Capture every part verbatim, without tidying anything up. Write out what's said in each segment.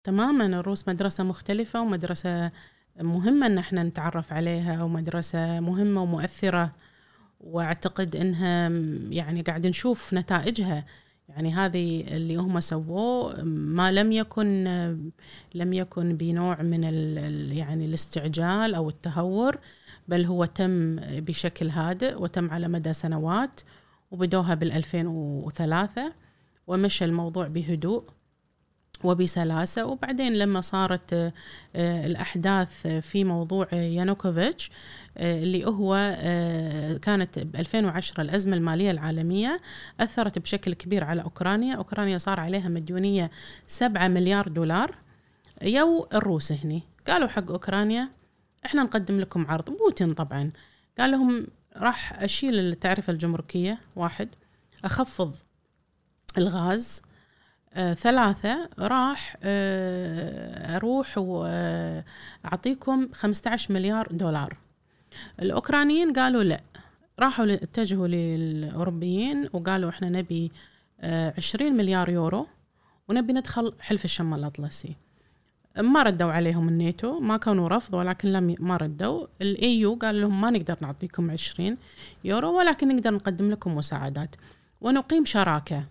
تماما. الروس مدرسة مختلفة ومدرسة مهمة ان احنا نتعرف عليها، ومدرسة مهمة ومؤثرة، واعتقد انها يعني قاعد نشوف نتائجها. يعني هذه اللي هم سووه ما لم يكن لم يكن بنوع من ال يعني الاستعجال او التهور، بل هو تم بشكل هادئ وتم على مدى سنوات، وبدوها بالألفين وثلاثة ومشى الموضوع بهدوء وبسلاسة. وبعدين لما صارت الأحداث في موضوع يانوكوفيتش اللي هو كانت بألفين وعشرة الأزمة المالية العالمية أثرت بشكل كبير على أوكرانيا. أوكرانيا صار عليها مديونية سبعة مليار دولار. يو الروس هني قالوا حق أوكرانيا إحنا نقدم لكم عرض. بوتين طبعا قال لهم راح أشيل التعرفة الجمركية، واحد أخفض الغاز، آه، ثلاثة راح آه، أروح وأعطيكم خمسة عشر مليار دولار. الأوكرانيين قالوا لا، راحوا اتجهوا للأوروبيين وقالوا إحنا نبي آه، عشرين مليار يورو ونبي ندخل حلف الشمال الأطلسي. ما ردوا عليهم الناتو، ما كانوا رفض ولكن لم ما ردوا. الإيو قال لهم ما نقدر نعطيكم عشرين يورو ولكن نقدر نقدم لكم مساعدات ونقيم شراكة.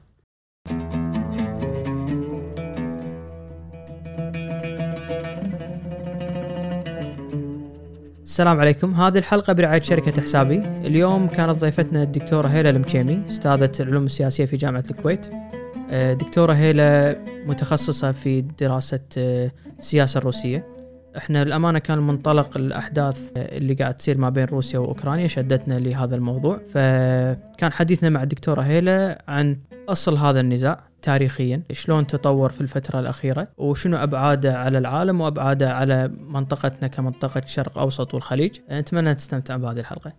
السلام عليكم. هذه الحلقة برعاية شركة حسابي. اليوم كانت ضيفتنا الدكتورة هيلا المشيمي، أستاذة العلوم السياسية في جامعة الكويت. دكتورة هيلا متخصصة في دراسة السياسة الروسية. احنا الأمانة كان منطلق الأحداث اللي قاعد تصير ما بين روسيا وأوكرانيا شدتنا لهذا الموضوع، فكان حديثنا مع الدكتورة هيلا عن أصل هذا النزاع تاريخيا، شلون تطور في الفترة الأخيرة، وشنو أبعاده على العالم وأبعاده على منطقتنا كمنطقة الشرق أوسط والخليج. أتمنى تستمتع بهذه الحلقة.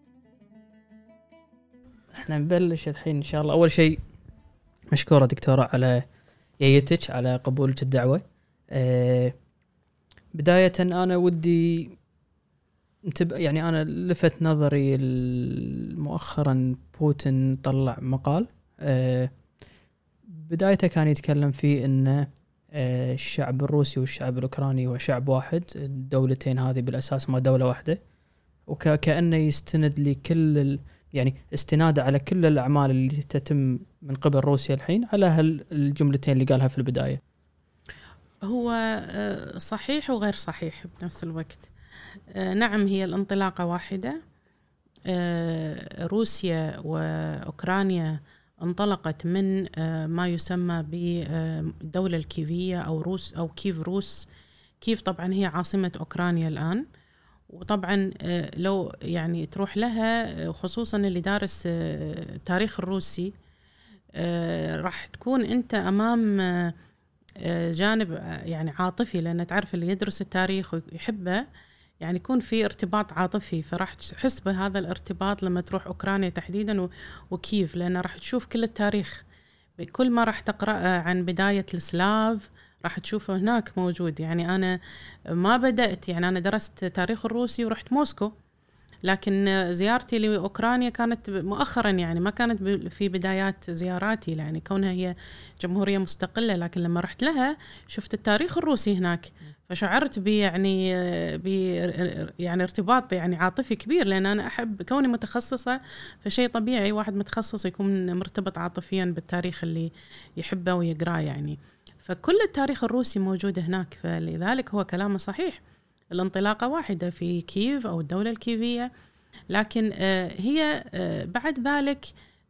احنا نبلش الحين إن شاء الله. أول شيء مشكورة دكتورة على ييتك، على قبولك الدعوة. أه بداية أنا ودي يعني أنا لفت نظري مؤخرا بوتين طلع مقال أه بدايته كان يتكلم فيه أن الشعب الروسي والشعب الأوكراني هو شعب واحد، الدولتين هذه بالأساس ما دولة واحدة، وكأنه يستند لكل يعني استناده على كل الأعمال اللي تتم من قبل روسيا الحين على هالجملتين اللي قالها في البداية. هو صحيح وغير صحيح بنفس الوقت. نعم هي الانطلاقة واحدة، روسيا وأوكرانيا انطلقت من ما يسمى بالدولة الكيفية أو روس أو كيف روس. كيف طبعا هي عاصمة أوكرانيا الآن، وطبعا لو يعني تروح لها خصوصا اللي دارس التاريخ الروسي راح تكون أنت أمام جانب يعني عاطفي، لأن تعرف اللي يدرس التاريخ ويحبه يعني يكون في ارتباط عاطفي، فراح تحس بهذا الارتباط لما تروح أوكرانيا تحديدا وكيف، لأن راح تشوف كل التاريخ. كل ما راح تقرأ عن بداية السلاف راح تشوفه هناك موجود. يعني أنا ما بدأت يعني أنا درست تاريخ الروسي ورحت موسكو، لكن زيارتي لأوكرانيا كانت مؤخرا، يعني ما كانت في بدايات زياراتي، يعني كونها هي جمهورية مستقلة، لكن لما رحت لها شفت التاريخ الروسي هناك، فشعرت بي يعني بي يعني ارتباط يعني عاطفي كبير، لأن أنا أحب كوني متخصصة، فشيء طبيعي واحد متخصص يكون مرتبط عاطفيا بالتاريخ اللي يحبه ويقراه يعني. فكل التاريخ الروسي موجود هناك، فلذلك هو كلامه صحيح. الانطلاقة واحدة في كييف أو الدولة الكيفية، لكن هي بعد ذلك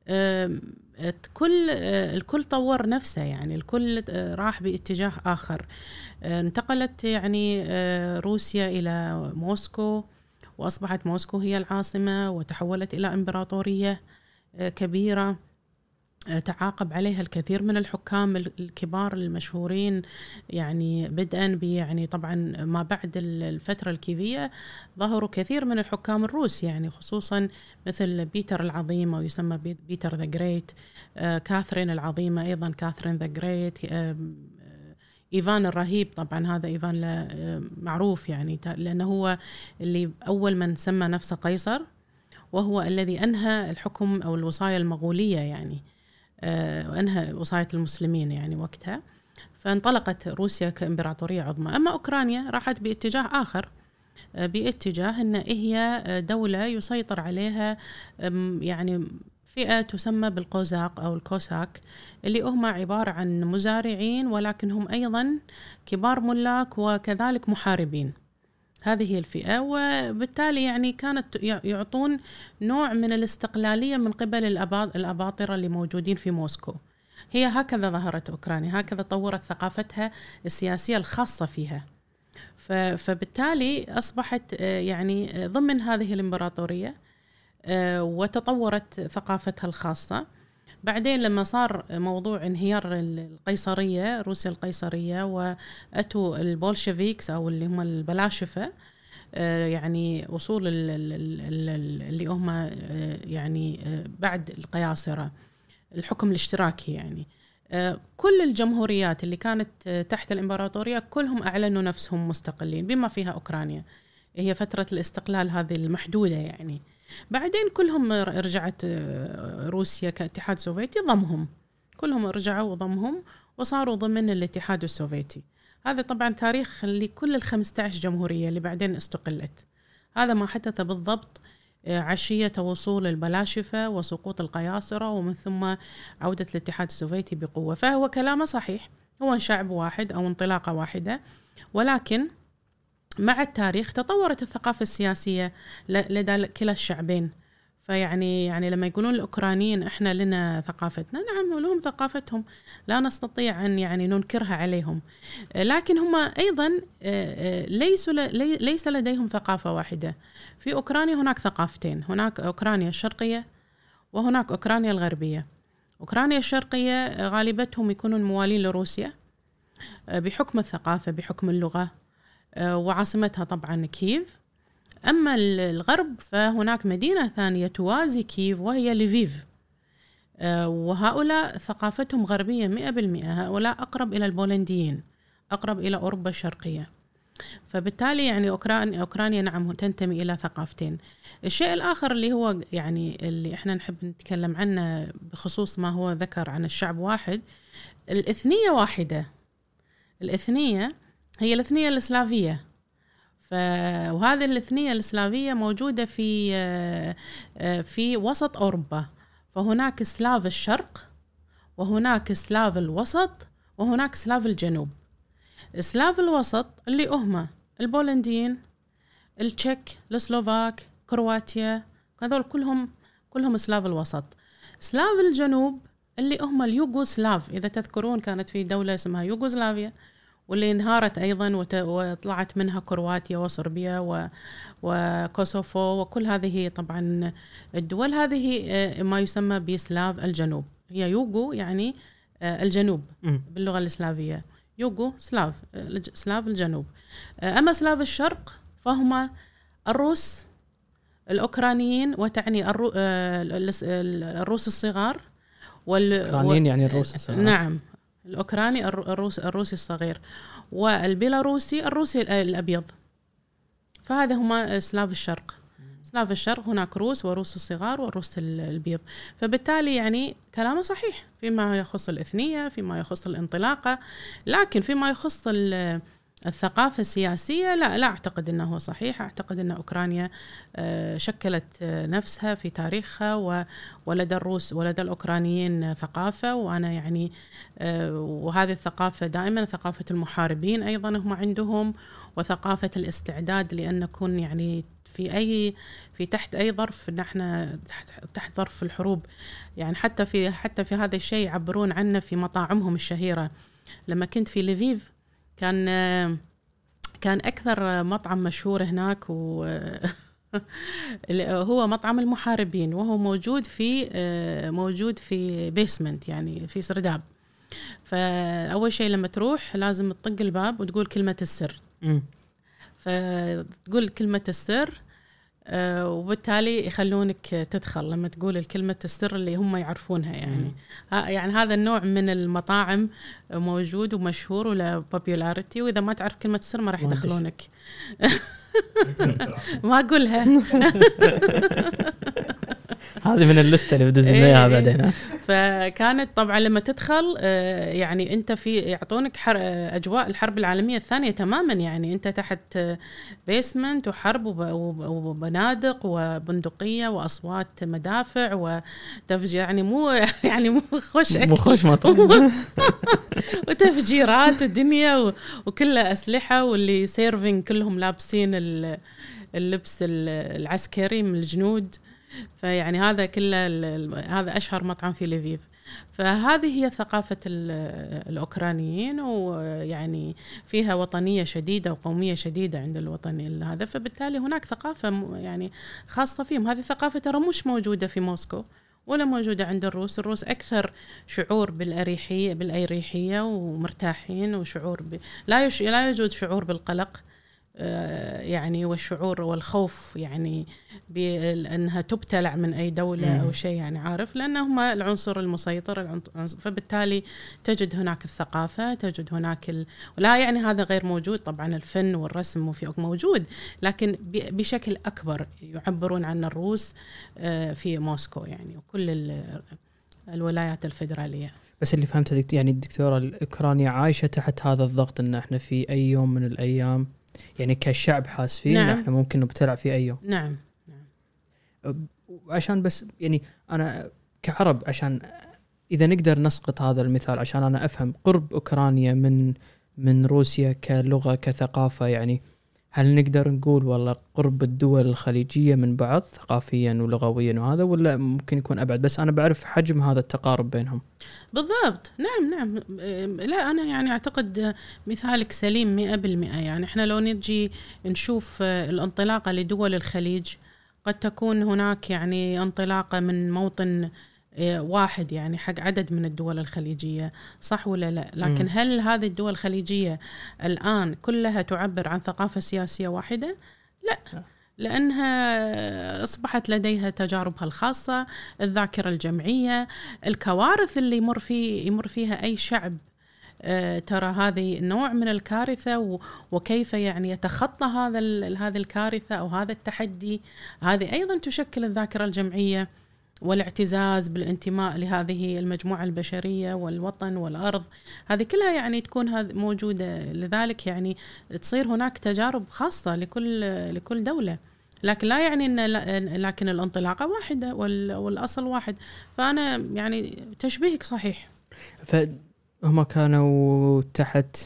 كل الكل طور نفسه، يعني الكل راح باتجاه آخر. انتقلت يعني روسيا إلى موسكو، وأصبحت موسكو هي العاصمة، وتحولت إلى إمبراطورية كبيرة تعاقب عليها الكثير من الحكام الكبار المشهورين، يعني بدءا ب يعني طبعا ما بعد الفترة الكيفية ظهروا كثير من الحكام الروس، يعني خصوصا مثل بيتر العظيم أو يسمى بيتر ذا جريت، كاثرين العظيمة أيضا كاثرين ذا جريت، إيفان الرهيب طبعا هذا إيفان معروف يعني لأنه هو اللي أول من سمى نفسه قيصر، وهو الذي أنهى الحكم أو الوصاية المغولية يعني، وأنهى وصاية المسلمين يعني وقتها. فانطلقت روسيا كإمبراطورية عظمى. أما أوكرانيا راحت باتجاه آخر، باتجاه أن هي دولة يسيطر عليها يعني فئة تسمى بالقوزاق أو الكوساك، اللي هم عبارة عن مزارعين ولكن هم أيضا كبار ملاك وكذلك محاربين. هذه هي الفئة، وبالتالي يعني كانت يعطون نوع من الاستقلالية من قبل الأباطرة اللي موجودين في موسكو. هي هكذا ظهرت أوكرانيا، هكذا طورت ثقافتها السياسية الخاصة فيها. فبالتالي أصبحت يعني ضمن هذه الإمبراطورية وتطورت ثقافتها الخاصة. بعدين لما صار موضوع انهيار القيصرية، روسيا القيصرية، وأتوا البولشيفيكس أو اللي هم البلاشفة، يعني وصول اللي هم يعني بعد القياصرة الحكم الاشتراكي، يعني كل الجمهوريات اللي كانت تحت الإمبراطورية كلهم أعلنوا نفسهم مستقلين بما فيها أوكرانيا. هي فترة الاستقلال هذه المحدودة يعني. بعدين كلهم رجعت روسيا كاتحاد سوفيتي ضمهم، كلهم رجعوا وضمهم وصاروا ضمن الاتحاد السوفيتي. هذا طبعا تاريخ لكل الخمسة عشر جمهورية اللي بعدين استقلت. هذا ما حدث بالضبط عشية وصول البلاشفة وسقوط القياصرة ومن ثم عودة الاتحاد السوفيتي بقوة. فهو كلامه صحيح، هو شعب واحد أو انطلاقة واحدة، ولكن مع التاريخ تطورت الثقافة السياسية لدى كلا الشعبين. فيعني يعني لما يقولون الأوكرانيين إحنا لنا ثقافتنا، نعم لهم ثقافتهم، لا نستطيع أن يعني ننكرها عليهم، لكن هم أيضا ليس ليس لديهم ثقافة واحدة. في أوكرانيا هناك ثقافتين، هناك أوكرانيا الشرقية وهناك أوكرانيا الغربية. أوكرانيا الشرقية غالبتهم يكونون موالين لروسيا بحكم الثقافة، بحكم اللغة، وعاصمتها طبعا كييف. أما الغرب فهناك مدينة ثانية توازي كييف وهي ليفيف، وهؤلاء ثقافتهم غربية مئة بالمئة، هؤلاء أقرب إلى البولنديين، أقرب إلى أوروبا الشرقية. فبالتالي يعني أوكرانيا, أوكرانيا نعم تنتمي إلى ثقافتين. الشيء الآخر اللي هو يعني اللي إحنا نحب نتكلم عنه بخصوص ما هو ذكر عن الشعب واحد، الإثنية واحدة. الإثنية هي الإثنية الإسلافية، ف... وهذه الإثنية الإسلافية موجودة في في وسط أوروبا. فهناك سلاف الشرق وهناك سلاف الوسط وهناك سلاف الجنوب. سلاف الوسط اللي هم البولنديين، التشيك، السلوفاك، كرواتيا، هذول كلهم كلهم سلاف الوسط. سلاف الجنوب اللي هم اليوغوسلاف، إذا تذكرون كانت في دولة اسمها يوغوسلافيا واللي انهارت أيضا وطلعت منها كرواتيا وصربيا وكوسوفو، وكل هذه طبعا الدول هذه ما يسمى بسلاف الجنوب. هي يوغو يعني الجنوب باللغة الإسلافية، يوغو سلاف سلاف الجنوب. أما سلاف الشرق فهم الروس الأوكرانيين، وتعني الرو... الروس الصغار والأوكرانيين يعني الروس الصغار. نعم، الأوكراني الروس الروسي الصغير، والبيلاروسي الروسي الأبيض. فهذا هما سلاف الشرق. سلاف الشرق هناك روس وروس الصغار والروس البيض. فبالتالي يعني كلامه صحيح فيما يخص الإثنية، فيما يخص الانطلاقة، لكن فيما يخص الثقافة السياسية لا لا أعتقد أنه صحيح. أعتقد أن أوكرانيا شكلت نفسها في تاريخها، ولدى الروس ولدى الأوكرانيين ثقافة، وأنا يعني وهذه الثقافة دائما ثقافة المحاربين أيضا هم عندهم، وثقافة الاستعداد لأن نكون يعني في أي في تحت أي ظرف، نحن تحت, تحت ظرف الحروب يعني. حتى في حتى في هذا الشيء يعبرون عنه في مطاعمهم الشهيرة. لما كنت في ليفيف كان كان أكثر مطعم مشهور هناك هو مطعم المحاربين، وهو موجود في موجود في بيسمنت يعني في سرداب. فأول شيء لما تروح لازم تطق الباب وتقول كلمة السر. م. فتقول كلمة السر وبالتالي يخلونك تدخل لما تقول الكلمة السر اللي هم يعرفونها يعني. يعني هذا النوع من المطاعم موجود ومشهور ولا popularity، وإذا ما تعرف كلمة السر ما راح يدخلونك. ما أقولها. هذه من الليستة اللي بدزنا إياها بعدين. فكانت طبعا لما تدخل يعني انت في يعطونك اجواء الحرب العالميه الثانيه تماما، يعني انت تحت بيسمنت وحرب وبنادق وبندقيه واصوات مدافع وتفجير، يعني مو يعني مو خوش مو خوش مطعم وتفجيرات الدنيا وكلها اسلحه، واللي سيرفينج كلهم لابسين اللبس العسكري من الجنود. فيعني هذا كله هذا أشهر مطعم في ليفيف. فهذه هي ثقافة الأوكرانيين، ويعني فيها وطنية شديدة وقومية شديدة عند الوطني هذا، فبالتالي هناك ثقافة يعني خاصة فيهم. هذه الثقافة ترى مش موجودة في موسكو ولا موجودة عند الروس. الروس أكثر شعور بالأريحية بالأريحية ومرتاحين، وشعور ب... لا يش... لا يوجد شعور بالقلق يعني والشعور والخوف، يعني بأنها تبتلع من أي دولة أو شيء، يعني عارف، لأنهم العنصر المسيطر العنصر. فبالتالي تجد هناك الثقافة، تجد هناك ال... ولا يعني هذا غير موجود طبعا، الفن والرسم وفي موجود، لكن بشكل أكبر يعبرون عن الروس في موسكو يعني وكل الولايات الفيدرالية. بس اللي فهمته يعني الدكتورة، الأوكرانيا عايشة تحت هذا الضغط، إن إحنا في أي يوم من الأيام يعني كشعب حاس فيه نعم. إحنا ممكن نبتلع في أي يوم. نعم نعم. عشان بس يعني أنا كعرب، عشان إذا نقدر نسقط هذا المثال عشان أنا أفهم قرب أوكرانيا من من روسيا كلغة كثقافة، يعني هل نقدر نقول والله قرب الدول الخليجية من بعض ثقافيا ولغويا وهذا، ولا ممكن يكون أبعد؟ بس أنا بعرف حجم هذا التقارب بينهم. بالضبط. نعم نعم. لا أنا يعني أعتقد مثالك سليم مئة بالمئة. يعني إحنا لو نجي نشوف الانطلاقة لدول الخليج، قد تكون هناك يعني انطلاقة من موطن واحد يعني حق عدد من الدول الخليجية، صح ولا لا؟ لكن م. هل هذه الدول الخليجية الآن كلها تعبر عن ثقافة سياسية واحدة؟ لا، لأنها أصبحت لديها تجاربها الخاصة، الذاكرة الجمعية، الكوارث اللي يمر في يمر فيها أي شعب. أه ترى هذه النوع من الكارثة، وكيف يعني يتخطى هذا هذه الكارثة أو هذا التحدي، هذه أيضا تشكل الذاكرة الجمعية والاعتزاز بالانتماء لهذه المجموعة البشرية والوطن والأرض. هذه كلها يعني تكون موجودة، لذلك يعني تصير هناك تجارب خاصة لكل لكل دولة، لكن لا يعني إن لكن الانطلاقة واحدة والأصل واحد. فأنا يعني تشبيهك صحيح. فهم كانوا تحت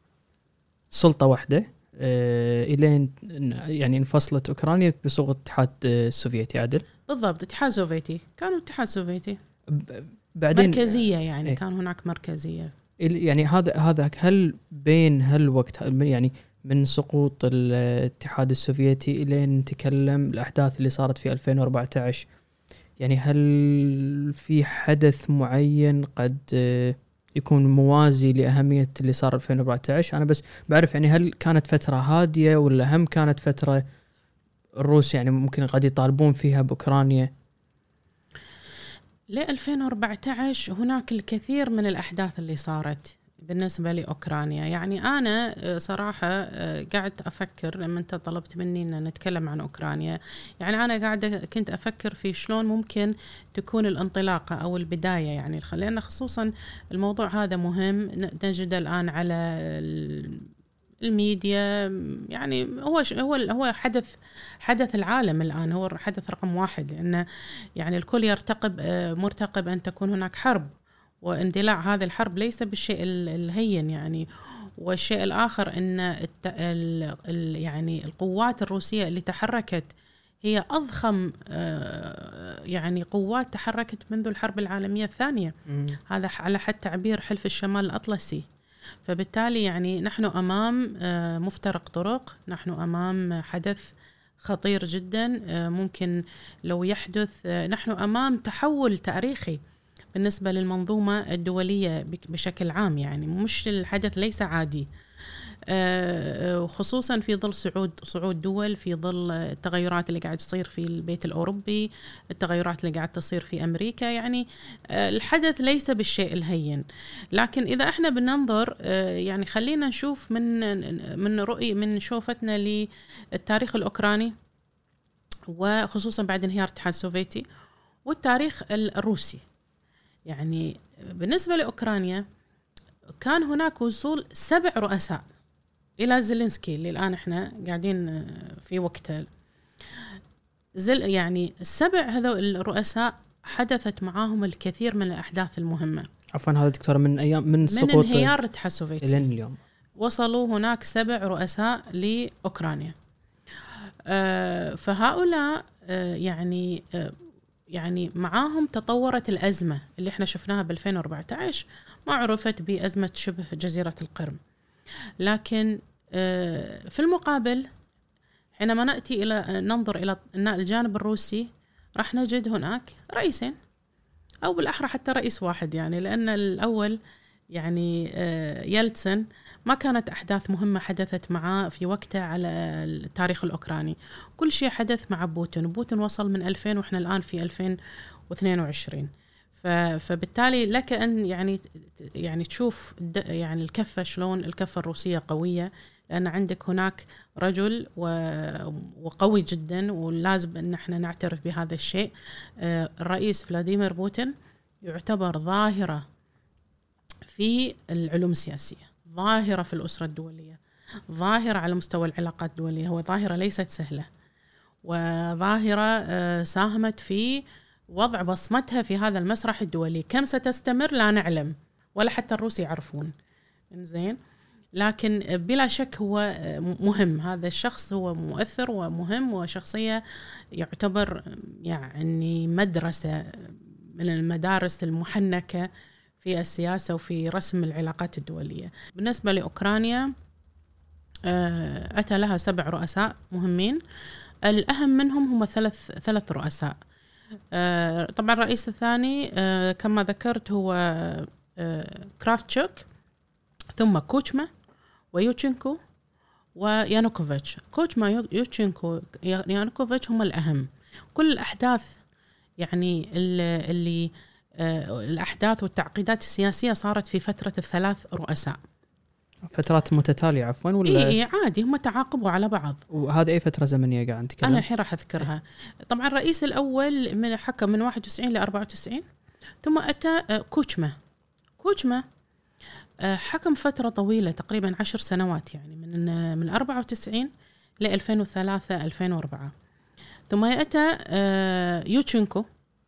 سلطة واحدة إلين يعني انفصلت أوكرانيا بصوغ الاتحاد السوفيتي. عدل بالضبط، اتحاد سوفيتي، كانوا اتحاد سوفيتي بعدين مركزية يعني. ايه؟ كان هناك مركزية يعني. هذا هذا هل بين هالوقت يعني من سقوط الاتحاد السوفيتي إلى نتكلم الأحداث اللي صارت في ألفين وأربعة عشر، يعني هل في حدث معين قد يكون موازي لأهمية اللي صار ألفين وأربعة عشر؟ أنا بس بعرف يعني هل كانت فترة هادية ولا هم كانت فترة الروس يعني ممكن قد يطالبون فيها بأوكرانيا؟ ل ألفين وأربعة عشر هناك الكثير من الأحداث اللي صارت بالنسبة لأوكرانيا. يعني أنا صراحة قاعدة أفكر لما أنت طلبت مني أن نتكلم عن أوكرانيا، يعني أنا قاعدة كنت أفكر في شلون ممكن تكون الانطلاقة أو البداية، يعني لأن خصوصا الموضوع هذا مهم. نجد الآن على الميديا يعني هو هو هو حدث حدث العالم الآن، هو حدث رقم واحد، لأن يعني الكل يرتقب مرتقب أن تكون هناك حرب، واندلاع هذه الحرب ليس بالشيء الهين يعني. والشيء الآخر أن ال ال يعني القوات الروسية اللي تحركت هي أضخم يعني قوات تحركت منذ الحرب العالمية الثانية. م. هذا على حد تعبير حلف الشمال الأطلسي. فبالتالي يعني نحن أمام مفترق طرق، نحن أمام حدث خطير جدا ممكن لو يحدث. نحن أمام تحول تاريخي بالنسبة للمنظومة الدولية بشكل عام، يعني مش الحدث ليس عادي، وخصوصا في ظل صعود صعود دول، في ظل التغيرات اللي قاعد تصير في البيت الأوروبي، التغيرات اللي قاعد تصير في أمريكا. يعني الحدث ليس بالشيء الهين. لكن إذا احنا بننظر يعني خلينا نشوف من من رؤية من شوفتنا للتاريخ الأوكراني، وخصوصا بعد انهيار الاتحاد السوفيتي، والتاريخ الروسي. يعني بالنسبة لأوكرانيا كان هناك وصول سبع رؤساء إلى زيلينسكي اللي الآن إحنا قاعدين في وقته. زل يعني السبع هذول الرؤساء حدثت معاهم الكثير من الأحداث المهمة. عفوا هذا دكتور من أيام من سقوط من انهيار الاتحاد السوفيتي إلى اليوم وصلوا هناك سبع رؤساء لأوكرانيا. آه فهؤلاء آه يعني آه يعني معاهم تطورت الأزمة اللي احنا شفناها ب ألفين وأربعة عشر، ما عرفت بأزمة شبه جزيرة القرم. لكن آه في المقابل حينما نأتي إلى ننظر إلى الجانب الروسي راح نجد هناك رئيسين، أو بالأحرى حتى رئيس واحد، يعني لأن الأول يعني يلتسن ما كانت أحداث مهمة حدثت معه في وقته على التاريخ الأوكراني، كل شيء حدث مع بوتين. بوتين وصل من ألفين وإحنا الآن في ألفين واثنين وعشرين، فبالتالي لك أن يعني يعني تشوف يعني الكفة شلون الكفة الروسية قوية، لأن عندك هناك رجل وقوي جدا، ولازم أن احنا نعترف بهذا الشيء. الرئيس فلاديمير بوتين يعتبر ظاهرة في العلوم السياسية، ظاهرة في الأسرة الدولية، ظاهرة على مستوى العلاقات الدولية. هو ظاهرة ليست سهلة، وظاهرة ساهمت في وضع بصمتها في هذا المسرح الدولي. كم ستستمر لا نعلم، ولا حتى الروس يعرفون. إنزين، لكن بلا شك هو مهم، هذا الشخص هو مؤثر ومهم، وشخصية يعتبر يعني مدرسة من المدارس المحنكة في السياسة وفي رسم العلاقات الدولية. بالنسبة لأوكرانيا أتى لها سبع رؤساء مهمين، الأهم منهم هم ثلاث ثلاث رؤساء. طبعا الرئيس الثاني كما ذكرت هو كرافتشوك، ثم كوتشما ويوتشينكو ويانوكوفيتش. كوتشما يوتشينكو يانوكوفيتش هم الأهم. كل الأحداث يعني اللي, اللي الأحداث والتعقيدات السياسية صارت في فترة الثلاث رؤساء. فترات متتالية عفوا ولا؟ إيه عادي، هم تعاقبوا على بعض. وهذا أي فترة زمنية قاعد نتكلم؟ أنا الحين راح أذكرها. طبعا الرئيس الأول من حكم من واحد وتسعين ل أربعة وتسعين، ثم أتى كوتشما. كوتشما حكم فترة طويلة تقريبا عشر سنوات، يعني من من أربعة وتسعين ل ألفين وثلاثة ألفين وأربعة. ثم أتى يوتشينكو،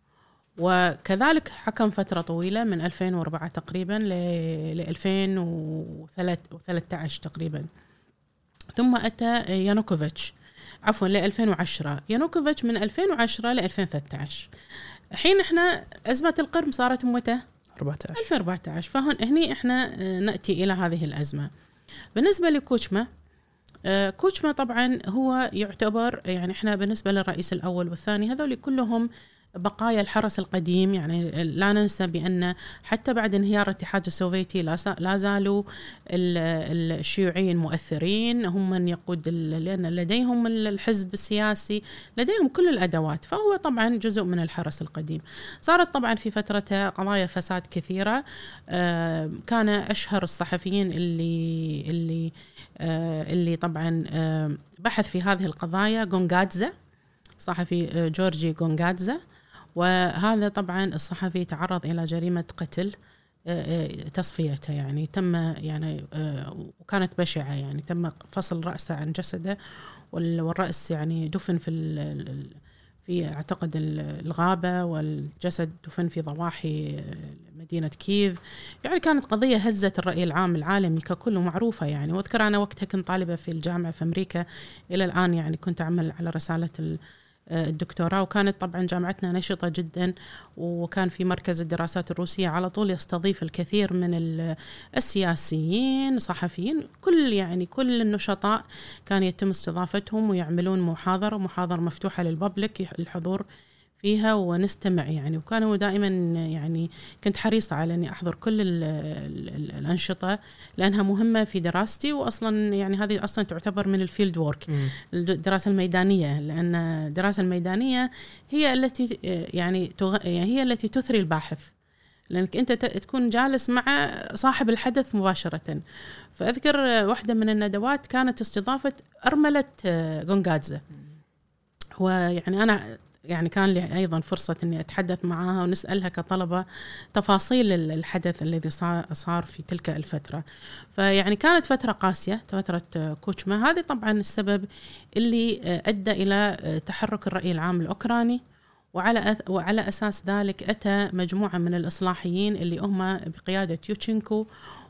وكذلك حكم فترة طويلة من ألفين وأربعة تقريبا ل ألفين وثلاثة عشر تقريبا. ثم أتى يانوكوفيتش عفوا ل ألفين وعشرة. يانوكوفيتش من ألفين وعشرة ل ألفين وثلاثة عشر. الحين احنا أزمة القرم صارت متى؟ أربعة عشر ألفين وأربعة عشر. فهون هني احنا نأتي إلى هذه الأزمة. بالنسبة لكوتشما، كوتشما طبعا هو يعتبر يعني احنا بالنسبة للرئيس الأول والثاني هذول كلهم بقايا الحرس القديم. يعني لا ننسى بأن حتى بعد انهيار الاتحاد السوفيتي لا زالوا الشيوعيين مؤثرين، هم من يقود، لأن لديهم الحزب السياسي، لديهم كل الأدوات. فهو طبعا جزء من الحرس القديم. صارت طبعا في فترة قضايا فساد كثيرة. كان أشهر الصحفيين اللي اللي اللي طبعا بحث في هذه القضايا غونغادزا، صحفي جورجي غونغادزا. وهذا طبعا الصحفي تعرض إلى جريمة قتل تصفيته، يعني تم يعني وكانت بشعة، يعني تم فصل رأسه عن جسده، والرأس يعني دفن في في اعتقد الغابة، والجسد دفن في ضواحي مدينة كييف. يعني كانت قضية هزت الرأي العام العالمي ككل معروفة يعني. واذكر أنا وقتها كنت طالبة في الجامعة في أمريكا، إلى الآن يعني كنت أعمل على رسالة الدكتوراه، وكانت طبعا جامعتنا نشطة جدا، وكان في مركز الدراسات الروسية على طول يستضيف الكثير من السياسيين، صحفيين، كل يعني كل النشطاء كان يتم استضافتهم ويعملون محاضرة محاضرة مفتوحة للببليك الحضور فيها ونستمع يعني. وكانوا دائما يعني كنت حريصة على أني أحضر كل ال ال الأنشطة لأنها مهمة في دراستي، وأصلا يعني هذه أصلا تعتبر من الفيلد وورك، الدراسة الميدانية، لأن الدراسة الميدانية هي التي يعني هي التي تثري الباحث، لأنك أنت تكون جالس مع صاحب الحدث مباشرة. فأذكر واحدة من الندوات كانت استضافة أرملة غونغادزا، ويعني أنا يعني كان لي أيضا فرصة أني أتحدث معها ونسألها كطلبة تفاصيل الحدث الذي صار في تلك الفترة. فيعني كانت فترة قاسية، فترة كوتشما. هذه طبعا السبب اللي أدى إلى تحرك الرأي العام الأوكراني، وعلى وعلى أساس ذلك أتى مجموعة من الإصلاحيين اللي هم بقيادة يوتشينكو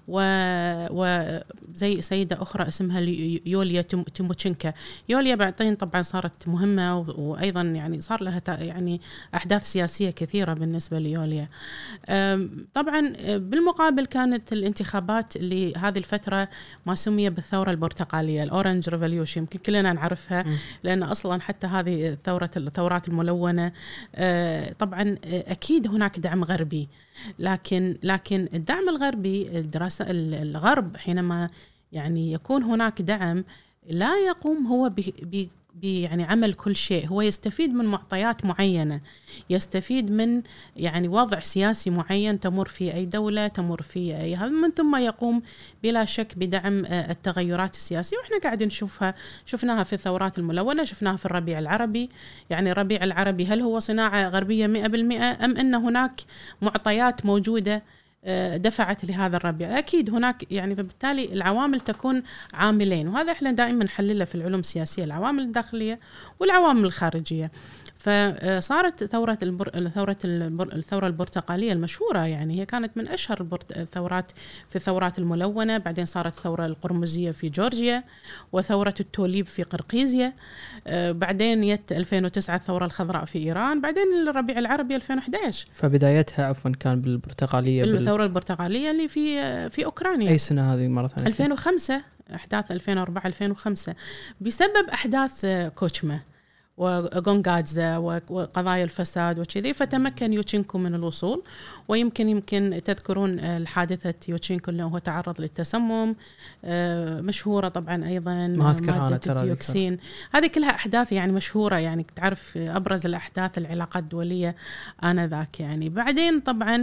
وزي سيدة أخرى اسمها يوليا تيموشينكا. يوليا بعدين طبعا صارت مهمة، وأيضا يعني صار لها يعني أحداث سياسية كثيرة بالنسبة ليوليا. طبعا بالمقابل كانت الانتخابات اللي هذه الفترة ما سمي بالثورة البرتقالية، الأورنج ريفوليوشن، يمكن كلنا نعرفها لأن أصلا حتى هذه الثورة الثورات الملونة طبعا أكيد هناك دعم غربي، لكن لكن الدعم الغربي، الدراسة الغرب حينما يعني يكون هناك دعم لا يقوم هو ب يعني عمل كل شيء، هو يستفيد من معطيات معينة، يستفيد من يعني وضع سياسي معين تمر في أي دولة، تمر في أي هذا، من ثم يقوم بلا شك بدعم التغيرات السياسية. وإحنا قاعدين نشوفها، شفناها في الثورات الملونة، شفناها في الربيع العربي. يعني الربيع العربي هل هو صناعة غربية مئة بالمئة أم أن هناك معطيات موجودة دفعت لهذا الربيع؟ أكيد هناك يعني، فبالتالي العوامل تكون عاملين، وهذا إحنا دائما نحلله في العلوم السياسية، العوامل الداخلية والعوامل الخارجية. فصارت ثورة البر... ثورة البر... الثورة البرتقالية المشهورة، يعني هي كانت من أشهر الثورات في الثورات الملونة. بعدين صارت الثورة القرمزية في جورجيا، وثورة التوليب في قرقيزيا. بعدين يت ألفين وتسعة الثورة الخضراء في إيران. بعدين الربيع العربي ألفين وأحد عشر. فبدايتها عفوا كان بالبرتقالية بال... الثورة البرتقالية اللي في في أوكرانيا. أي سنة هذه مرة ثانية؟ ألفين وخمسة، أحداث ألفين وأربعة ألفين وخمسة، بسبب أحداث كوتشما وغونغادزا وقضايا الفساد وكذي. فتمكن يوتشينكو من الوصول، ويمكن يمكن تذكرون الحادثة يوتشينكو اللي هو تعرض للتسمم، مشهورة طبعا أيضا مادة الديوكسين. هذه كلها أحداث يعني مشهورة، يعني تعرف أبرز الأحداث العلاقات الدولية آنذاك يعني. بعدين طبعا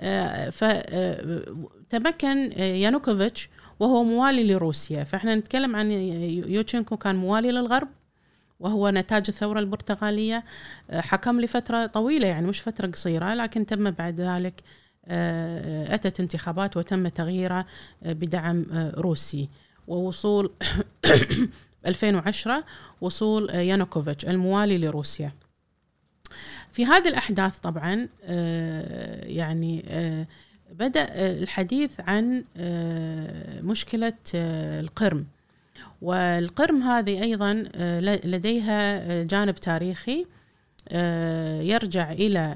فتمكن يانوكوفيتش وهو موالي لروسيا. فإحنا نتكلم عن يوتشينكو كان موالي للغرب، وهو نتاج الثورة البرتقالية. حكم لفترة طويلة، يعني مش فترة قصيرة، لكن تم بعد ذلك أتت انتخابات وتم تغييره بدعم روسي، ووصول ألفين وعشرة وصول يانوكوفيتش الموالي لروسيا. في هذه الأحداث طبعا يعني بدأ الحديث عن مشكلة القرم. والقرم هذه أيضا لديها جانب تاريخي يرجع إلى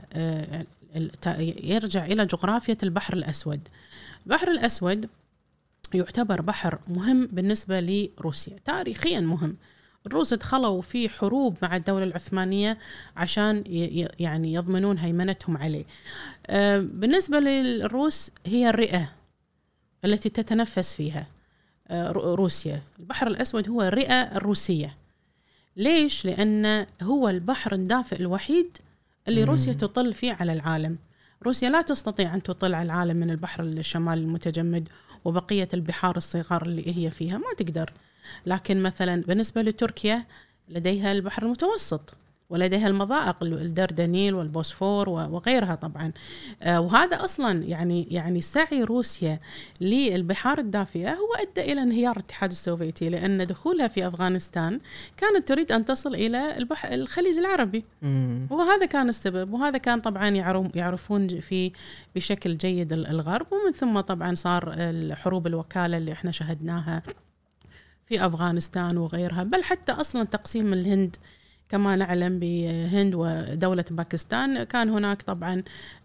يرجع إلى جغرافية البحر الأسود. البحر الأسود يعتبر بحر مهم بالنسبة لروسيا، تاريخيا مهم. الروس دخلوا في حروب مع الدولة العثمانية عشان يعني يضمنون هيمنتهم عليه. بالنسبة للروس هي الرئة التي تتنفس فيها روسيا. البحر الأسود هو الرئة الروسية. ليش؟ لأن هو البحر الدافئ الوحيد اللي روسيا تطل فيه على العالم. روسيا لا تستطيع أن تطل على العالم من البحر الشمالي المتجمد وبقية البحار الصغار اللي هي فيها، ما تقدر. لكن مثلا بالنسبة لتركيا لديها البحر المتوسط، ولديها المضائق الدردنيل والبوسفور وغيرها طبعا. وهذا أصلا يعني يعني سعي روسيا للبحار الدافئة هو أدى إلى انهيار الاتحاد السوفيتي، لأن دخولها في أفغانستان كانت تريد أن تصل إلى البحر الخليج العربي، وهذا كان السبب. وهذا كان طبعا يعرفون في بشكل جيد الغرب. ومن ثم طبعا صار الحروب الوكالة اللي احنا شهدناها في أفغانستان وغيرها، بل حتى أصلا تقسيم الهند كما نعلم بهند ودولة باكستان. كان هناك طبعا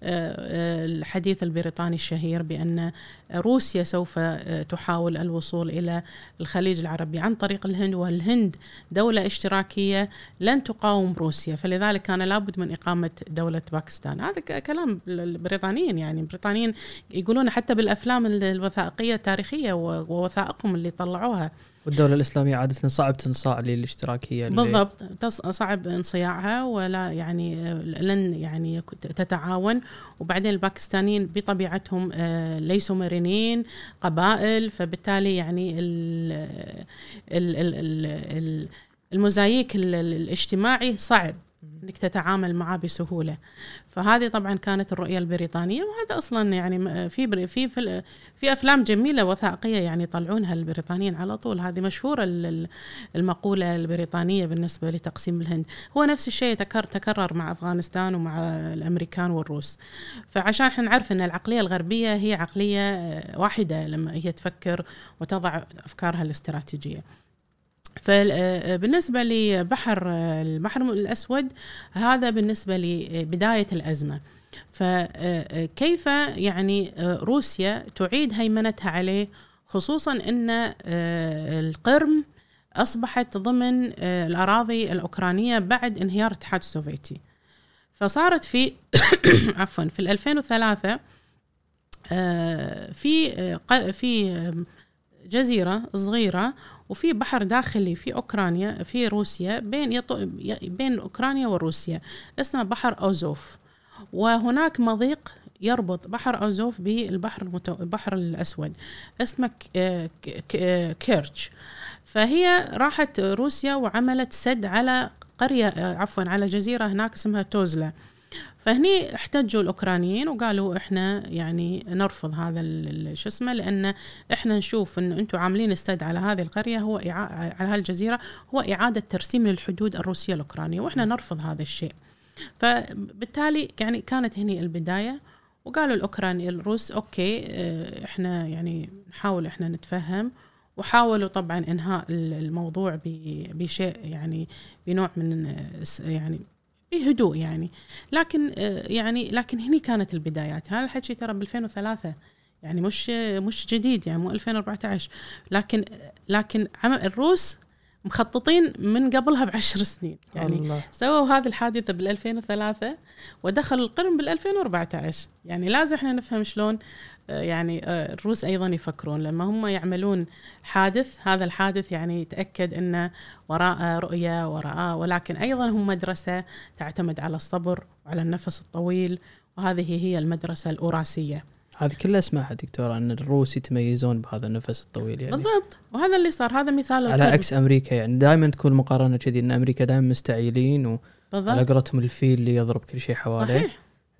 الحديث البريطاني الشهير بأن روسيا سوف تحاول الوصول إلى الخليج العربي عن طريق الهند، والهند دولة اشتراكية لن تقاوم روسيا، فلذلك كان لابد من إقامة دولة باكستان. هذا كلام البريطانيين، يعني البريطانيين يقولون حتى بالأفلام الوثائقية التاريخية ووثائقهم اللي طلعوها. والدولة الإسلامية عادة صعب تنصاع للاشتراكية بالضبط، صعب انصياعها ولا يعني لن يعني تتعاون. وبعدين الباكستانيين بطبيعتهم ليسوا مرنين، قبائل، فبالتالي يعني المزايك الاجتماعي صعب انك تتعامل معه بسهوله. فهذه طبعا كانت الرؤيه البريطانيه، وهذا اصلا يعني في في في, في افلام جميله وثائقيه يعني يطلعونها البريطانيين على طول. هذه مشهوره المقوله البريطانيه بالنسبه لتقسيم الهند. هو نفس الشيء تكرر تكرر مع افغانستان ومع الامريكان والروس. فعشان احنا نعرف ان العقليه الغربيه هي عقليه واحده لما هي تفكر وتضع افكارها الاستراتيجيه. فبالنسبة لبحر البحر الأسود هذا بالنسبة لبداية الأزمة، فكيف يعني روسيا تعيد هيمنتها عليه، خصوصا أن القرم أصبحت ضمن الأراضي الأوكرانية بعد انهيار الاتحاد السوفيتي. فصارت في عفوا في ألفين وثلاثة في في جزيرة صغيرة وفي بحر داخلي في أوكرانيا في روسيا بين يطو... بين أوكرانيا وروسيا اسمه بحر أوزوف، وهناك مضيق يربط بحر أوزوف بالبحر المتو... البحر الأسود اسمه ك... ك... كيرتش. فهي راحت روسيا وعملت سد على قرية عفوا على جزيرة هناك اسمها توزلا. فهني احتجوا الأوكرانيين وقالوا إحنا يعني نرفض هذا شو اسمه، لأن إحنا نشوف إنه أنتم عاملين السد على هذه القرية هو إعا... على هالجزيرة هو إعادة ترسيم للحدود الروسية الأوكرانية، وإحنا نرفض هذا الشيء. فبالتالي يعني كانت هني البداية، وقالوا الأوكراني الروس أوكي إحنا يعني نحاول إحنا نتفهم، وحاولوا طبعا إنهاء الموضوع بشيء يعني بنوع من يعني بهدوء يعني. لكن يعني لكن هني كانت البدايات. هذا الحكي ترى ب ألفين وثلاثة يعني مش مش جديد يعني مو ألفين وأربعة عشر، لكن لكن الروس مخططين من قبلها بعشر سنين يعني الله. سووا هذه الحادثة بال ألفين وثلاثة ودخلوا القرم بال ألفين وأربعة عشر. يعني لازم احنا نفهم شلون يعني الروس أيضا يفكرون لما هم يعملون حادث. هذا الحادث يعني يتأكد أنه وراء رؤية وراء، ولكن أيضا هم مدرسة تعتمد على الصبر وعلى النفس الطويل، وهذه هي المدرسة الأوراسية. هذه كلها اسمعها دكتورة أن الروس يتميزون بهذا النفس الطويل يعني. بالضبط، وهذا اللي صار. هذا مثال على عكس أمريكا، يعني دائما تكون مقارنة كذي أن أمريكا دائما مستعجلين وعلى قولتهم الفيل اللي يضرب كل شيء حواليه. صحيح.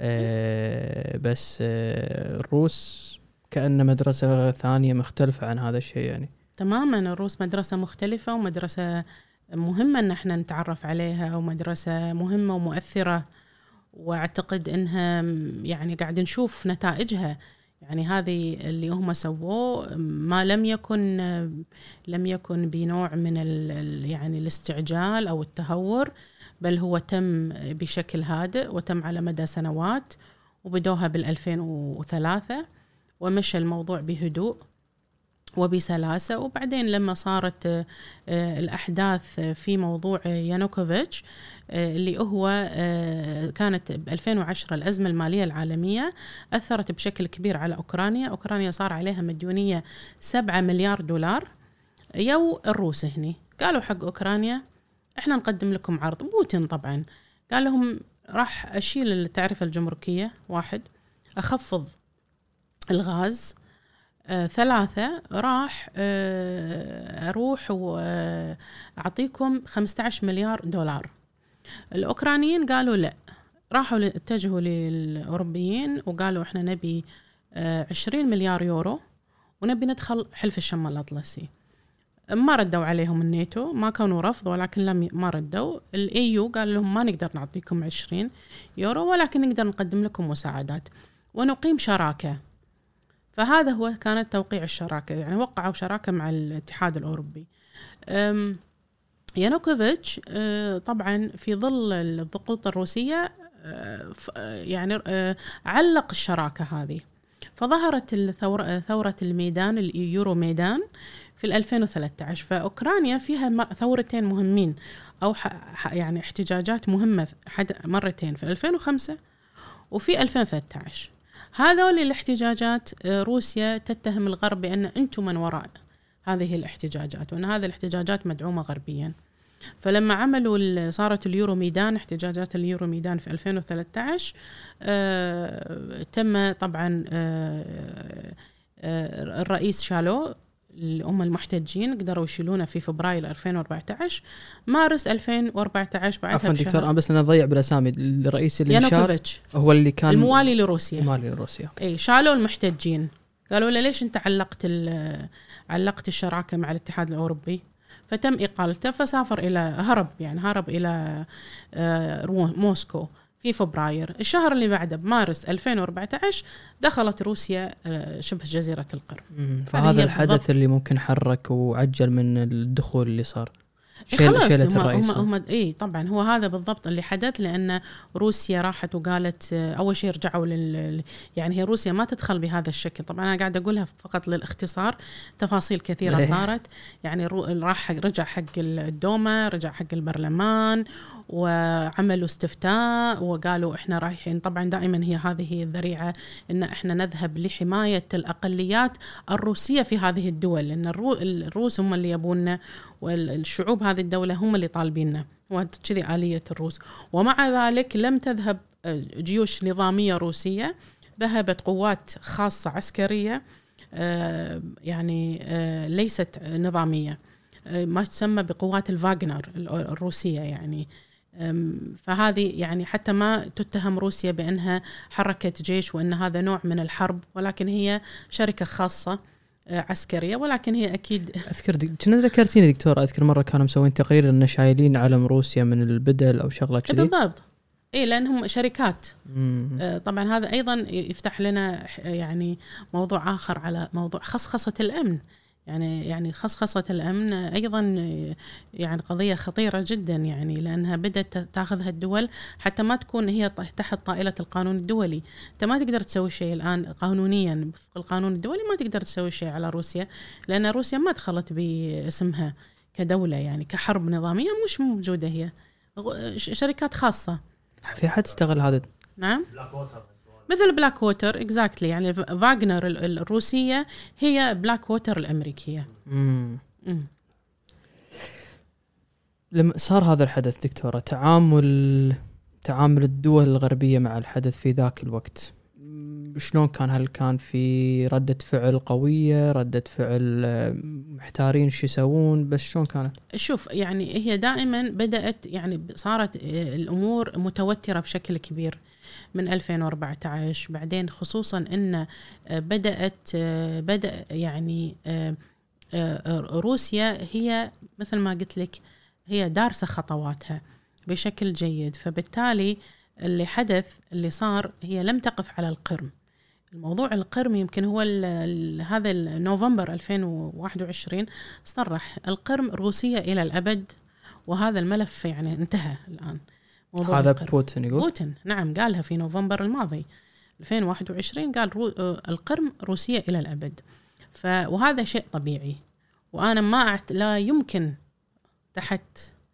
آه بس آه الروس كأن مدرسة ثانية مختلفة عن هذا الشيء يعني. تماما، الروس مدرسة مختلفة ومدرسة مهمة أن احنا نتعرف عليها، ومدرسة مهمة ومؤثرة، واعتقد انها يعني قاعد نشوف نتائجها. يعني هذه اللي هم سووه ما لم يكن لم يكن بنوع من ال يعني الاستعجال او التهور، بل هو تم بشكل هادئ وتم على مدى سنوات، وبدوها بالألفين وثلاثة ومشى الموضوع بهدوء وبسلاسة. وبعدين لما صارت الأحداث في موضوع يانوكوفيتش اللي هو كانت ب ألفين وعشرة الأزمة المالية العالمية أثرت بشكل كبير على أوكرانيا. أوكرانيا صار عليها مديونية سبعة مليار دولار. يو الروس هني قالوا حق أوكرانيا إحنا نقدم لكم عرض. بوتين طبعا قال لهم راح أشيل التعرفة الجمركية، واحد أخفض الغاز، آه، ثلاثة راح آه، أروح وأعطيكم خمسة عشر مليار دولار. الأوكرانيين قالوا لا، راحوا اتجهوا للأوروبيين وقالوا إحنا نبي آه، عشرين مليار يورو ونبي ندخل حلف الشمال الأطلسي. ما ردوا عليهم الناتو، ما كانوا رفض ولكن لم ما ردوا. الإيو قال لهم ما نقدر نعطيكم عشرين يورو ولكن نقدر نقدم لكم مساعدات ونقيم شراكة. فهذا هو كانت توقيع الشراكة، يعني وقعوا شراكة مع الاتحاد الأوروبي. يانوكوفيتش طبعا في ظل الضغوط الروسية يعني علق الشراكة هذه، فظهرت الثورة ثورة الميدان اليورو ميدان في ألفين وثلاثة عشر. فأوكرانيا فيها ثورتين مهمين أو يعني احتجاجات مهمة مرتين في ألفين وخمسة وفي ألفين وثلاثة عشر. هذول الاحتجاجات روسيا تتهم الغرب بأن أنتم من وراء هذه الاحتجاجات، وأن هذه الاحتجاجات مدعومة غربيا. فلما عملوا صارت اليورو ميدان، احتجاجات اليورو ميدان في ألفين وثلاثة عشر، آه تم طبعا آه آه الرئيس شالو اللي هم المحتجين قدروا يشيلونه في فبراير ألفين وأربعة عشر. مارس ألفين وأربعة عشر بعدها عفوا دكتور انا بس انا ضيع بالاسامي. الرئيس اللي انشال هو اللي كان الموالي لروسيا الموالي لروسيا اي شالوا المحتجين. قالوا له ليش انت علقت علقت الشراكه مع الاتحاد الاوروبي؟ فتم اقالته فسافر الى هرب يعني هرب الى موسكو في فبراير. الشهر اللي بعده بمارس ألفين وأربعة عشر دخلت روسيا شبه جزيرة القرم. فهذا الحدث اللي ممكن حرك وعجل من الدخول اللي صار. خلاص هم هم هم اي طبعا هو هذا بالضبط اللي حدث، لان روسيا راحت وقالت اول شيء رجعوا لل يعني هي روسيا ما تدخل بهذا الشكل. طبعا انا قاعده اقولها فقط للاختصار، تفاصيل كثيره صارت يعني راح رجع حق الدوما، رجع حق البرلمان وعملوا استفتاء وقالوا احنا رايحين. طبعا دائما هي هذه الذريعه ان احنا نذهب لحمايه الاقليات الروسيه في هذه الدول، لان الروس هم اللي يبوننا والشعوب هذه الدولة هم اللي طالبيننا، وكذي آلية الروس. ومع ذلك لم تذهب جيوش نظامية روسية، ذهبت قوات خاصة عسكرية يعني ليست نظامية، ما تسمى بقوات الفاغنر الروسية يعني. فهذه يعني حتى ما تتهم روسيا بأنها حركت جيش وأن هذا نوع من الحرب، ولكن هي شركة خاصة عسكرية، ولكن هي أكيد أذكر كنا ذكرتيني دكتور، أذكر مرة كانوا مسوين تقرير إن شايلين علم روسيا من البدل أو شغلة كذي. بالضبط إيه، لأنهم شركات. آه طبعا هذا أيضا يفتح لنا يعني موضوع آخر على موضوع خصخصة الأمن. يعني يعني خصخصة الأمن أيضا يعني قضية خطيرة جدا، يعني لأنها بدأت تأخذها الدول حتى ما تكون هي تحت طائلة القانون الدولي. أنت ما تقدر تسوي شيء الآن قانونيا في القانون الدولي، ما تقدر تسوي شيء على روسيا، لأن روسيا ما دخلت باسمها كدولة يعني كحرب نظامية، مش موجودة، هي شركات خاصة. في حد استغل هذا؟ نعم مثل بلاك ووتر اكزاكتلي exactly. يعني فاغنر الروسية هي بلاك ووتر الأمريكية. مم. مم. لما صار هذا الحدث دكتورة، تعامل تعامل الدول الغربية مع الحدث في ذاك الوقت شلون كان؟ هل كان في ردة فعل قوية، ردة فعل محتارين شو يسوون؟ بس شلون كانت؟ شوف يعني هي دائما بدأت يعني صارت الأمور متوترة بشكل كبير من ألفين وأربعة عشر، بعدين خصوصا أن بدأت بدأ يعني روسيا هي مثل ما قلت لك هي دارسة خطواتها بشكل جيد، فبالتالي اللي حدث اللي صار هي لم تقف على القرم. الموضوع القرم يمكن هو ال ال هذا نوفمبر ألفين وواحد وعشرين صرح القرم روسية إلى الأبد، وهذا الملف يعني انتهى الآن. هذا القرم. بوتين يقول بوتين نعم قالها في نوفمبر الماضي ألفين وواحد وعشرين، قال رو القرم روسية إلى الأبد. ف وهذا شيء طبيعي، وأنا ما أعت لا يمكن تحت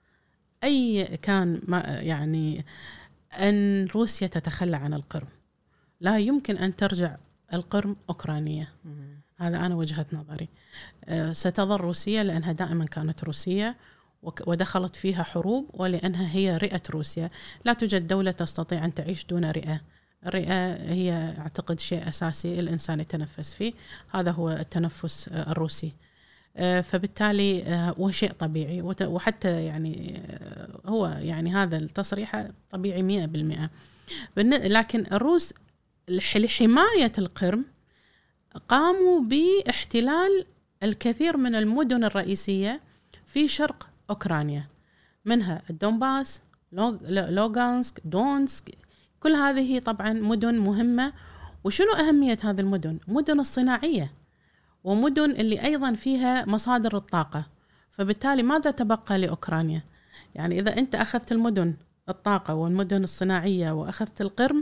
أي كان ما يعني أن روسيا تتخلى عن القرم، لا يمكن أن ترجع القرم أوكرانية. هذا أنا وجهة نظري. أه ستظل روسية لأنها دائما كانت روسية ودخلت فيها حروب، ولأنها هي رئة روسيا. لا توجد دولة تستطيع أن تعيش دون رئة. الرئة هي أعتقد شيء أساسي الإنسان يتنفس فيه، هذا هو التنفس الروسي. فبالتالي هو شيء طبيعي، وحتى يعني هو يعني هذا التصريح طبيعي مئة بالمئة. لكن الروس لحماية القرم قاموا باحتلال الكثير من المدن الرئيسية في شرق أوكرانيا، منها الدونباس، لوغانسك، دونسك، كل هذه طبعا مدن مهمة. وشنو أهمية هذه المدن؟ مدن الصناعية، ومدن اللي أيضا فيها مصادر الطاقة. فبالتالي ماذا تبقى لأوكرانيا؟ يعني إذا أنت أخذت المدن الطاقة والمدن الصناعية وأخذت القرم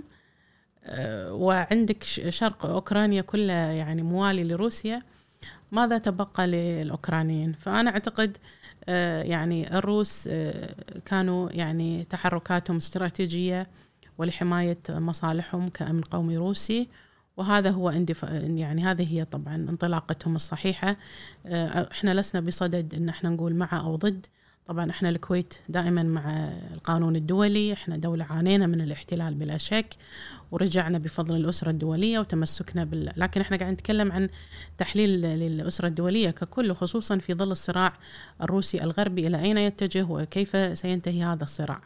وعندك شرق أوكرانيا كلها يعني موالي لروسيا، ماذا تبقى للأوكرانيين؟ فأنا أعتقد يعني الروس كانوا يعني تحركاتهم استراتيجية ولحماية مصالحهم كأمن قومي روسي، وهذا هو اندف... يعني هذه هي طبعا انطلاقتهم الصحيحة. احنا لسنا بصدد ان احنا نقول مع او ضد، طبعا احنا الكويت دائما مع القانون الدولي، احنا دولة عانينا من الاحتلال بلا شك، ورجعنا بفضل الأسرة الدولية وتمسكنا بال... لكن احنا قاعد نتكلم عن تحليل للأسرة الدولية ككل، وخصوصا في ظل الصراع الروسي الغربي إلى أين يتجه وكيف سينتهي هذا الصراع.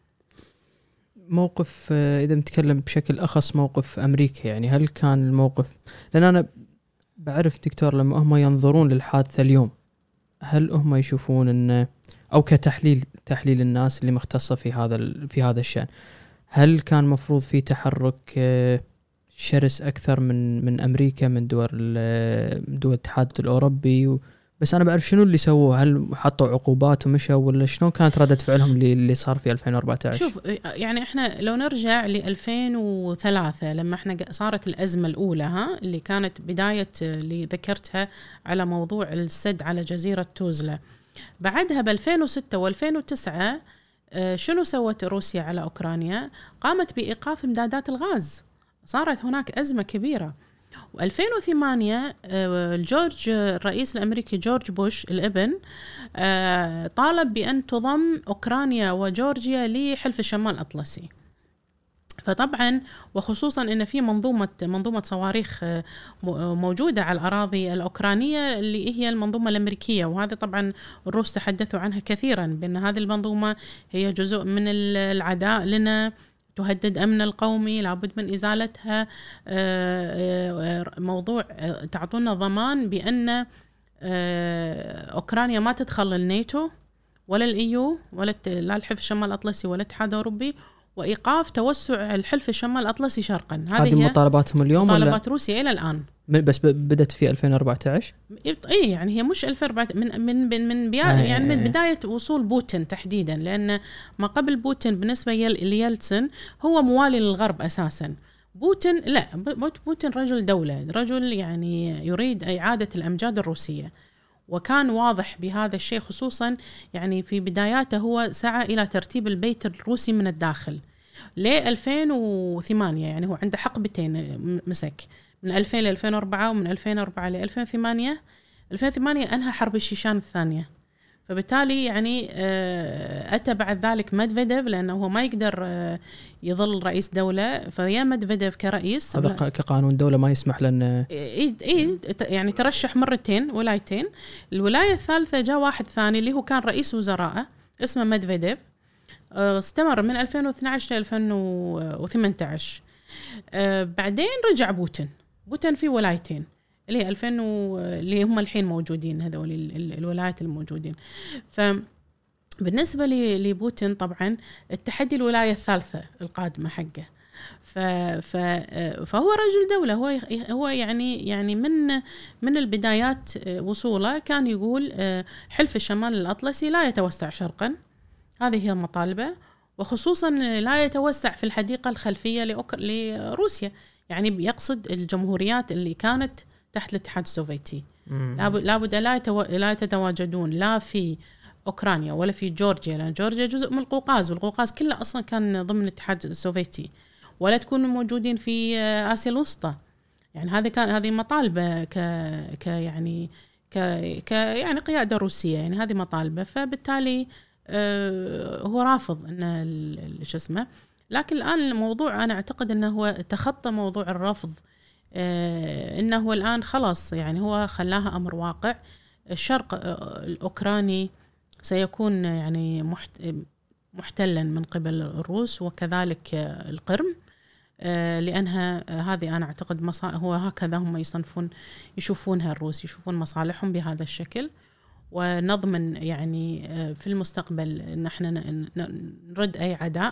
موقف إذا نتكلم بشكل أخص موقف أمريكا، يعني هل كان الموقف، لأن أنا بعرف دكتور لما هم ينظرون للحادثة اليوم، هل هم يشوفون أن أو كتحليل تحليل الناس اللي مختصة في هذا في هذا الشأن، هل كان مفروض في تحرك شرس أكثر من من أمريكا، من دول دول الاتحاد الأوروبي؟ بس أنا بعرف شنو اللي سووه، هل حطوا عقوبات ومشوا، ولا شنو كانت ردة فعلهم اللي اللي صار في ألفين وأربعة عشر؟ شوف يعني إحنا لو نرجع ل ألفين وثلاثة لما إحنا صارت الأزمة الأولى، ها اللي كانت بداية اللي ذكرتها على موضوع السد على جزيرة توزلا، بعدها ب ألفين وستة وألفين وتسعة شنو سوت روسيا على أوكرانيا؟ قامت بإيقاف إمدادات الغاز، صارت هناك أزمة كبيرة. وألفين وثمانية الجورج الرئيس الأمريكي جورج بوش الابن طالب بأن تضم أوكرانيا وجورجيا لحلف الشمال الأطلسي. فطبعا وخصوصا ان في منظومه منظومه صواريخ موجوده على الاراضي الاوكرانيه اللي هي المنظومه الامريكيه، وهذا طبعا الروس تحدثوا عنها كثيرا بان هذه المنظومه هي جزء من العداء لنا، تهدد امن القومي، لابد من ازالتها. موضوع تعطونا ضمان بان اوكرانيا ما تدخل الناتو ولا الايو ولا لا الحلف الشمال الاطلسي ولا الاتحاد الاوروبي، وإيقاف توسع الحلف الشمال الأطلسي شرقا. هذه مطالباتهم اليوم، مطالبات روسيا إلى الآن، بس بدأت في ألفين وأربعة عشر. إيه يعني هي مش ألفين وأربعة من من من, من بيا آه يعني من بداية وصول بوتين تحديدا، لأن ما قبل بوتين بالنسبة ليلتسن هو موالي للغرب أساسا. بوتين لا، بوتين رجل دولة، رجل يعني يريد إعادة الأمجاد الروسية، وكان واضح بهذا الشيء، خصوصا يعني في بداياته هو سعى إلى ترتيب البيت الروسي من الداخل ل ألفين وثمانية، يعني هو عنده حقبتين مسك من ألفين ل ألفين وأربعة ومن ألفين وأربعة ل ألفين وثمانية. ألفين وثمانية أنهى حرب الشيشان الثانية، فبالتالي يعني أتى بعد ذلك ميدفيديف، لأنه هو ما يقدر يظل رئيس دولة، فيا ميدفيديف كرئيس هذا كقانون دولة ما يسمح لنا إيه إيه يعني ترشح مرتين ولايتين. الولاية الثالثة جاء واحد ثاني اللي هو كان رئيس وزراء اسمه ميدفيديف، استمر من ألفين واثني عشر ل ألفين وثمانية عشر. بعدين رجع بوتين بوتين في ولايتين اللي هي ألفين و... اللي هم الحين موجودين، هذول الولايات الموجودين. فبالنسبة لبوتين طبعا التحدي الولاية الثالثة القادمة حقه، ف... ف... فهو رجل دولة، هو هو يعني يعني من من البدايات وصوله كان يقول حلف الشمال الأطلسي لا يتوسع شرقا، هذه هي مطالبه، وخصوصا لا يتوسع في الحديقة الخلفية لأوك... لروسيا، يعني يقصد الجمهوريات اللي كانت تحت الاتحاد السوفيتي. لابد لابد لا يتو... لا يتواجدون لا في أوكرانيا ولا في جورجيا، لأن جورجيا جزء من القوقاز، والقوقاز كله أصلا كان ضمن الاتحاد السوفيتي، ولا تكونوا موجودين في آسيا الوسطى. يعني هذه كان هذه مطالبة ك ك يعني ك ك يعني قيادة روسية، يعني هذه مطالبة، فبالتالي آه هو رافض إن شو اسمه. لكن الآن الموضوع أنا أعتقد أنه هو تخطى موضوع الرفض، آه إنه هو الآن خلاص يعني هو خلاها أمر واقع. الشرق آه الأوكراني سيكون يعني محت محتلا من قبل الروس، وكذلك آه القرم، آه لأنها آه هذه أنا أعتقد مصا... هو هكذا هم يصنفون يشوفونها الروس، يشوفون مصالحهم بهذا الشكل، ونضمن يعني آه في المستقبل إن احنا نرد أي عداء.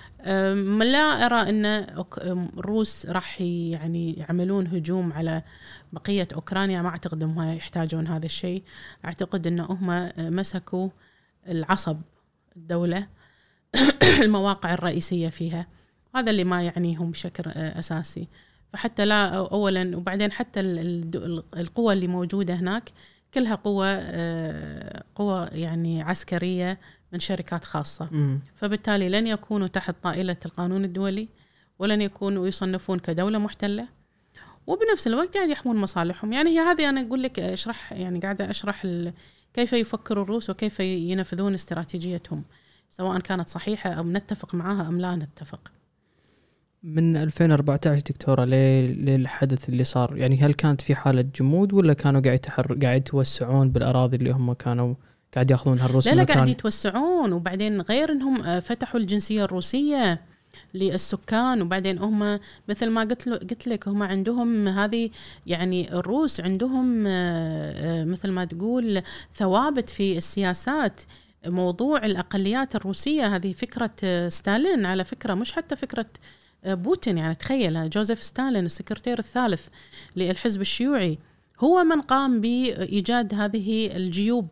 لا أرى أن الروس راح يعني يعملون هجوم على بقية أوكرانيا، ما أعتقد أنهم يحتاجون هذا الشيء. أعتقد أنهم مسكوا العصب الدولة المواقع الرئيسية فيها، هذا اللي ما يعنيهم بشكل أساسي. فحتى لا أولا وبعدين حتى القوة اللي موجودة هناك كلها قوة قوة يعني عسكرية من شركات خاصة، م. فبالتالي لن يكونوا تحت طائلة القانون الدولي، ولن يكونوا يصنفون كدولة محتلة، وبنفس الوقت قاعد يحمون مصالحهم. يعني هي هذه أنا أقول لك أشرح، يعني قاعدة أشرح كيف يفكر الروس وكيف ينفذون استراتيجيتهم، سواء كانت صحيحة أو نتفق معها أم لا نتفق. من ألفين وأربعة عشر دكتورة للحدث اللي صار، يعني هل كانت في حالة جمود ولا كانوا قاعد يتحر قاعد يتوسعون بالأراضي اللي هم كانوا قاعد ياخذونها الروس؟ لا لا قاعد يتوسعون، وبعدين غير انهم فتحوا الجنسية الروسية للسكان، وبعدين هم مثل ما قلت قلت لك هم عندهم هذه، يعني الروس عندهم مثل ما تقول ثوابت في السياسات. موضوع الأقليات الروسية هذه فكرة ستالين على فكرة، مش حتى فكرة بوتين. يعني تخيل جوزيف ستالين السكرتير الثالث للحزب الشيوعي هو من قام بإيجاد هذه الجيوب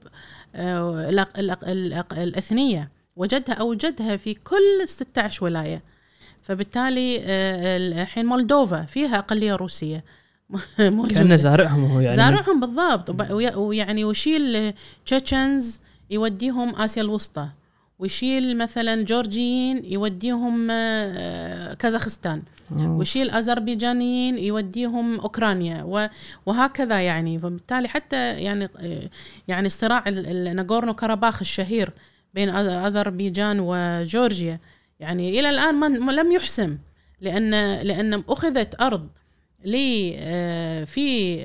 الأثنية، وجدها أوجدها في كل ستة عشر ولاية. فبالتالي الحين مولدوفا فيها أقلية روسية كأنه زارعهم، هو يعني زارعهم بالضبط. ويعني ويشيل تشيتشنز يوديهم آسيا الوسطى، ويشيل مثلا جورجيين يوديهم كازاخستان، ويشيل أذربيجانيين يوديهم أوكرانيا، وهكذا. يعني فبالتالي حتى يعني يعني الصراع الناغورنو كاراباخ الشهير بين أذربيجان وجورجيا يعني إلى الآن ما لم يحسم، لأن لأن أخذت أرض لي في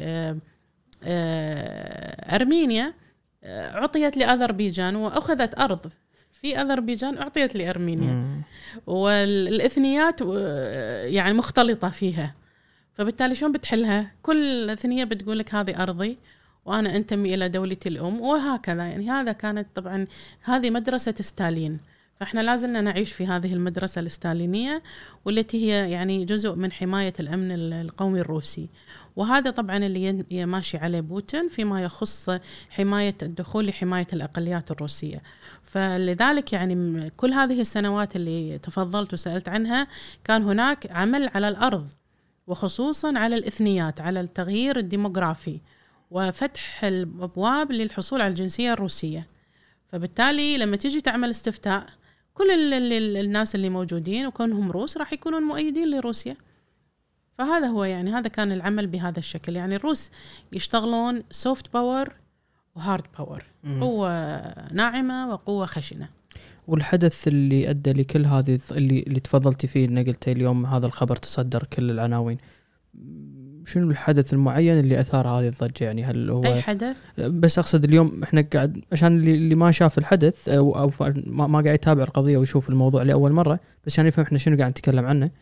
أرمينيا عطيت لأذربيجان، وأخذت أرض في أذربيجان أعطيت لأرمينيا، والإثنيات يعني مختلطة فيها. فبالتالي شلون بتحلها؟ كل إثنية بتقول لك هذه أرضي وأنا أنتمي إلى دولتي الأم، وهكذا. يعني هذا كانت طبعا هذه مدرسة ستالين، فإحنا لازلنا نعيش في هذه المدرسة الستالينية، والتي هي يعني جزء من حماية الأمن القومي الروسي. وهذا طبعا اللي ماشي عليه بوتين فيما يخص حماية الدخول لحماية الأقليات الروسية. فلذلك يعني كل هذه السنوات اللي تفضلت وسألت عنها كان هناك عمل على الأرض، وخصوصا على الإثنيات، على التغيير الديموغرافي وفتح الأبواب للحصول على الجنسية الروسية. فبالتالي لما تيجي تعمل استفتاء كل ال ال الناس اللي موجودين وكونهم روس راح يكونون مؤيدين لروسيا. فهذا هو يعني هذا كان العمل بهذا الشكل. يعني الروس يشتغلون سوفت باور وهارد باور، قوة ناعمة وقوة خشنة. والحدث اللي أدى لكل هذه اللي اللي تفضلتي فيه نقلتي اليوم هذا الخبر تصدر كل العناوين، شنو الحدث المعين اللي أثار هذه الضجة؟ يعني هل هو أي حدث؟ بس أقصد اليوم إحنا قاعد عشان اللي, اللي ما شاف الحدث أو, أو ما, ما قاعد يتابع القضية ويشوف الموضوع لأول مرة، بس عشان يفهم إحنا شنو قاعد نتكلم عنه.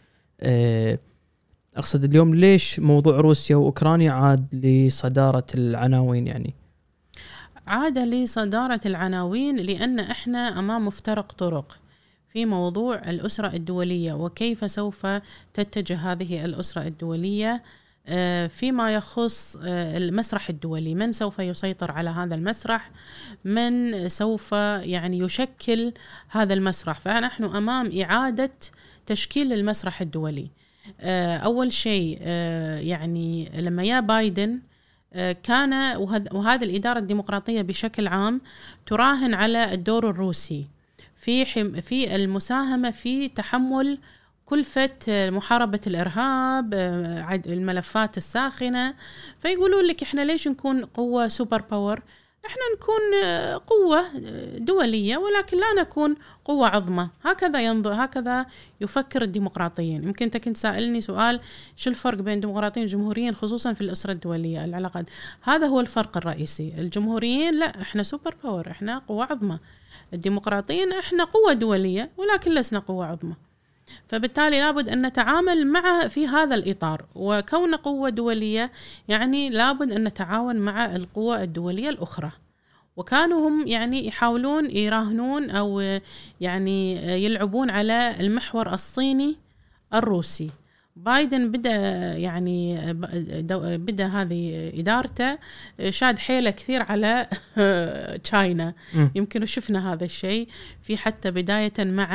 أقصد اليوم ليش موضوع روسيا وأوكرانيا عاد لصدارة العناوين؟ يعني عاد لصدارة العناوين لأن إحنا أمام مفترق طرق في موضوع الأسرة الدولية، وكيف سوف تتجه هذه الأسرة الدولية فيما يخص المسرح الدولي. من سوف يسيطر على هذا المسرح؟ من سوف يعني يشكل هذا المسرح؟ فنحن أمام إعادة تشكيل المسرح الدولي. أول شيء يعني لما يا بايدن كان وهذه الإدارة الديمقراطية بشكل عام تراهن على الدور الروسي في في المساهمة في تحمل كلفة محاربة الإرهاب، الملفات الساخنة. فيقولون لك إحنا ليش نكون قوة سوبر باور؟ إحنا نكون قوة دولية ولكن لا نكون قوة عظمى. هكذا ينظر هكذا يفكر الديمقراطيين. يمكن أنت كنت سائلني سؤال شو الفرق بين الديمقراطيين والجمهوريين خصوصا في الأسرة الدولية العلاقات. هذا هو الفرق الرئيسي. الجمهوريين لا إحنا سوبر باور، إحنا قوة عظمى. الديمقراطيين إحنا قوة دولية ولكن لسنا قوة عظمى. فبالتالي لابد أن نتعامل مع في هذا الإطار، وكون قوة دولية يعني لابد أن نتعاون مع القوى الدولية الأخرى. وكانوا هم يعني يحاولون يراهنون أو يعني يلعبون على المحور الصيني الروسي. بايدن بدأ يعني بدأ هذه إدارته شاد حيله كثير على تشاينا. يمكن شفنا هذا الشيء في حتى بداية مع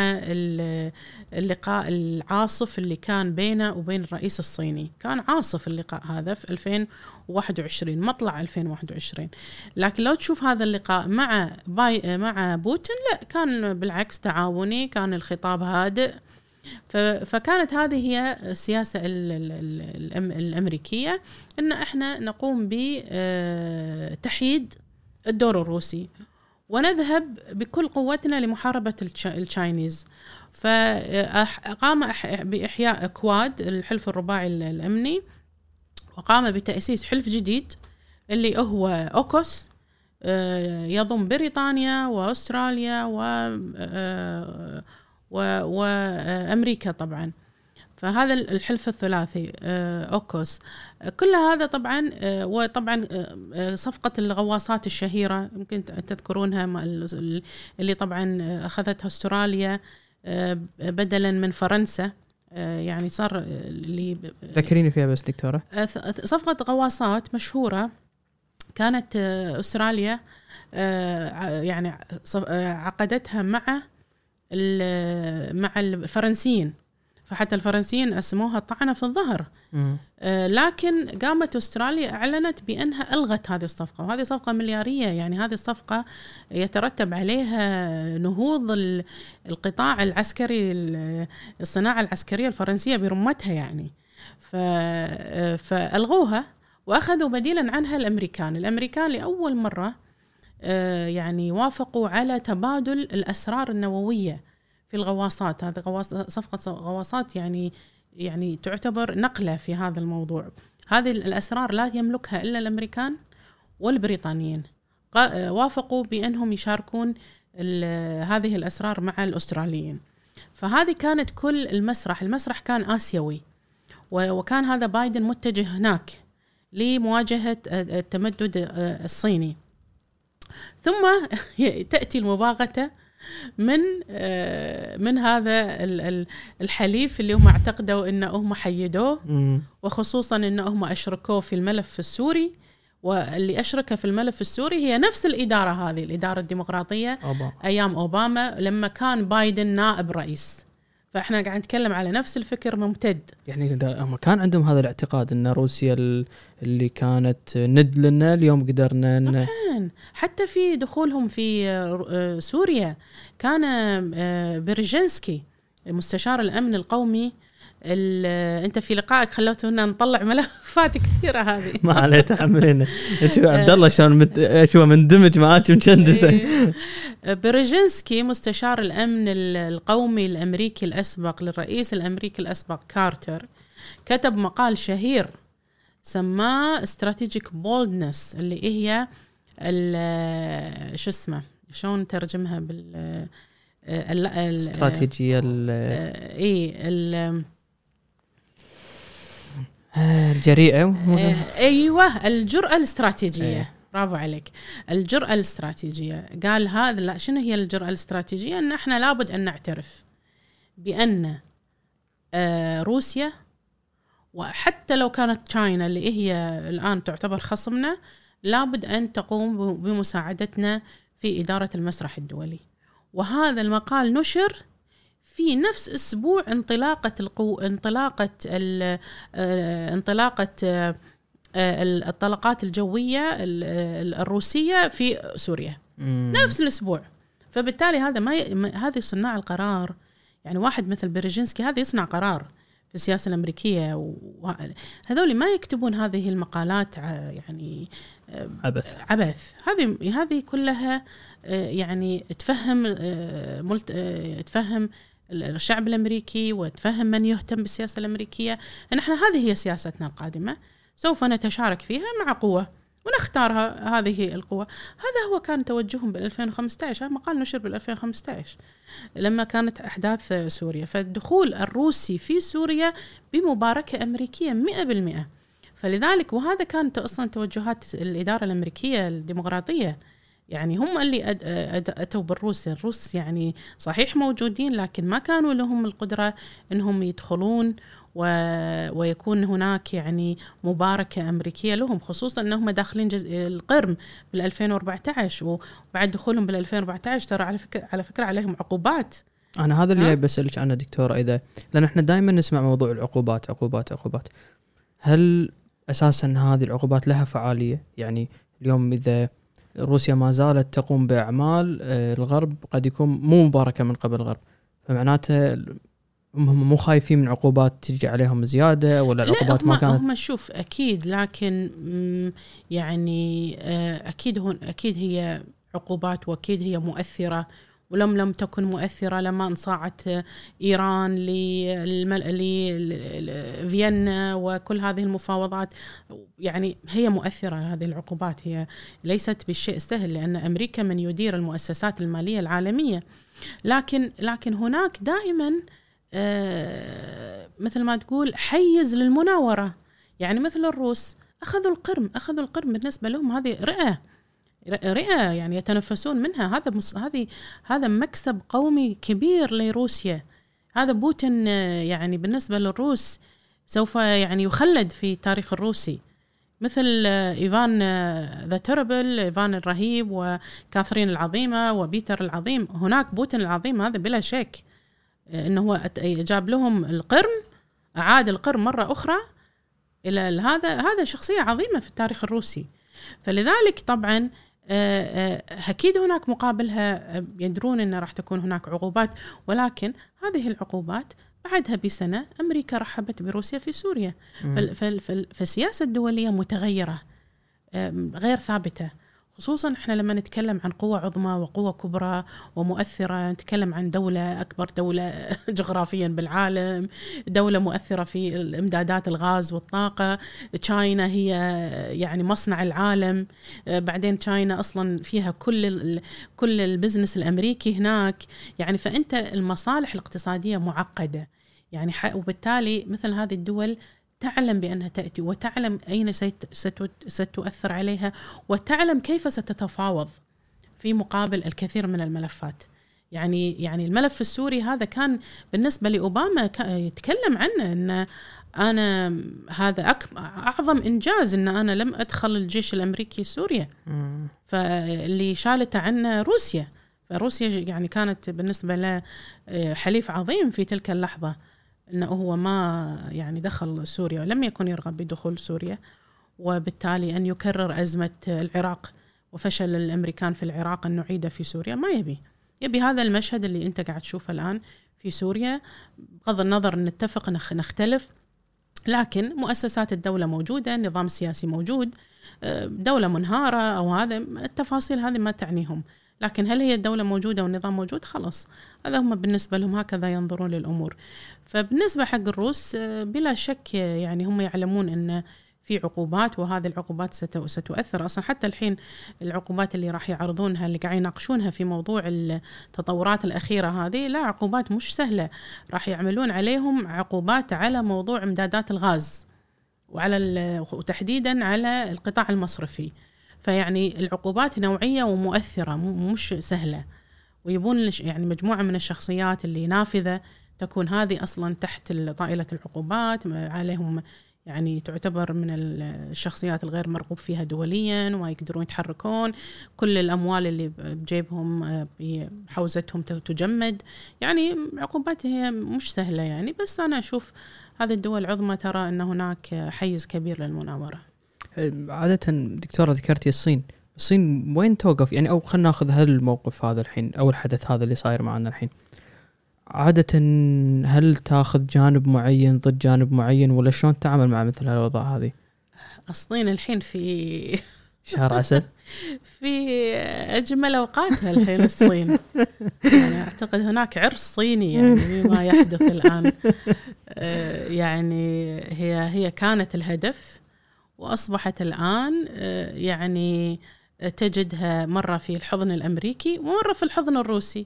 اللقاء العاصف اللي كان بينه وبين الرئيس الصيني. كان عاصف اللقاء هذا في ألفين وواحد وعشرين، مطلع ألفين وواحد وعشرين. لكن لو تشوف هذا اللقاء مع باي مع بوتين لا، كان بالعكس تعاوني، كان الخطاب هادئ. فكانت هذه هي السياسة الأمريكية، إن إحنا نقوم بتحييد الدور الروسي ونذهب بكل قوتنا لمحاربة التشاينيز. فقام بإحياء كواد الحلف الرباعي الأمني، وقام بتأسيس حلف جديد اللي هو أوكوس يضم بريطانيا وأستراليا وأمريكا طبعا. فهذا الحلف الثلاثي أوكوس. كل هذا طبعا، وطبعا صفقة الغواصات الشهيرة يمكن تذكرونها اللي طبعا أخذتها أستراليا بدلا من فرنسا، يعني صار اللي ذكريني فيها بس دكتورة. صفقة غواصات مشهورة كانت أستراليا يعني عقدتها مع مع الفرنسيين، فحتى الفرنسيين اسموها طعنة في الظهر. آه لكن قامت أستراليا أعلنت بأنها ألغت هذه الصفقة، وهذه صفقة مليارية. يعني هذه الصفقة يترتب عليها نهوض القطاع العسكري، الصناعة العسكرية الفرنسية برمتها يعني. فألغوها وأخذوا بديلا عنها الأمريكان. الأمريكان لأول مرة آه يعني وافقوا على تبادل الأسرار النووية في الغواصات. هذه غواص صفقة غواصات يعني يعني تعتبر نقلة في هذا الموضوع. هذه الأسرار لا يملكها إلا الأمريكان والبريطانيين، وافقوا بأنهم يشاركون هذه الأسرار مع الأستراليين. فهذه كانت كل المسرح المسرح كان آسيوي، وكان هذا بايدن متجه هناك لمواجهة التمدد الصيني. ثم تأتي المباغتة من من هذا الحليف اللي هم اعتقدوا انهم حيدوه، وخصوصا انهم اشركوه في الملف السوري. واللي اشرك في الملف السوري هي نفس الاداره هذه، الاداره الديمقراطيه أوبا. ايام اوباما لما كان بايدن نائب رئيس. فاحنا قاعد نتكلم على نفس الفكر ممتد. يعني هم كان عندهم هذا الاعتقاد ان روسيا اللي كانت ند لنا اليوم قدرنا ن... طبعا حتى في دخولهم في سوريا كان برجنسكي مستشار الامن القومي. انت في لقائك خلوتونا نطلع ملفات كثيره هذه. ما عليه تحملنا. شوف عبد الله شلون مت... شو مندمج معاك مشندسه. برجنسكي مستشار الامن القومي الامريكي الاسبق للرئيس الامريكي الاسبق كارتر كتب مقال شهير سماه استراتيجيك بولدنس، اللي هي شو اسمه شلون ترجمها بال الاستراتيجيه ال اي ال الجريئة. أيوة الجرأة الاستراتيجية. برافو عليك، الجرأة الاستراتيجية. قال هذا لا، شنو هي الجرأة الاستراتيجية؟ أن احنا لابد أن نعترف بأن روسيا، وحتى لو كانت تشاينا اللي هي الآن تعتبر خصمنا، لابد أن تقوم بمساعدتنا في إدارة المسرح الدولي. وهذا المقال نشر في نفس أسبوع انطلاقة القو... انطلاقة ال... انطلاقة الطلقات الجوية الروسية في سوريا مم. نفس الأسبوع. فبالتالي هذا ما ي... هذه صناع القرار، يعني واحد مثل برجنسكي هذا يصنع قرار في السياسة الأمريكية، وهذول ما يكتبون هذه المقالات يعني عبث عبث. هذه هذه كلها يعني تفهم ملت... تفهم الشعب الأمريكي وتفهم من يهتم بالسياسة الأمريكية أن احنا هذه هي سياستنا القادمة، سوف نتشارك فيها مع قوة ونختارها هذه القوة. هذا هو كان توجههم بالألفين وخمسة عشر. مقال نشر بالألفين وخمسة عشر لما كانت أحداث سوريا. فالدخول الروسي في سوريا بمباركة أمريكية مئة بالمئة. فلذلك وهذا كانت أصلا توجهات الإدارة الأمريكية الديمقراطية، يعني هم اللي أد أد أتوا بالروس. الروس يعني صحيح موجودين لكن ما كانوا لهم القدرة أنهم يدخلون و... ويكون هناك يعني مباركة أمريكية لهم، خصوصا أنهم داخلين جز... القرم بالألفين وأربعة عشر، وبعد دخولهم بالألفين وأربعة عشر ترى على فكرة على فكرة عليهم عقوبات. أنا هذا اللي بسألك عنه دكتورة، إذا لأن إحنا دائما نسمع موضوع العقوبات عقوبات عقوبات، هل أساسا هذه العقوبات لها فعالية؟ يعني اليوم إذا روسيا ما زالت تقوم بأعمال الغرب قد يكون مو مباركة من قبل الغرب، فمعناته هم مو خايفين من عقوبات تجي عليهم زيادة ولا العقوبات ما كانت؟ هم شوف أكيد، لكن يعني أكيد هون أكيد هي عقوبات وأكيد هي مؤثرة، ولم لم تكن مؤثرة لما انصاعت إيران لفيينا وكل هذه المفاوضات. يعني هي مؤثرة هذه العقوبات، هي ليست بالشيء سهل، لأن أمريكا من يدير المؤسسات المالية العالمية. لكن لكن هناك دائما آه مثل ما تقول حيز للمناورة. يعني مثل الروس أخذوا القرم أخذوا القرم بالنسبة لهم هذه رئة رئة يعني يتنفسون منها. هذا هذه هذا مكسب قومي كبير لروسيا. هذا بوتين يعني بالنسبة للروس سوف يعني يخلد في التاريخ الروسي، مثل إيفان ذا تيربل، إيفان الرهيب، وكاثرين العظيمة، وبيتر العظيم. هناك بوتين العظيم هذا بلا شك إنه هو جاب لهم القرم، أعاد القرم مرة أخرى إلى هذا. هذا شخصية عظيمة في التاريخ الروسي. فلذلك طبعا أكيد هناك مقابلها يدرون أن راح تكون هناك عقوبات، ولكن هذه العقوبات بعدها بسنة أمريكا رحبت بروسيا في سوريا. فالسياسة الدولية متغيرة غير ثابتة، خصوصا احنا لما نتكلم عن قوة عظمى وقوة كبرى ومؤثرة. نتكلم عن دولة أكبر دولة جغرافيا بالعالم، دولة مؤثرة في الإمدادات الغاز والطاقة. تشاينا هي يعني مصنع العالم. بعدين تشاينا أصلا فيها كل كل البزنس الأمريكي هناك. يعني فأنت المصالح الاقتصادية معقدة يعني، وبالتالي مثل هذه الدول تعلم بأنها تأتي، وتعلم أين ستؤثر عليها، وتعلم كيف ستتفاوض في مقابل الكثير من الملفات. يعني يعني الملف السوري هذا كان بالنسبة لأوباما يتكلم عنه أن أنا هذا أعظم إنجاز أن أنا لم أدخل الجيش الأمريكي سوريا، فاللي شالته عنه روسيا. فروسيا يعني كانت بالنسبة له حليف عظيم في تلك اللحظة، أنه هو ما يعني دخل سوريا ولم يكن يرغب بدخول سوريا، وبالتالي أن يكرر أزمة العراق وفشل الأمريكان في العراق أن نعيده في سوريا. ما يبي يبي هذا المشهد اللي أنت قاعد تشوفه الآن في سوريا. بغض النظر نتفق نختلف، لكن مؤسسات الدولة موجودة، النظام السياسي موجود، دولة منهارة أو هذا التفاصيل هذه ما تعنيهم، لكن هل هي الدولة موجودة والنظام موجود؟ خلاص هذا هم بالنسبة لهم هكذا ينظرون للأمور. فبالنسبة حق الروس بلا شك يعني هم يعلمون أن في عقوبات، وهذه العقوبات ستؤثر. أصلا حتى الحين العقوبات اللي راح يعرضونها اللي قاعدين يناقشونها في موضوع التطورات الأخيرة هذه، لا عقوبات مش سهلة. راح يعملون عليهم عقوبات على موضوع امدادات الغاز، وعلى وتحديدا على القطاع المصرفي. فيعني العقوبات نوعية ومؤثرة مش سهلة، ويبون يعني مجموعة من الشخصيات اللي نافذة تكون هذه أصلا تحت طائلة العقوبات عليهم، يعني تعتبر من الشخصيات الغير مرغوب فيها دوليا، وما يقدرون يتحركون. كل الأموال اللي بجيبهم بحوزتهم تجمد. يعني عقوبات هي مش سهلة يعني، بس أنا أشوف هذه الدول العظمى ترى أن هناك حيز كبير للمناورة. عادة دكتورة ذكرتي الصين، الصين وين توقف يعني؟ أو خلنا ناخذ هالموقف هذا الحين أو الحدث هذا اللي صاير معنا الحين، عادة هل تاخذ جانب معين ضد جانب معين، ولا شلون تتعامل مع مثل هالوضع هذه؟ الصين الحين في شهر عسل في أجمل أوقاتها الحين الصين. يعني أعتقد هناك عرس صيني يعني بما يحدث الآن. يعني هي هي كانت الهدف، وأصبحت الآن يعني تجدها مرة في الحضن الأمريكي ومرة في الحضن الروسي.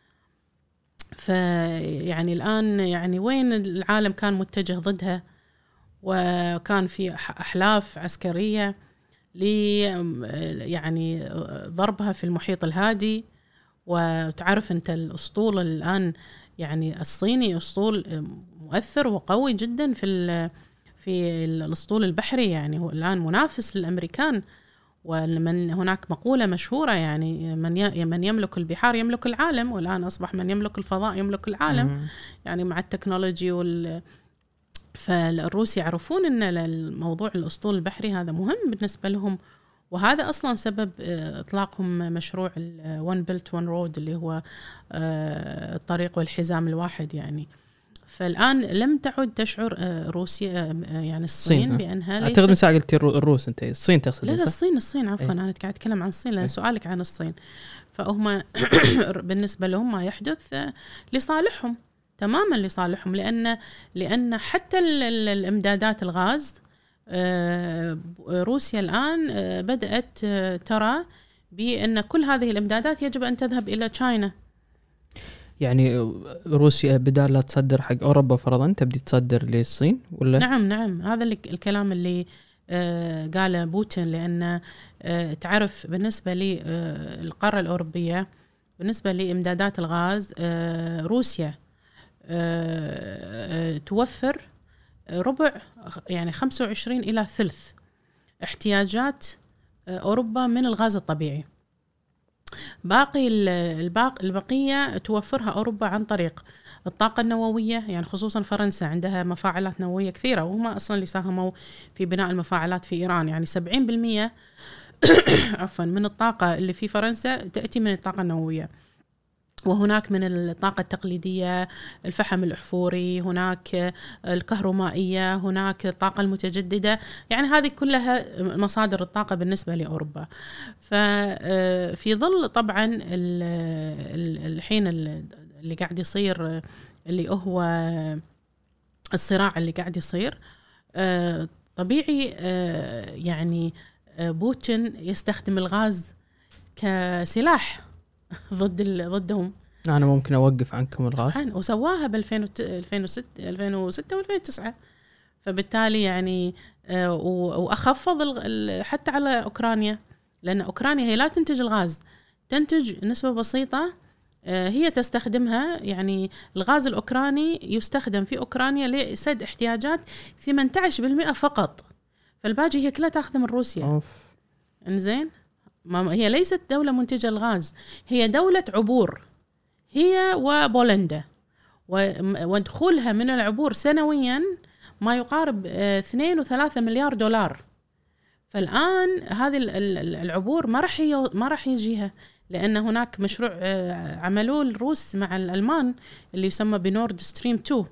فيعني الآن يعني وين العالم كان متجه ضدها، وكان في أحلاف عسكرية لي يعني ضربها في المحيط الهادي. وتعرف أنت الأسطول الآن يعني الصيني أسطول مؤثر وقوي جدا في في الأسطول البحري، يعني هو الآن منافس للأمريكان. ومن هناك مقولة مشهورة يعني من من يملك البحار يملك العالم، والآن أصبح من يملك الفضاء يملك العالم. يعني مع التكنولوجي وال فالروس يعرفون أن الموضوع الأسطول البحري هذا مهم بالنسبة لهم، وهذا أصلا سبب إطلاقهم مشروع One Belt One Road اللي هو الطريق والحزام الواحد. يعني فالآن لم تعد تشعر روسيا يعني الصين بأنها ليست. أعتقد مساء قلت الروس أنت الصين تقصد. لا لا الصين الصين عفوا أيه. أنا قاعد أتكلم عن الصين لأن سؤالك عن الصين. فهم بالنسبة لهم ما يحدث لصالحهم تماما لصالحهم لأن لأن حتى الإمدادات الغاز روسيا الآن بدأت ترى بأن كل هذه الإمدادات يجب أن تذهب إلى تشاينا. يعني روسيا بدال لا تصدر حق أوروبا فرضاً تبدي تصدر للصين ولا؟ نعم نعم هذا الكلام اللي قاله بوتين لأن تعرف بالنسبة للقارة الأوروبية بالنسبة لإمدادات الغاز روسيا توفر ربع يعني خمسة وعشرين إلى ثلث احتياجات أوروبا من الغاز الطبيعي. باقي الباقي البقية توفرها أوروبا عن طريق الطاقة النووية يعني خصوصا فرنسا عندها مفاعلات نووية كثيرة وهم أصلا اللي ساهموا في بناء المفاعلات في إيران يعني سبعين بالمئة عفوا من الطاقة اللي في فرنسا تأتي من الطاقة النووية. وهناك من الطاقة التقليدية الفحم الأحفوري هناك الكهرومائية هناك الطاقة المتجددة يعني هذه كلها مصادر الطاقة بالنسبة لأوروبا. ففي ظل طبعا الحين اللي قاعد يصير اللي هو الصراع اللي قاعد يصير طبيعي يعني بوتين يستخدم الغاز كسلاح ضد ضدهم. أنا ممكن أوقف عنكم الغاز وسواها بالألفين وستة والألفين وتسعة فبالتالي يعني وأخفض حتى على أوكرانيا لأن أوكرانيا هي لا تنتج الغاز تنتج نسبة بسيطة هي تستخدمها يعني الغاز الأوكراني يستخدم في أوكرانيا لسد احتياجات ثمانية عشر بالمئة فقط فالباقي هي كلها تأخذ من روسيا. إنزين هي ليست دولة منتجة الغاز هي دولة عبور هي وبولندا ودخولها من العبور سنويا ما يقارب اثنين وثلاثة مليار دولار. فالآن هذه العبور ما راح ما راح يجيها لأن هناك مشروع عملوه الروس مع الألمان اللي يسمى بنورد ستريم تو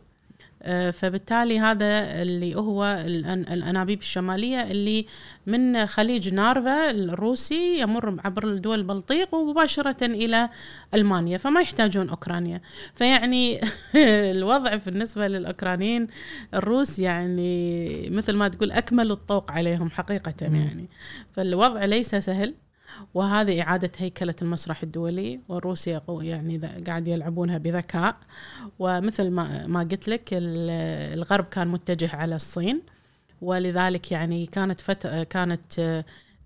فبالتالي هذا اللي هو الأنابيب الشمالية اللي من خليج نارفا الروسي يمر عبر دول البلطيق ومباشرة إلى ألمانيا فما يحتاجون أوكرانيا. فيعني الوضع بالنسبة للأوكرانيين الروس يعني مثل ما تقول أكمل الطوق عليهم حقيقة يعني. فالوضع ليس سهل وهذه إعادة هيكلة المسرح الدولي والروسيا يعني قاعد يلعبونها بذكاء ومثل ما ما قلت لك الغرب كان متجه على الصين ولذلك يعني كانت فت... كانت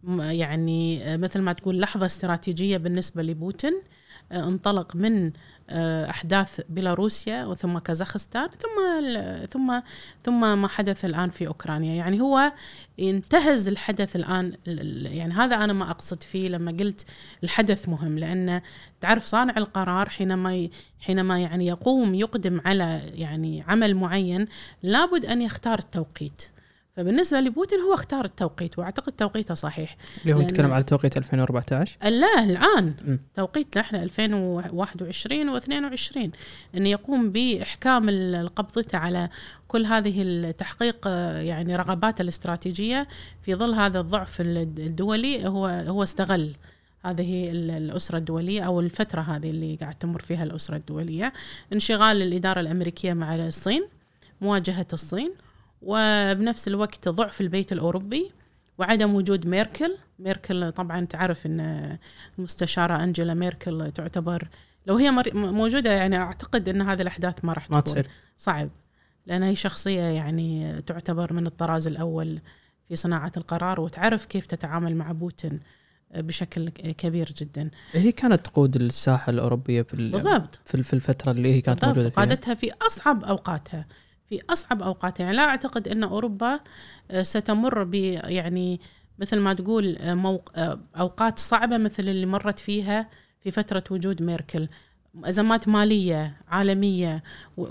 يعني مثل ما تقول لحظة استراتيجية بالنسبة لبوتين انطلق من أحداث بيلاروسيا وثم كازاخستان ثم ثم ثم ما حدث الآن في أوكرانيا. يعني هو ينتهز الحدث الآن يعني هذا أنا ما أقصد فيه لما قلت الحدث مهم لأن تعرف صانع القرار حينما حينما يعني يقوم يقدم على يعني عمل معين لابد أن يختار التوقيت. فبالنسبة لبوتين هو اختار التوقيت وأعتقد توقيته صحيح. اللي هو نتكلم على توقيت ألفين وأربعة عشر لا الآن م. توقيت نحن ألفين وواحد وعشرين واثنين وعشرين أن يقوم بإحكام القبضة على كل هذه التحقيق يعني رغبات الاستراتيجية في ظل هذا الضعف الدولي. هو هو استغل هذه الأسرة الدولية أو الفترة هذه اللي قاعد تمر فيها الأسرة الدولية انشغال الإدارة الأمريكية مع الصين مواجهة الصين وبنفس الوقت ضعف البيت الأوروبي وعدم وجود ميركل. ميركل طبعا تعرف أن المستشارة أنجيلا ميركل تعتبر لو هي موجودة يعني أعتقد أن هذه الأحداث ما راح تكون تصير. صعب لأنها هي شخصية يعني تعتبر من الطراز الأول في صناعة القرار وتعرف كيف تتعامل مع بوتين بشكل كبير جدا. هي كانت تقود الساحة الأوروبية في بالضبط في الفترة اللي هي كانت موجودة فيها قادتها في أصعب أوقاتها في أصعب أوقاتها. يعني لا أعتقد أن أوروبا ستمر ب يعني مثل ما تقول موق... أوقات صعبة مثل اللي مرت فيها في فترة وجود ميركل. أزمات مالية عالمية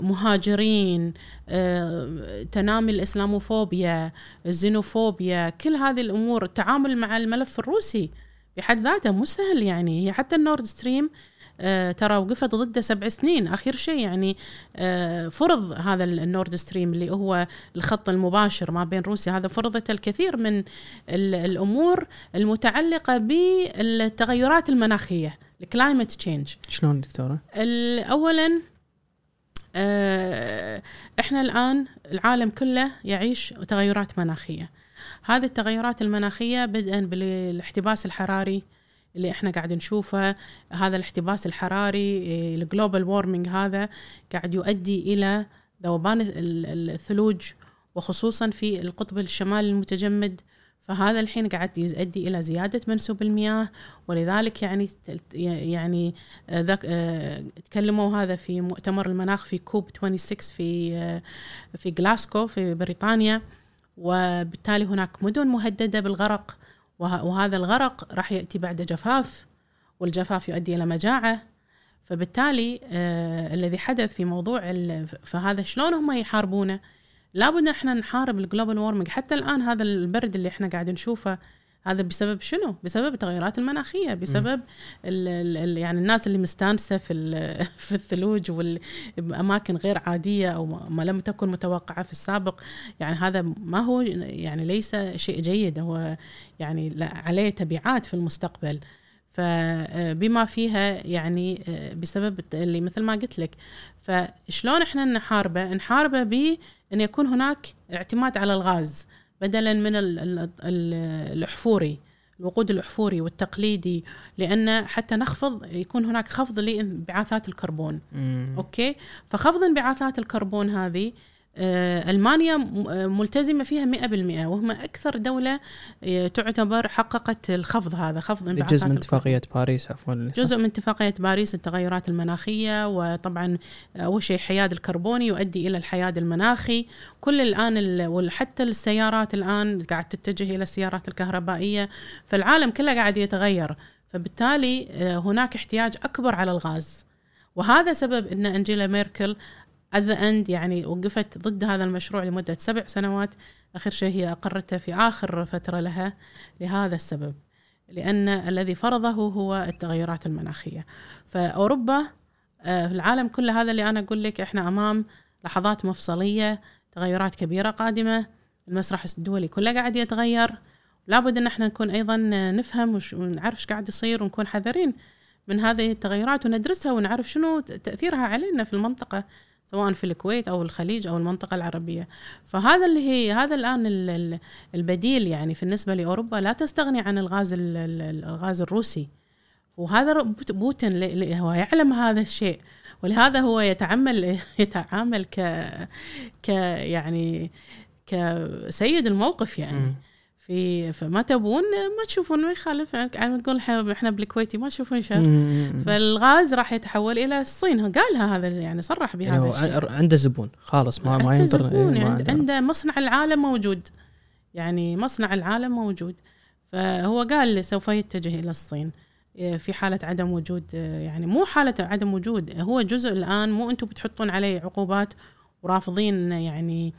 مهاجرين تنامي الإسلاموفوبيا الزينوفوبيا كل هذه الأمور التعامل مع الملف الروسي بحد ذاته مو سهل. يعني هي حتى النورد ستريم آه ترى وقفت ضده سبع سنين آخر شيء، يعني آه فرض هذا النورد ستريم اللي هو الخط المباشر ما بين روسيا، هذا فرضت الكثير من الأمور المتعلقة بالتغيرات المناخية الكلايمت تشينج. شلون دكتورة؟ أولا آه احنا الآن العالم كله يعيش تغيرات مناخية. هذه التغيرات المناخية بدءا بالاحتباس الحراري اللي احنا قاعد نشوفه، هذا الاحتباس الحراري الجلوبال وارمينج هذا قاعد يؤدي إلى ذوبان الثلوج وخصوصا في القطب الشمالي المتجمد، فهذا الحين قاعد يؤدي إلى زيادة منسوب المياه. ولذلك يعني يعني ذاك تكلموا هذا في مؤتمر المناخ في كوب ستة وعشرين في في غلاسكو في بريطانيا، وبالتالي هناك مدن مهددة بالغرق، وهذا الغرق راح يأتي بعد جفاف، والجفاف يؤدي إلى مجاعة. فبالتالي آه الذي حدث في موضوع فهذا شلون هم يحاربونه؟ لابد احنا نحارب الجلوبال وارمينج. حتى الآن هذا البرد اللي احنا قاعد نشوفه هذا بسبب شنو؟ بسبب التغيرات المناخية، بسبب ال ال يعني الناس اللي مستانسة في في الثلوج والأماكن غير عادية أو ما لم تكن متوقعة في السابق. يعني هذا ما هو يعني ليس شيء جيد، هو يعني عليه تبعات في المستقبل. فبما فيها يعني بسبب اللي مثل ما قلت لك، فشلون احنا نحاربه؟ نحاربه بأن يكون هناك اعتماد على الغاز بدلا من الأحفوري، الوقود الأحفوري والتقليدي، لأن حتى نخفض يكون هناك خفض لانبعاثات الكربون. مم. أوكي، فخفض انبعاثات الكربون هذه آه، ألمانيا ملتزمة فيها مئة بالمئة، وهم أكثر دولة تعتبر حققت الخفض هذا، خفض انبعاثات جزء من اتفاقية باريس عفوا جزء من اتفاقية باريس التغيرات المناخية. وطبعا أول شيء حياد الكربوني يؤدي إلى الحياد المناخي. كل الآن وحتى السيارات الآن قاعد تتجه إلى السيارات الكهربائية، فالعالم كله قاعد يتغير، فبالتالي هناك احتياج أكبر على الغاز. وهذا سبب أن أنجيلا ميركل at the end يعني وقفت ضد هذا المشروع لمدة سبع سنوات. آخر شيء هي أقرته في آخر فترة لها لهذا السبب، لأن الذي فرضه هو التغيرات المناخية. فأوروبا العالم كل هذا اللي أنا أقول لك إحنا أمام لحظات مفصلية، تغيرات كبيرة قادمة، المسرح الدولي كله قاعد يتغير. لابد أن احنا نكون أيضا نفهم ونعرف ايش قاعد يصير، ونكون حذرين من هذه التغيرات وندرسها ونعرف شنو تأثيرها علينا في المنطقة، سواء في الكويت أو الخليج أو المنطقة العربية. فهذا اللي هي هذا الآن البديل يعني في النسبة لأوروبا، لا تستغني عن الغاز الغاز الروسي. وهذا بوتين هو يعلم هذا الشيء، ولهذا هو يتعامل يتعامل ك ك يعني كسيد الموقف يعني. م. في فما تبون ما تشوفون، ما يخالف يعني نقول احنا بالكويتي ما تشوفون شر. فالغاز راح يتحول الى الصين، قالها هذا يعني صرح بهذا يعني الشيء. عنده زبون خالص، ما ما ينطر يعني عنده مصنع العالم موجود، يعني مصنع العالم موجود. فهو قال سوف يتجه الى الصين في حالة عدم وجود، يعني مو حالة عدم وجود، هو جزء الآن، مو أنتم بتحطون عليه عقوبات ورافضين يعني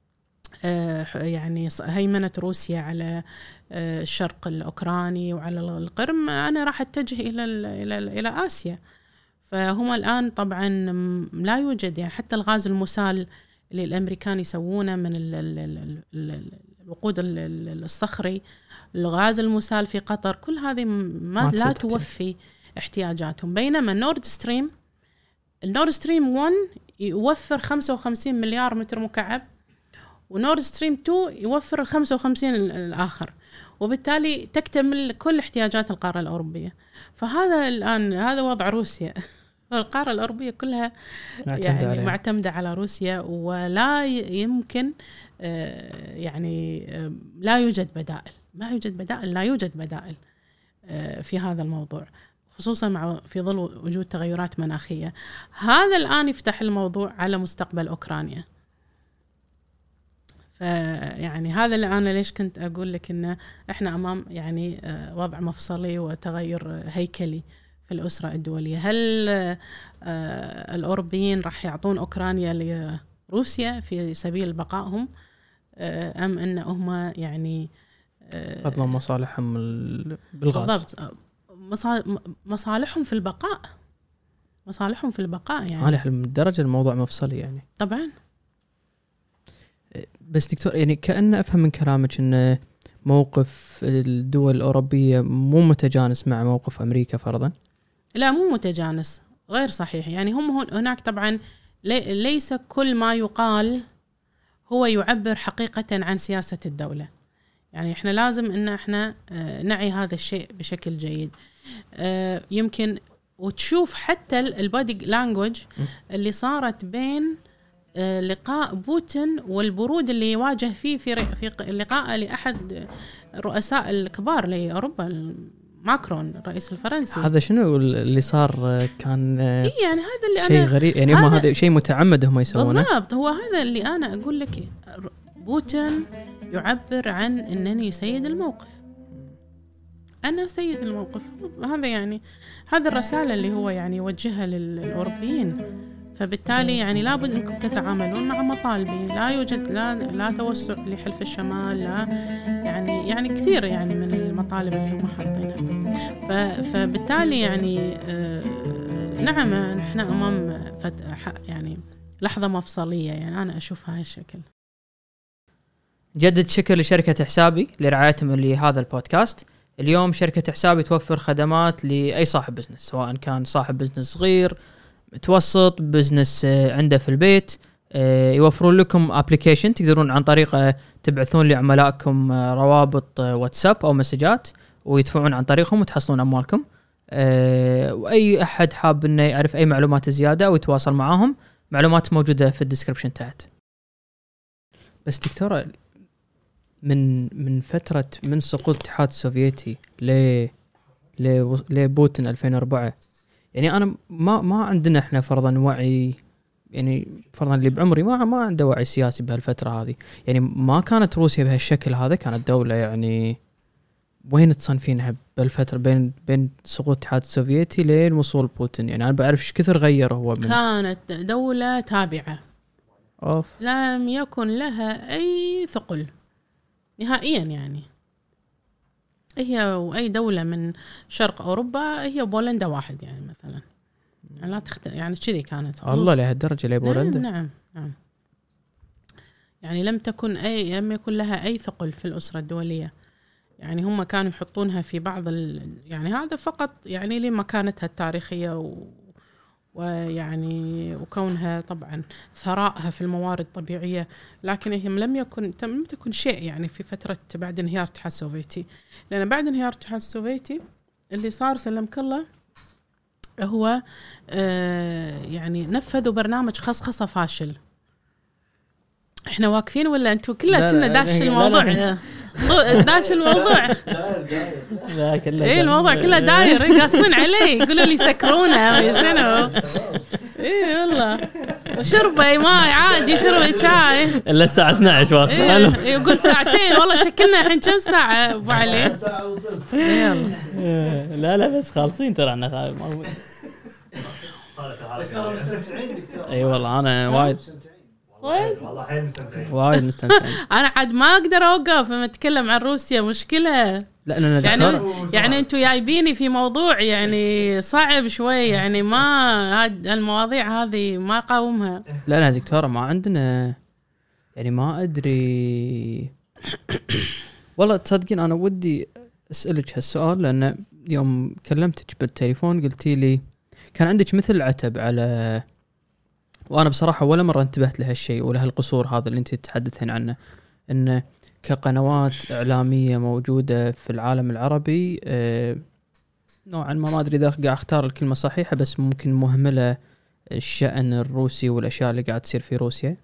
يعني هيمنة روسيا على الشرق الأوكراني وعلى القرم، أنا راح أتجه إلى إلى إلى آسيا. فهم الآن طبعا لا يوجد يعني حتى الغاز المسال اللي الأمريكان يسوونه من الوقود الصخري، الغاز المسال في قطر، كل هذه ما, ما لا توفي احتياجاتهم. بينما النورد ستريم النورد ستريم واحد يوفر خمسة وخمسين مليار متر مكعب، ونورد ستريم اثنين يوفر ال خمسة وخمسين الآخر، وبالتالي تكتمل كل احتياجات القارة الأوروبية. فهذا الآن هذا وضع روسيا. القارة الأوروبية كلها يعني عليها. معتمدة على روسيا، ولا يمكن يعني لا يوجد بدائل ما يوجد بدائل لا يوجد بدائل في هذا الموضوع، خصوصا مع في ظل وجود تغيرات مناخية. هذا الآن يفتح الموضوع على مستقبل أوكرانيا. فيعني هذا اللي أنا ليش كنت أقول لك إن إحنا أمام يعني وضع مفصلي وتغير هيكلي في الأسرة الدولية. هل الأوروبيين راح يعطون أوكرانيا لروسيا في سبيل بقائهم، أم إن هم يعني فضلا مصالحهم بالغاز؟ بالضبط، مصالحهم في البقاء مصالحهم في البقاء يعني. هذا من الدرجة الموضوع مفصلي يعني. طبعا. بس دكتور يعني كأن أفهم من كلامك أن موقف الدول الأوروبية مو متجانس مع موقف أمريكا فرضا. لا مو متجانس، غير صحيح. يعني هم هناك طبعا لي ليس كل ما يقال هو يعبر حقيقة عن سياسة الدولة. يعني إحنا لازم إن إحنا نعي هذا الشيء بشكل جيد. يمكن وتشوف حتى البادي لانجوج اللي صارت بين لقاء بوتين والبرود اللي يواجه فيه في في لقاء لأحد الرؤساء الكبار لأوروبا، ماكرون الرئيس الفرنسي. هذا شنو اللي صار؟ كان إيه يعني هذا اللي شيء أنا غريب يعني. هم هذا شيء متعمد هم يسوونه بالضبط. هو هذا اللي أنا أقول لك، بوتين يعبر عن أنني سيد الموقف، أنا سيد الموقف. هذا يعني هذا الرسالة اللي هو يعني يوجهها للأوروبيين. فبالتالي يعني لابد أنكم تتعاملون مع مطالبي. لا يوجد لا لا توسع لحلف الشمال، لا يعني يعني كثير يعني من المطالب اللي هم حاطينها. فبالتالي يعني آه نعم نحن أمام يعني لحظة مفصلية، يعني أنا أشوفها هالشكل. جدد شكر لشركة حسابي لرعايتهم لهذا البودكاست. اليوم شركة حسابي توفر خدمات لأي صاحب بزنس، سواء كان صاحب بزنس صغير متوسط، بزنس عنده في البيت. يوفرون لكم ابليكيشن تقدرون عن طريقه تبعثون لعملائكم روابط واتساب أو مسجات ويدفعون عن طريقهم وتحصلون أموالكم. وأي أحد حاب إنه يعرف أي معلومات زيادة أو يتواصل معاهم، معلومات موجودة في الديسكريبشن تحت. بس دكتورة، من من فترة من سقوط الاتحاد السوفيتي ل لبوتين ألفين وأربعة، يعني أنا ما ما عندنا إحنا فرضاً وعي، يعني فرضاً اللي بعمري ما ما عنده وعي سياسي بهالفترة هذه. يعني ما كانت روسيا بهالشكل هذا، كانت دولة يعني وين تصنفينها بالفترة بين بين سقوط الاتحاد السوفيتي لين وصول بوتين؟ يعني أنا بعرف إيش كثر غير هو من كانت دولة تابعة أوف. لم يكن لها أي ثقل نهائيا. يعني هي وأي دولة من شرق أوروبا هي بولندا واحد يعني مثلا، يعني لا تخت... يعني كذي كانت الله لهالدرجة ليه بولندا؟ نعم, نعم نعم يعني لم تكن أي لم يكن لها أي ثقل في الأسرة الدولية. يعني هم كانوا يحطونها في بعض ال... يعني هذا فقط يعني لمكانتها التاريخية و... ويعني وكونها طبعا ثرائها في الموارد الطبيعية، لكن هي لم يكن لم تكن شيء يعني في فترة بعد انهيار الاتحاد السوفيتي. لأن بعد انهيار الاتحاد السوفيتي اللي صار سلمك الله هو آه يعني نفذوا برنامج خصخصة فاشل. احنا واقفين ولا انتوا كلها كنا داش الموضوع؟ داش الموضوع لا كله ايه الموضوع كله داير قاصين عليه، يقولوا لي سكرونا شنو. ايه والله وشربي ماء عادي، شربي شاي الا الساعه اثنعش واصل. إيه يقول ساعتين والله شكلنا الحين كم ساعه ابو علي؟ يلا لا لا بس خالصين ترى احنا اي والله انا وايد والله حيل مستمتعين وايد مستمتعين. انا عاد ما اقدر اوقف لما اتكلم عن روسيا، مشكله. لا لا يعني يعني انتوا جايبيني في موضوع يعني صعب شوي، يعني ما هاد المواضيع هذه ما قاومها. لا لا دكتوره ما عندنا، يعني ما ادري والله تصدقين انا ودي اسالك هالسؤال، لان يوم كلمتك بالتليفون قلتي لي كان عندك مثل عتب على، وانا بصراحه ولا مره انتبهت لهالشيء ولا هالقصور هذا اللي انت تتحدثين عنه، ان كقنوات اعلاميه موجوده في العالم العربي اه نوعا ما ما ادري اذا قاعد اختار الكلمه صحيحه، بس ممكن مهمله الشأن الروسي والاشياء اللي قاعد تصير في روسيا.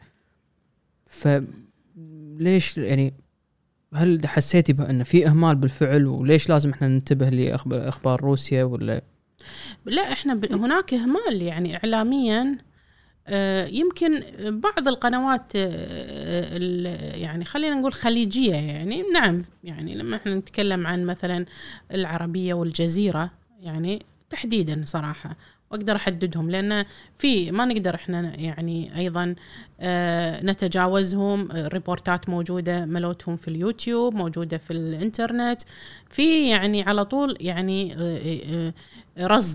فليش يعني هل حسيتي بأن في اهمال بالفعل، وليش لازم احنا ننتبه لاخبار اخبار روسيا؟ ولا لا احنا هناك اهمال يعني اعلاميا. يمكن بعض القنوات يعني خلينا نقول خليجية، يعني نعم يعني لما احنا نتكلم عن مثلا العربية والجزيرة يعني تحديدا صراحة واقدر احددهم، لان في ما نقدر احنا يعني ايضا نتجاوزهم. ريبورتات موجودة ملوتهم في اليوتيوب، موجودة في الانترنت، في يعني على طول يعني رصد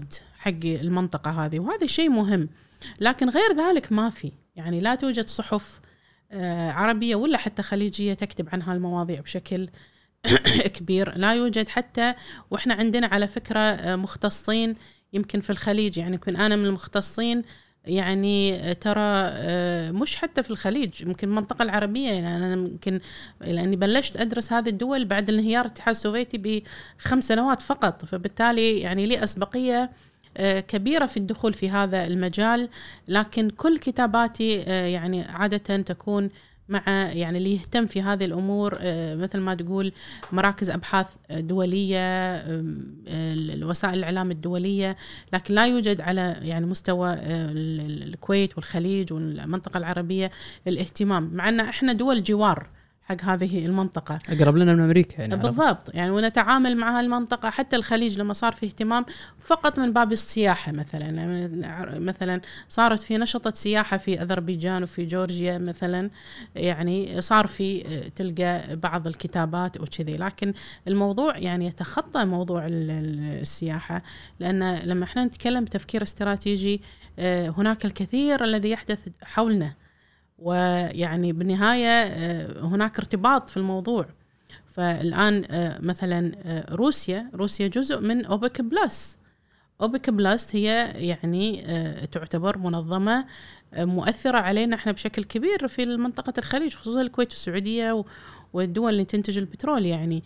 حق المنطقة هذه، وهذا شيء مهم. لكن غير ذلك ما في، يعني لا توجد صحف عربية ولا حتى خليجية تكتب عن هالمواضيع بشكل كبير. لا يوجد حتى، وإحنا عندنا على فكرة مختصين يمكن في الخليج، يعني يمكن أنا من المختصين يعني ترى مش حتى في الخليج، يمكن المنطقة العربية. يعني أنا يمكن لأني بلشت أدرس هذه الدول بعد انهيار الاتحاد السوفيتي بخمس سنوات فقط، فبالتالي يعني لي أسبقية كبيرة في الدخول في هذا المجال. لكن كل كتاباتي يعني عادة تكون مع يعني اللي يهتم في هذه الأمور، مثل ما تقول مراكز أبحاث دولية، الوسائل الإعلام الدولية، لكن لا يوجد على يعني مستوى الكويت والخليج والمنطقة العربية الاهتمام، مع أن إحنا دول جوار حق هذه المنطقة، أقرب لنا من أمريكا يعني. بالضبط، يعني ونتعامل مع هالمنطقة. حتى الخليج لما صار في اهتمام فقط من باب السياحة، مثلا مثلا صارت في نشطة سياحة في أذربيجان وفي جورجيا مثلا، يعني صار في تلقى بعض الكتابات وكذي. لكن الموضوع يعني يتخطى موضوع السياحة، لأن لما احنا نتكلم بتفكير استراتيجي هناك الكثير الذي يحدث حولنا، ويعني بالنهاية هناك ارتباط في الموضوع. فالآن مثلا روسيا روسيا جزء من أوبك بلس. أوبك بلس هي يعني تعتبر منظمة مؤثرة علينا احنا بشكل كبير في منطقة الخليج، خصوصا الكويت والسعودية والدول اللي تنتج البترول. يعني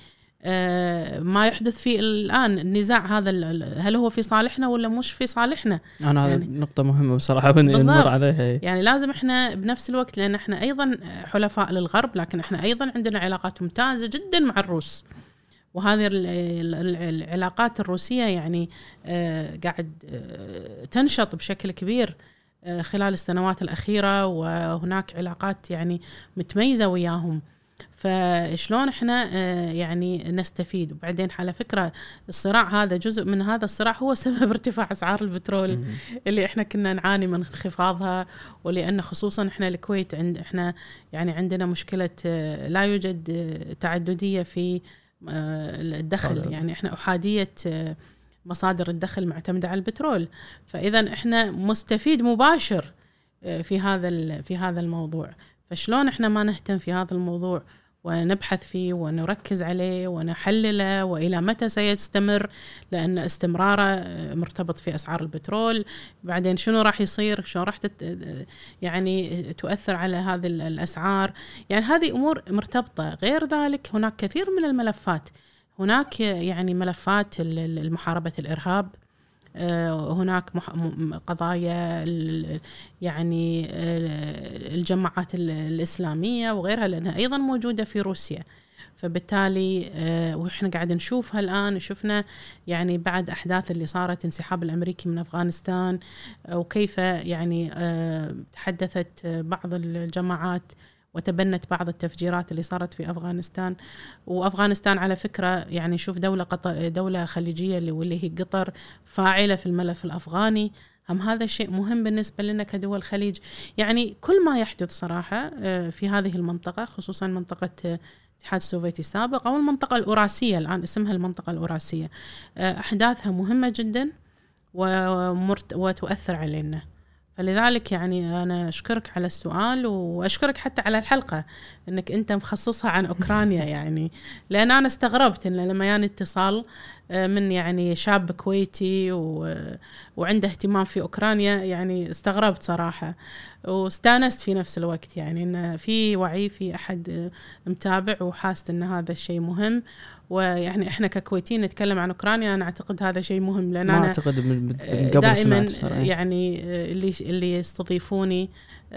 ما يحدث في الآن النزاع هذا، هل هو في صالحنا ولا مش في صالحنا؟ أنا هذا يعني نقطة مهمة بصراحة نمر عليها. يعني لازم إحنا بنفس الوقت، لأن إحنا أيضا حلفاء للغرب، لكن إحنا أيضا عندنا علاقات ممتازة جدا مع الروس، وهذه العلاقات الروسية يعني قاعد تنشط بشكل كبير خلال السنوات الأخيرة، وهناك علاقات يعني متميزة وياهم. فشلون احنا يعني نستفيد؟ وبعدين على فكرة الصراع هذا، جزء من هذا الصراع هو سبب ارتفاع أسعار البترول اللي احنا كنا نعاني من انخفاضها، ولأن خصوصا احنا الكويت عند احنا يعني عندنا مشكلة لا يوجد تعددية في الدخل، يعني احنا أحادية مصادر الدخل معتمدة على البترول. فإذا احنا مستفيد مباشر في هذا في هذا الموضوع. فشلون احنا ما نهتم في هذا الموضوع ونبحث فيه ونركز عليه ونحلله، وإلى متى سيستمر؟ لأن استمراره مرتبط في أسعار البترول. بعدين شنو راح يصير؟ شلون راح تت يعني تؤثر على هذه الأسعار؟ يعني هذه أمور مرتبطة. غير ذلك هناك كثير من الملفات، هناك يعني ملفات المحاربة الإرهاب، هناك قضايا يعني الجماعات الإسلامية وغيرها، لأنها أيضا موجودة في روسيا. فبالتالي وإحنا قاعد نشوفها الآن، شفنا يعني بعد أحداث اللي صارت، انسحاب الأمريكي من أفغانستان، وكيف يعني تحدثت بعض الجماعات وتبنت بعض التفجيرات اللي صارت في أفغانستان. وأفغانستان على فكرة يعني شوف دولة قطر، دولة خليجية اللي واللي هي قطر فاعلة في الملف الأفغاني، هم هذا شيء مهم بالنسبة لنا كدول خليج. يعني كل ما يحدث صراحة في هذه المنطقة، خصوصا منطقة الاتحاد السوفيتي السابق أو المنطقة الأوراسية الآن اسمها المنطقة الأوراسية، أحداثها مهمة جدا وتؤثر علينا. فلذلك يعني أنا أشكرك على السؤال، وأشكرك حتى على الحلقة أنك أنت مخصصها عن أوكرانيا. يعني لأن أنا استغربت إن لما يعني اتصال من يعني شاب كويتي و... وعنده اهتمام في أوكرانيا، يعني استغربت صراحة واستانست في نفس الوقت، يعني إن في وعي، في أحد متابع وحاسة إن هذا الشيء مهم. ويعني إحنا ككويتيين نتكلم عن أوكرانيا، أنا أعتقد هذا شيء مهم، لأن أنا أعتقد من قبل دائما يعني اللي اللي يستضيفوني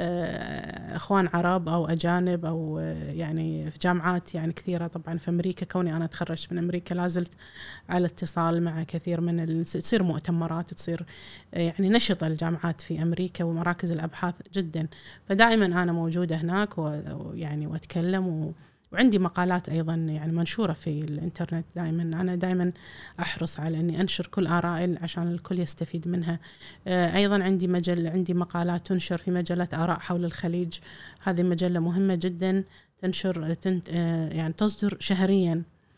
أخوان عرب أو أجانب أو يعني في جامعات يعني كثيرة طبعا في أمريكا، كوني أنا تخرجت من أمريكا لازلت على اتصال مع كثير من ال... تصير مؤتمرات، تصير يعني نشط الجامعات في أمريكا ومراكز الأبحاث جدا. فدائما أنا موجودة هناك ويعني وأتكلم و... وعندي مقالات أيضا يعني منشورة في الإنترنت. دائما أنا دائما أحرص على أني أنشر كل آرائي عشان الكل يستفيد منها. أيضا عندي مجلة، عندي مقالات تنشر في مجلة آراء حول الخليج، هذه مجلة مهمة جدا تنشر تنت يعني تصدر شهريا،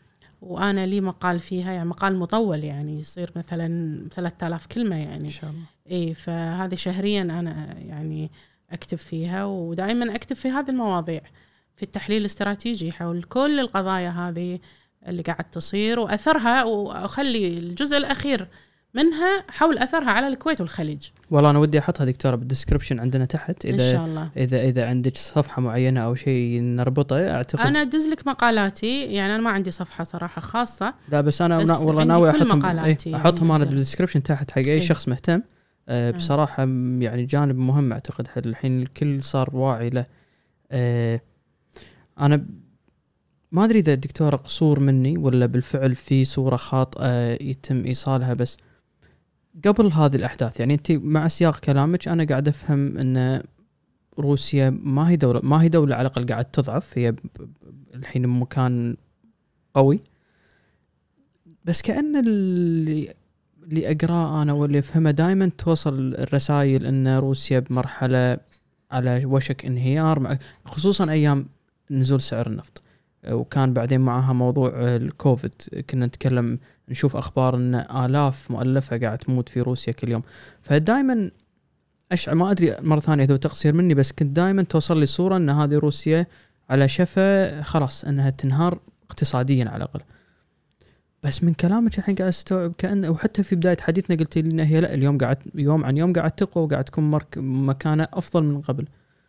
وأنا لي مقال فيها، يعني مقال مطول يعني يصير مثلا ثلاثة آلاف كلمة يعني إن شاء الله. إيه، فهذه شهريا أنا يعني أكتب فيها، ودائما أكتب في هذه المواضيع في التحليل الاستراتيجي حول كل القضايا هذه اللي قاعد تصير وأثرها، وأخلي الجزء الأخير منها حول أثرها على الكويت والخليج. والله أنا ودي أحطها دكتورة بالديسكريبشن عندنا تحت، إذا إن شاء الله. إذا إذا عندك صفحة معينة أو شيء نربطه. أعتقد أنا أدز لك مقالاتي، يعني أنا ما عندي صفحة صراحة خاصة. لا بس أنا بس نا والله عندي ناوي كل أحطهم مقالاتي إيه أحطهم يعني أنا بالديسكريبشن تحت حق أي إيه. شخص مهتم. أه بصراحة يعني جانب مهم أعتقد الحين الكل صار واعي له. أه أنا ما أدري إذا الدكتورة قصور مني ولا بالفعل في صورة خاطئة يتم إيصالها، بس قبل هذه الأحداث يعني أنت مع سياق كلامك أنا قاعد أفهم أن روسيا ما هي دولة ما هي دولة على الأقل قاعد تضعف، هي الحين مكان قوي، بس كأن اللي اللي أقرأ أنا واللي أفهمه دائما توصل الرسائل أن روسيا بمرحلة على وشك انهيار، خصوصا أيام نزول سعر النفط، وكان بعدين معها موضوع الكوفيد. كنا نتكلم نشوف أخبار أن آلاف مؤلفة قاعد تموت في روسيا كل يوم. فدائما أشعر ما أدري مرة ثانية إذا تقصير مني، بس كنت دائما توصل لي صورة أن هذه روسيا على شفا خلاص أنها تنهار اقتصاديا على الأقل. بس من كلامك الحين قاعد استوعب كأنه، وحتى في بداية حديثنا قلت لي إنها هي لا اليوم قاعد يوم عن يوم قاعد تقوى وقاعد تكون مكانة أفضل من قبل.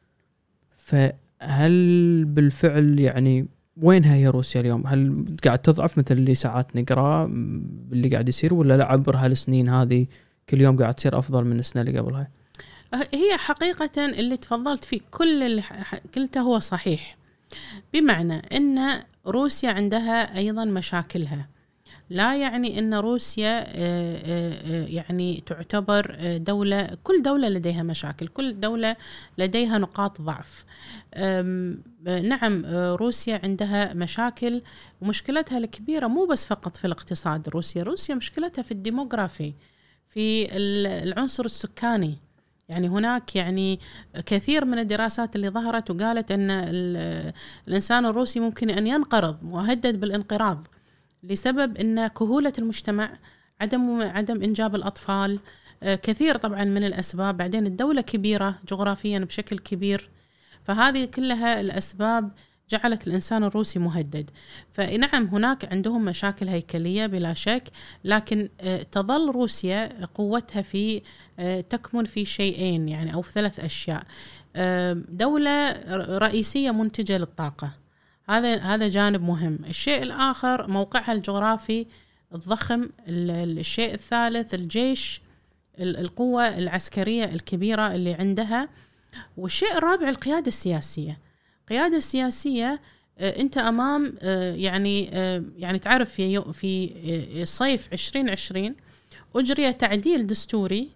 فهل بالفعل يعني وينها هي روسيا اليوم؟ هل قاعد تضعف مثل اللي ساعات نقرأ اللي قاعد يصير، ولا لا عبر هالسنين هذه كل يوم قاعد تصير أفضل من السنة اللي قبلها؟ هي حقيقة اللي تفضلت فيه كل اللي قلته هو صحيح، بمعنى أن روسيا عندها أيضا مشاكلها، لا يعني أن روسيا يعني تعتبر دولة، كل دولة لديها مشاكل، كل دولة لديها نقاط ضعف. نعم روسيا عندها مشاكل، ومشكلتها الكبيرة مو بس فقط في الاقتصاد. روسيا روسيا مشكلتها في الديموغرافي، في العنصر السكاني. يعني هناك يعني كثير من الدراسات اللي ظهرت وقالت أن الإنسان الروسي ممكن أن ينقرض، مهدد بالانقراض، لسبب أن كهولة المجتمع، عدم عدم إنجاب الأطفال، كثير طبعا من الأسباب. بعدين الدولة كبيرة جغرافيا بشكل كبير، فهذه كلها الأسباب جعلت الإنسان الروسي مهدد. فنعم هناك عندهم مشاكل هيكلية بلا شك، لكن تظل روسيا قوتها في تكمن في شيئين يعني، أو في ثلاث أشياء. دولة رئيسية منتجة للطاقة، هذا هذا جانب مهم. الشيء الآخر موقعها الجغرافي الضخم. الشيء الثالث الجيش، القوة العسكرية الكبيرة اللي عندها. والشيء الرابع القيادة السياسية. القيادة السياسية أنت أمام يعني يعني تعرف في في صيف عشرين عشرين أجري تعديل دستوري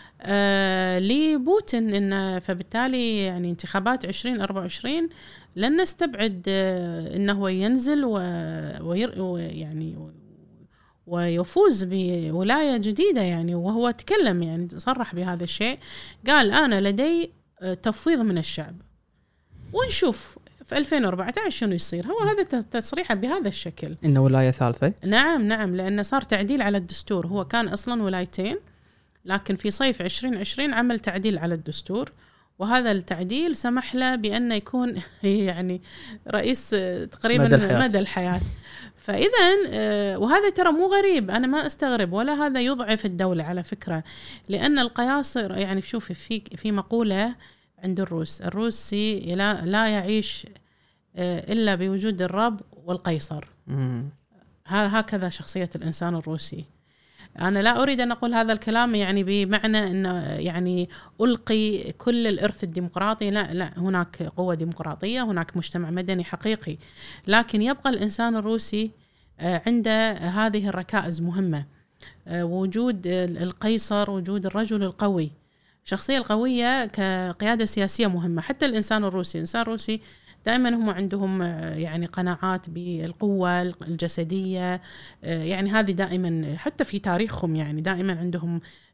لبوتين، إن فبالتالي يعني انتخابات عشرين أربعة وعشرين لن نستبعد إنه ينزل ويعني ويفوز بولاية جديدة يعني. وهو تكلم يعني صرح بهذا الشيء، قال أنا لدي تفويض من الشعب، ونشوف في ألفين وأربعة عشر شنو يصير. هو هذا تصريحه بهذا الشكل، إنه ولاية ثالثة. نعم نعم، لأنه صار تعديل على الدستور. هو كان أصلا ولايتين، لكن في صيف عشرين عشرين عمل تعديل على الدستور، وهذا التعديل سمح له بأنه يكون يعني رئيس تقريبا مدى الحياة, مدى الحياة. فإذا وهذا ترى مو غريب، أنا ما أستغرب، ولا هذا يضعف الدولة على فكرة، لأن القياصر يعني شوفي في في مقولة عند الروس، الروسي لا لا يعيش إلا بوجود الرب والقيصر. هكذا شخصية الإنسان الروسي. أنا لا أريد أن أقول هذا الكلام يعني بمعنى أن يعني ألقي كل الإرث الديمقراطي، لا لا، هناك قوة ديمقراطية، هناك مجتمع مدني حقيقي، لكن يبقى الإنسان الروسي عنده هذه الركائز مهمة. وجود القيصر، وجود الرجل القوي، الشخصية القوية كقيادة سياسية مهمة. حتى الإنسان الروسي، الإنسان الروسي دائما هم عندهم يعني قناعات بالقوة الجسدية، يعني هذه دائما حتى في تاريخهم يعني دائما عندهم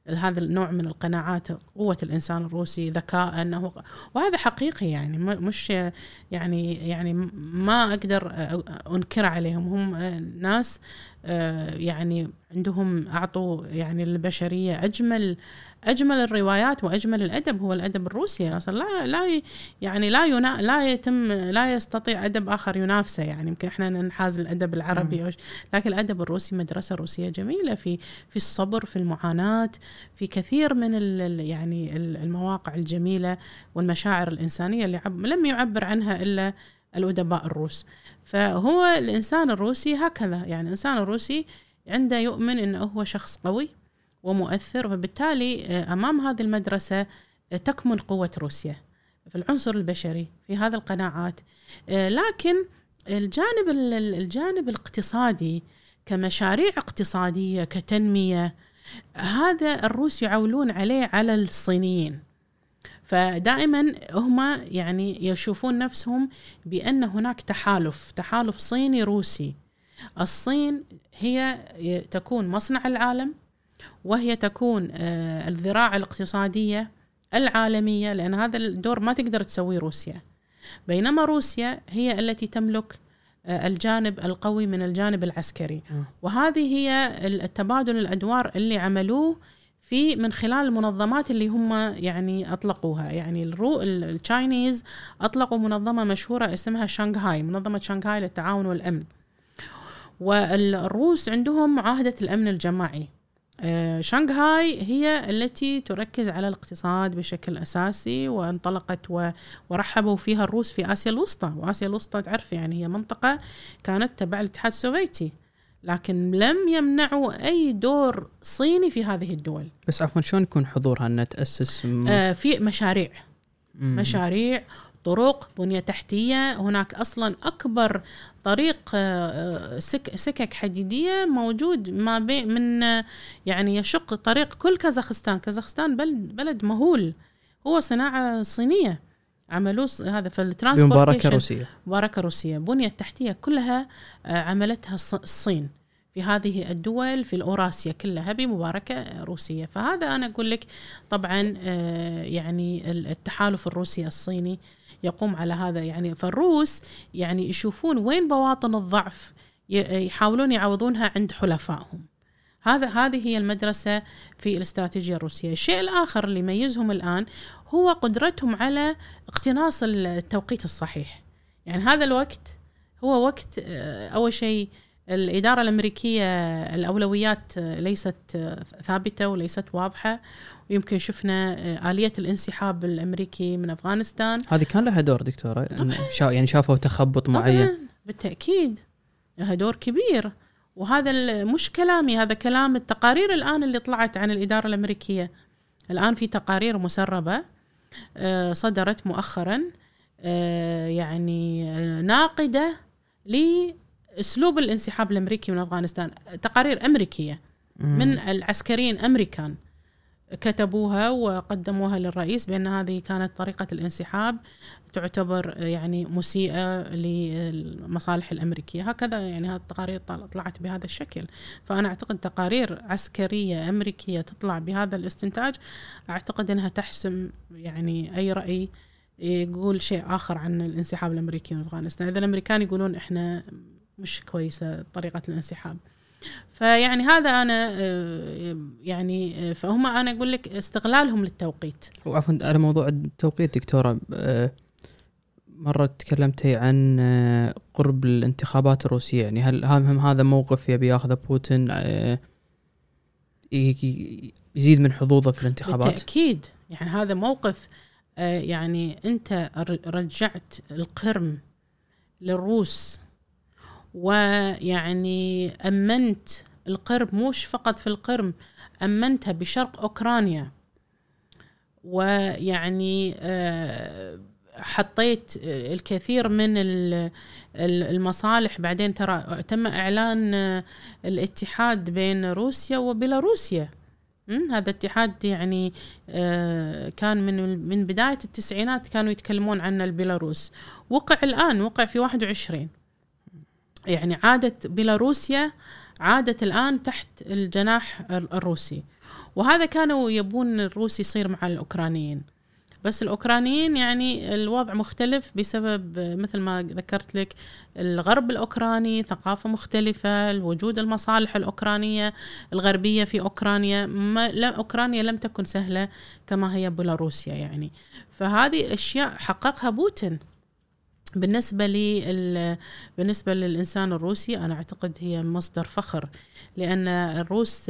هذا النوع من القناعات، قوة الإنسان الروسي، ذكاء أنه، وهذا حقيقي يعني مش يعني يعني ما أقدر أنكر عليهم. هم ناس يعني عندهم أعطوا يعني للبشرية أجمل أجمل الروايات وأجمل الأدب، هو الأدب الروسي أصلا. لا لا يعني لا ينا لا يتم لا يستطيع أدب آخر ينافسه. يعني يمكن إحنا ننحاز الأدب العربي، لكن الأدب الروسي مدرسة روسية جميلة في في الصبر، في المعاناة، في كثير من ال يعني المواقع الجميلة والمشاعر الإنسانية اللي لم يعبر عنها إلا الأدباء الروس. فهو الإنسان الروسي هكذا، يعني الإنسان الروسي عنده يؤمن إنه هو شخص قوي ومؤثر، وبالتالي أمام هذه المدرسة تكمن قوة روسيا في العنصر البشري، في هذه القناعات. لكن الجانب الجانب الاقتصادي كمشاريع اقتصادية كتنمية، هذا الروس يعولون عليه على الصينيين. فدائما هم يعني يشوفون نفسهم بأن هناك تحالف تحالف صيني روسي. الصين هي تكون مصنع العالم، وهي تكون الذراع الاقتصادية العالمية، لأن هذا الدور ما تقدر تسويه روسيا. بينما روسيا هي التي تملك الجانب القوي من الجانب العسكري. وهذه هي التبادل الأدوار اللي عملوه في من خلال المنظمات اللي هم يعني أطلقوها. يعني الرو التشاينيز أطلقوا منظمة مشهورة اسمها شانغهاي، منظمة شانغهاي للتعاون والأمن. والروس عندهم معاهدة الأمن الجماعي. شانغهاي هي التي تركز على الاقتصاد بشكل أساسي، وانطلقت ورحبوا فيها الروس في آسيا الوسطى. وآسيا الوسطى تعرف يعني هي منطقة كانت تبع الاتحاد السوفيتي، لكن لم يمنعوا أي دور صيني في هذه الدول. بس عفوا شلون يكون حضورها أنها تأسس م... آه في مشاريع مم. مشاريع طرق، بنية تحتية. هناك أصلا أكبر طريق سك سكك حديدية موجود ما بين من يعني يشق طريق كل كازاخستان. كازاخستان بلد بلد مهول، هو صناعة صينية عملوه هذا في الترانسبورتيشن. مباركة روسية. مباركة روسية. بنية التحتية كلها عملتها الصين في هذه الدول في الأوراسيا كلها بمباركة روسية. فهذا أنا أقول لك طبعا يعني التحالف الروسي الصيني يقوم على هذا. يعني فالروس يعني يشوفون وين بواطن الضعف، يحاولون يعوضونها عند حلفائهم. هذا هذه هي المدرسة في الاستراتيجية الروسية. الشيء الآخر اللي يميزهم الآن هو قدرتهم على اقتناص التوقيت الصحيح. يعني هذا الوقت هو وقت أول شيء الإدارة الأمريكية الأولويات ليست ثابتة وليست واضحة، ويمكن شفنا آلية الانسحاب الأمريكي من أفغانستان. هذه كان لها دور دكتورة شا يعني شافوا تخبط معين. بالتأكيد لها دور كبير، وهذا مش كلامي، هذا كلام التقارير الآن اللي طلعت عن الإدارة الأمريكية. الآن في تقارير مسربة صدرت مؤخرا يعني ناقدة لأسلوب الانسحاب الأمريكي من أفغانستان. تقارير أمريكية من العسكريين أمريكان كتبوها وقدموها للرئيس بأن هذه كانت طريقة الانسحاب تعتبر يعني مسيئة للمصالح الأمريكية. هكذا يعني هذه التقارير طلعت بهذا الشكل. فأنا أعتقد تقارير عسكرية أمريكية تطلع بهذا الاستنتاج، أعتقد أنها تحسم يعني أي رأي يقول شيء آخر عن الانسحاب الأمريكي من أفغانستان. إذا الأمريكان يقولون إحنا مش كويسة طريقة الانسحاب، فيعني هذا أنا يعني فهم أنا أقول لك استغلالهم للتوقيت. وعفوا على موضوع التوقيت دكتورة، مرة تكلمتي عن قرب الانتخابات الروسية، يعني هل هم هذا موقف يبي ياخذ بوتين يزيد من حظوظه في الانتخابات؟ بالتأكيد يعني هذا موقف يعني أنت رجعت القرم للروس، ويعني أمنت القرم مش فقط في القرم، أمنتها بشرق أوكرانيا، ويعني حطيت الكثير من المصالح. بعدين ترى تم إعلان الاتحاد بين روسيا وبيلاروسيا. هذا اتحاد يعني كان من من بداية التسعينات كانوا يتكلمون عنه البيلاروس، وقع الآن وقع في واحد وعشرين. يعني عادت بيلاروسيا عادت الآن تحت الجناح الروسي. وهذا كانوا يبون الروس يصير مع الأوكرانيين، بس الأوكرانيين يعني الوضع مختلف بسبب مثل ما ذكرت لك الغرب الأوكراني ثقافة مختلفة، وجود المصالح الأوكرانية الغربية في أوكرانيا. ما لا أوكرانيا لم تكن سهلة كما هي بيلاروسيا يعني. فهذه أشياء حققها بوتين بالنسبة لي بالنسبة للإنسان الروسي أنا أعتقد هي مصدر فخر، لأن الروس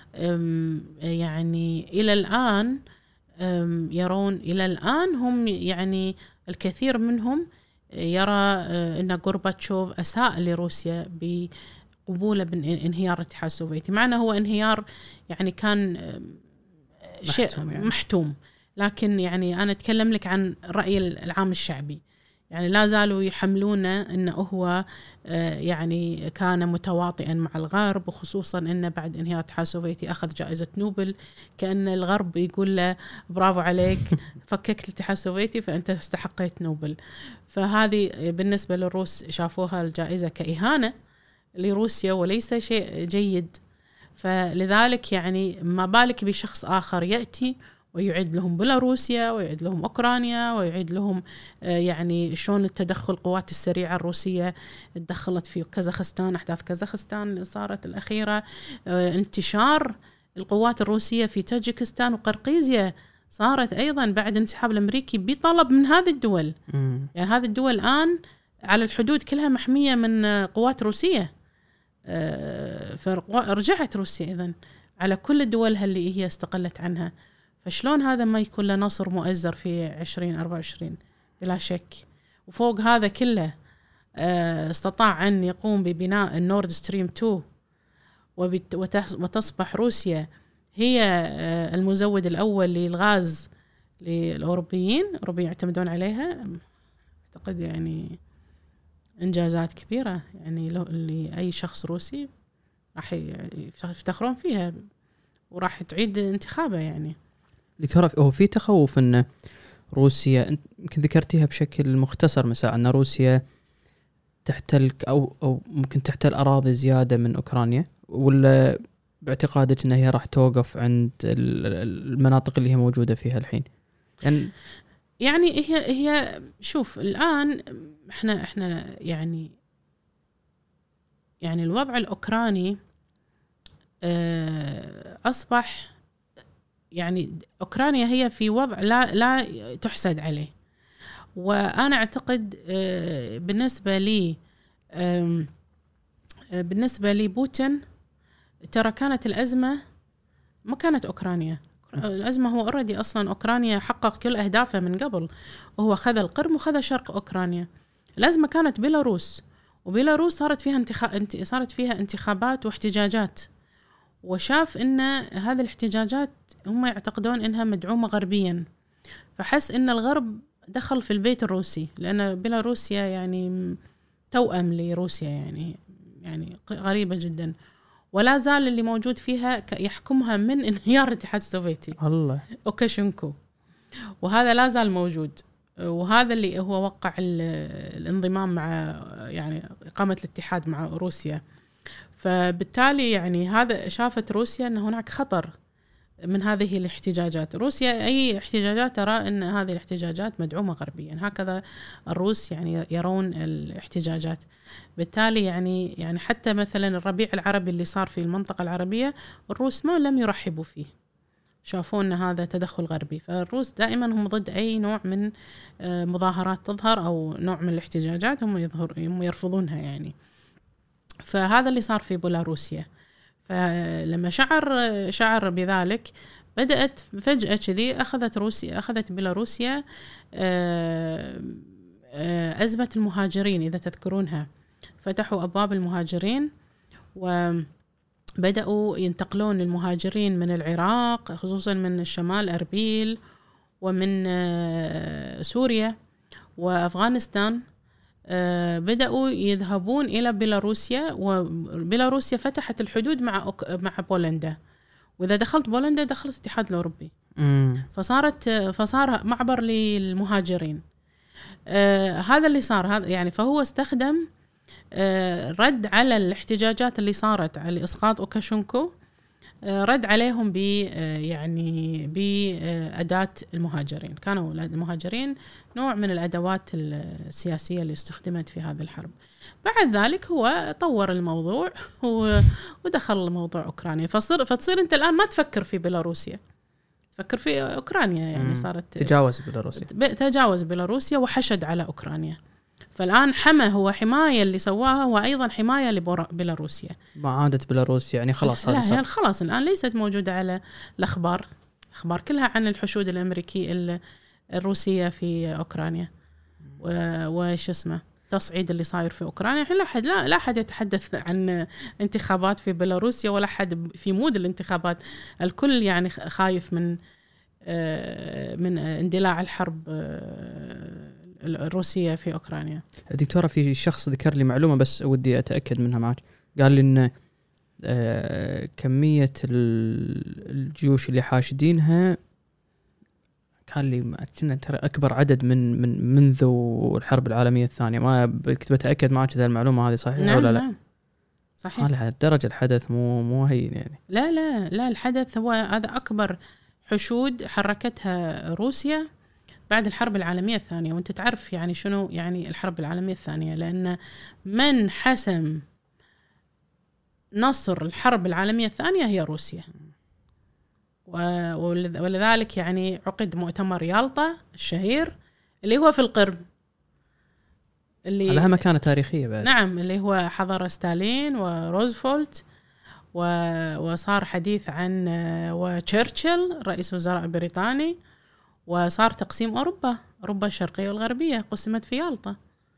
يعني إلى الآن يرون إلى الآن هم يعني الكثير منهم يرى أن غورباتشوف أساء لروسيا بقبوله بانهيار الاتحاد السوفيتي، مع أنه هو انهيار يعني كان شيء محتوم, يعني. محتوم لكن يعني أنا أتكلم لك عن رأي العام الشعبي، يعني لا زالوا يحملونه أنه هو يعني كان متواطئا مع الغرب، وخصوصا أنه بعد انهيار الاتحاد السوفيتي أخذ جائزة نوبل، كأن الغرب يقول له برافو عليك فككت الاتحاد السوفيتي فأنت استحقيت نوبل. فهذه بالنسبة للروس شافوها الجائزة كإهانة لروسيا وليس شيء جيد، فلذلك يعني ما بالك بشخص آخر يأتي ويعيد لهم بيلاروسيا ويعيد لهم أوكرانيا ويعيد لهم يعني شلون التدخل القوات السريعة الروسية تدخلت في كازاخستان، أحداث كازاخستان اللي صارت الأخيرة، انتشار القوات الروسية في تاجيكستان وقرقيزيا صارت أيضا بعد انسحاب الأمريكي بطلب من هذه الدول. م. يعني هذه الدول الآن على الحدود كلها محمية من قوات روسية، فرجعت روسيا إذن على كل الدول اللي هي استقلت عنها. فشلون هذا ما يكون له نصر مؤزر في عشرين أربعة وعشرين؟ بلا شك. وفوق هذا كله استطاع أن يقوم ببناء النورد ستريم تو، وتصبح روسيا هي المزود الأول للغاز للأوروبيين، الأوروبيين يعتمدون عليها. أعتقد يعني إنجازات كبيرة يعني لأي شخص روسي راح يفتخرون فيها وراح تعيد انتخابه. يعني دكتورة، هو في تخوف أن روسيا، يمكن ذكرتيها بشكل مختصر مساء، أن روسيا تحتل أو أو ممكن تحتل أراضي زيادة من أوكرانيا، ولا باعتقادك أنها هي راح توقف عند المناطق اللي هي موجودة فيها الحين؟ يعني يعني هي هي شوف الآن إحنا إحنا يعني يعني الوضع الأوكراني أصبح يعني أوكرانيا هي في وضع لا لا تحسد عليه. وأنا أعتقد بالنسبة لي بالنسبة لي بوتين ترى كانت الأزمة ما كانت أوكرانيا، الأزمة هو أوريدي أصلا أوكرانيا حقق كل أهدافه من قبل، وهو خذ القرم وخذ شرق أوكرانيا. الأزمة كانت بيلاروس، وبيلاروس صارت فيها انتخاب صارت فيها انتخابات واحتجاجات، وشاف إن هذه الاحتجاجات هم يعتقدون إنها مدعومة غربيا، فحس إن الغرب دخل في البيت الروسي، لأن بيلاروسيا يعني توأم لروسيا، يعني يعني غريبة جدا، ولا زال اللي موجود فيها يحكمها من انهيار الاتحاد السوفيتي الله أوكاشينكو، وهذا لا زال موجود، وهذا اللي هو وقع الانضمام مع يعني إقامة الاتحاد مع روسيا. فبالتالي يعني هذا شافت روسيا أن هناك خطر من هذه الاحتجاجات. روسيا أي احتجاجات ترى أن هذه الاحتجاجات مدعومة غربيا، هكذا الروس يعني يرون الاحتجاجات. بالتالي يعني يعني حتى مثلا الربيع العربي اللي صار في المنطقة العربية الروس ما لم يرحبوا فيه، شافوا أن هذا تدخل غربي. فالروس دائما هم ضد أي نوع من مظاهرات تظهر أو نوع من الاحتجاجات، هم يظهر هم يرفضونها يعني. فهذا اللي صار في بيلاروسيا. فلما شعر شعر بذلك بدأت فجأة كذي أخذت روسيا أخذت بيلاروسيا أزمة المهاجرين، إذا تذكرونها فتحوا أبواب المهاجرين وبدأوا ينتقلون المهاجرين من العراق، خصوصا من الشمال أربيل ومن سوريا وأفغانستان، بدأوا يذهبون إلى بيلاروسيا، وبيلاروسيا فتحت الحدود مع مع بولندا، وإذا دخلت بولندا دخلت الاتحاد الأوروبي. مم. فصارت فصار معبر للمهاجرين. آه هذا اللي صار هذا يعني. فهو استخدم آه رد على الاحتجاجات اللي صارت على إسقاط أوكاشينكو، رد عليهم ب يعني بأداة المهاجرين. كانوا المهاجرين نوع من الأدوات السياسية اللي استخدمت في هذه الحرب. بعد ذلك هو طور الموضوع ودخل موضوع أوكرانيا. فصير فتصير أنت الآن ما تفكر في بيلاروسيا، تفكر في أوكرانيا. يعني صارت تجاوز بيلاروسيا تجاوز بيلاروسيا وحشد على أوكرانيا. فالآن حمى هو حماية اللي سواها وأيضا حماية لبيلاروسيا. ما عادت بيلاروسيا يعني خلاص هذا لا خلاص الآن ليست موجودة على الأخبار. الأخبار كلها عن الحشود الأمريكي الروسية في أوكرانيا وش اسمه تصعيد اللي صاير في أوكرانيا. لا أحد لا لا أحد يتحدث عن انتخابات في بيلاروسيا ولا أحد في مود الانتخابات. الكل يعني خايف من من اندلاع الحرب الروسية في أوكرانيا. دكتورة في شخص ذكر لي معلومة بس ودي أتأكد منها معك. قال لي إن آه كمية الجيوش اللي حاشدينها قال لي كنا ترى أكبر عدد من من منذ الحرب العالمية الثانية. ما كنت بتأكد معك إذا المعلومة هذه صحيحة نعم ولا لا؟ نعم صحيح. على الدرجة الحدث مو مو هين يعني. لا لا لا الحدث هو هذا أكبر حشود حركتها روسيا بعد الحرب العالمية الثانية. وانت تعرف يعني شنو يعني الحرب العالمية الثانية، لأن من حسم نصر الحرب العالمية الثانية هي روسيا. ولذلك يعني عقد مؤتمر يالطا الشهير اللي هو في القرب، اللي لها مكانة تاريخية بعد. نعم اللي هو حضر ستالين وروزفلت وصار حديث عن وتشرشل رئيس وزراء بريطاني، وصار تقسيم أوروبا أوروبا الشرقية والغربية قسمت في يالطا.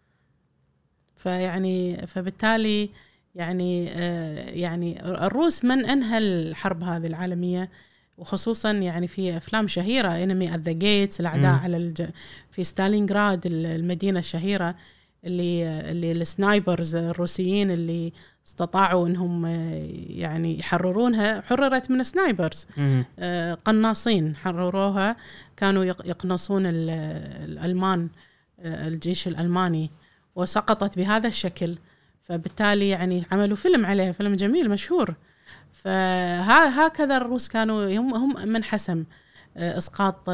فيعني فبالتالي يعني يعني الروس من أنهى الحرب هذه العالمية، وخصوصا يعني في أفلام شهيرة Enemy at the Gates الأعداء على الج... في ستالينغراد المدينة الشهيرة اللي اللي السنايبرز الروسيين اللي استطاعوا انهم يعني يحررونها، حررت من سنايبرز قناصين حرروها، كانوا يقنصون الألمان الجيش الألماني وسقطت بهذا الشكل. فبالتالي يعني عملوا فيلم عليها، فيلم جميل مشهور. فهكذا الروس كانوا هم هم من حسم اسقاط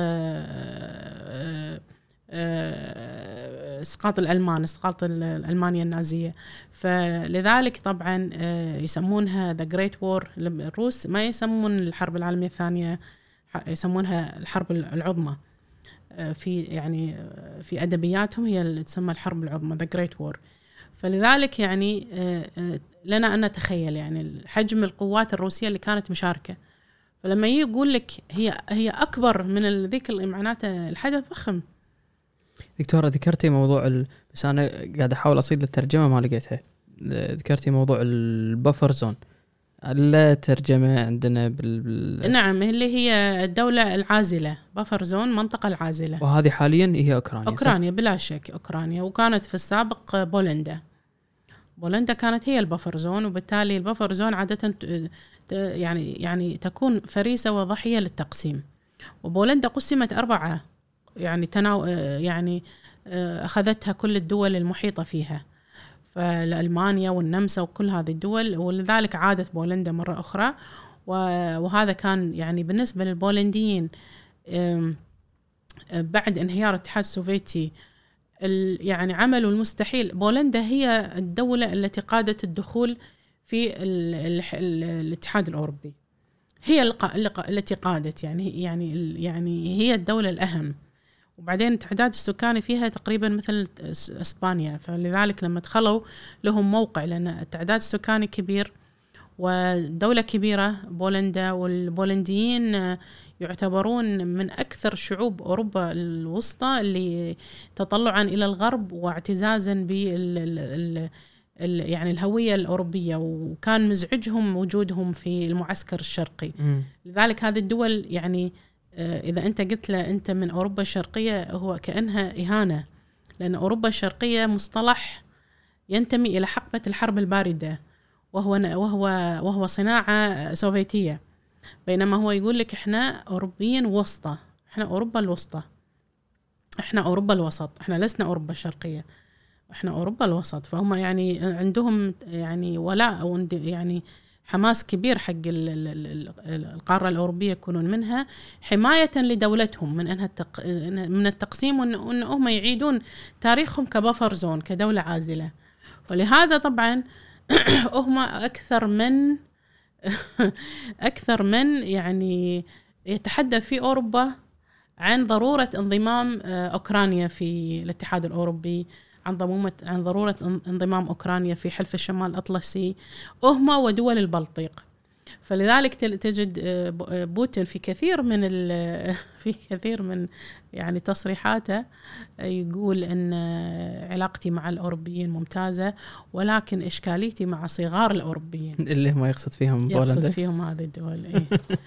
اسقاط الألمان، اسقاط الألمانيا النازية. فلذلك طبعا يسمونها the great war. الروس ما يسمون الحرب العالمية الثانية، يسمونها الحرب العظمى. في يعني في أدبياتهم هي اللي تسمى الحرب العظمى the great war. فلذلك يعني لنا أن نتخيل يعني حجم القوات الروسية اللي كانت مشاركة. فلما يقول لك هي هي أكبر من ذيك معناته الحدث ضخم. دكتورة ذكرتي موضوع ال... بس أنا قاعد أحاول أصيد الترجمة ما لقيتها. ذكرتي موضوع البفر زون، لا ترجمة عندنا بال... بال... نعم اللي هي الدولة العازلة، بفر زون منطقة العازلة، وهذه حاليا هي أوكرانيا. أوكرانيا بلا شك أوكرانيا، وكانت في السابق بولندا. بولندا كانت هي البفر زون، وبالتالي البفر زون عادة يعني يعني تكون فريسة وضحية للتقسيم. وبولندا قسمت أربعة يعني تناو يعني أخذتها كل الدول المحيطة فيها، فالألمانيا والنمسا وكل هذه الدول، ولذلك عادت بولندا مرة أخرى. وهذا كان يعني بالنسبة للبولنديين بعد انهيار الاتحاد السوفيتي يعني عملوا المستحيل. بولندا هي الدولة التي قادت الدخول في ال ال ال الاتحاد الأوروبي، هي التي قادت يعني يعني يعني هي الدولة الأهم. وبعدين التعداد السكاني فيها تقريبا مثل إسبانيا، فلذلك لما دخلوا لهم موقع، لأن التعداد السكاني كبير ودولة كبيرة بولندا، والبولنديين يعتبرون من أكثر شعوب أوروبا الوسطى اللي تطلعا إلى الغرب واعتزازا بال يعني الهوية الأوروبية، وكان مزعجهم وجودهم في المعسكر الشرقي. م. لذلك هذه الدول يعني إذا أنت قلت له أنت من أوروبا الشرقية هو كأنها إهانة، لأن أوروبا الشرقية مصطلح ينتمي إلى حقبة الحرب الباردة، وهو وهو وهو صناعة سوفيتية، بينما هو يقول لك إحنا أوروبيين وسطى، إحنا أوروبا الوسطى، إحنا أوروبا الوسط، إحنا لسنا أوروبا الشرقية، إحنا أوروبا الوسط. فهم يعني عندهم يعني ولاء أو يعني حماس كبير حق القارة الأوروبية يكونون منها حماية لدولتهم من أنها التق... من التقسيم وأن هم يعيدون تاريخهم كبفر زون كدولة عازلة. ولهذا طبعا هم أكثر من أكثر من يعني يتحدث في أوروبا عن ضرورة انضمام أوكرانيا في الاتحاد الأوروبي، عن ضمومة عن ضرورة انضمام أوكرانيا في حلف الشمال الأطلسي هم ودول البلطيق. فلذلك تجد بوتين في كثير من في كثير من يعني تصريحاته يقول أن علاقتي مع الأوروبيين ممتازة، ولكن إشكاليتي مع صغار الأوروبيين اللي ما يقصد فيهم بولندا، يقصد فيهم هذه الدول. إيه.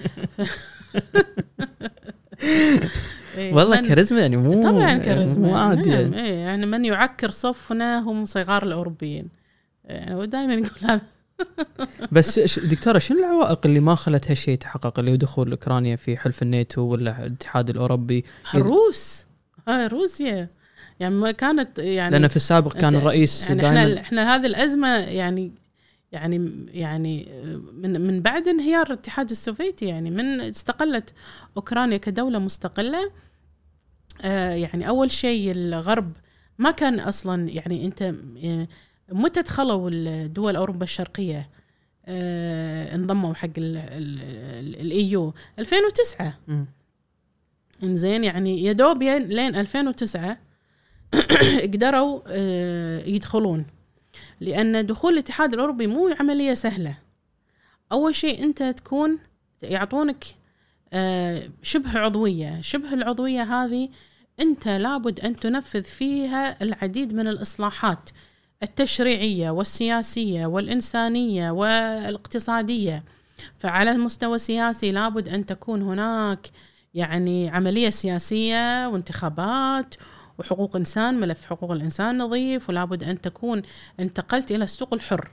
إيه والله كاريزما يعني مو طبعا كاريزما مو عادي يعني. إيه يعني من يعكر صفنا هم صغار الأوروبيين يعني، ودائما يقول هذا. بس دكتورة شنو العوائق اللي ما خلت هالشيء يتحقق، اللي دخول أوكرانيا في حلف الناتو ولا الاتحاد الأوروبي؟ الروس هاي روسيا يعني ما كانت يعني، لأن في السابق كان الرئيس يعني دائما احنا احنا هذه الأزمة يعني يعني يعني من من بعد انهيار الاتحاد السوفيتي، يعني من استقلت أوكرانيا كدولة مستقلة. آه يعني أول شيء الغرب ما كان أصلا يعني أنت متى دخلوا الدول أوروبا الشرقية آه انضموا حق الإيو ألفين وتسعة. إنزين يعني يدوب لين ألفين وتسعة قدروا آه يدخلون، لأن دخول الاتحاد الأوروبي مو عملية سهلة. أول شيء أنت تكون يعطونك آه شبه عضوية، شبه العضوية هذه أنت لابد أن تنفذ فيها العديد من الإصلاحات التشريعية والسياسية والإنسانية والاقتصادية. فعلى المستوى السياسي لابد أن تكون هناك يعني عملية سياسية وانتخابات وحقوق إنسان، ملف حقوق الإنسان نظيف، ولابد أن تكون انتقلت إلى السوق الحر.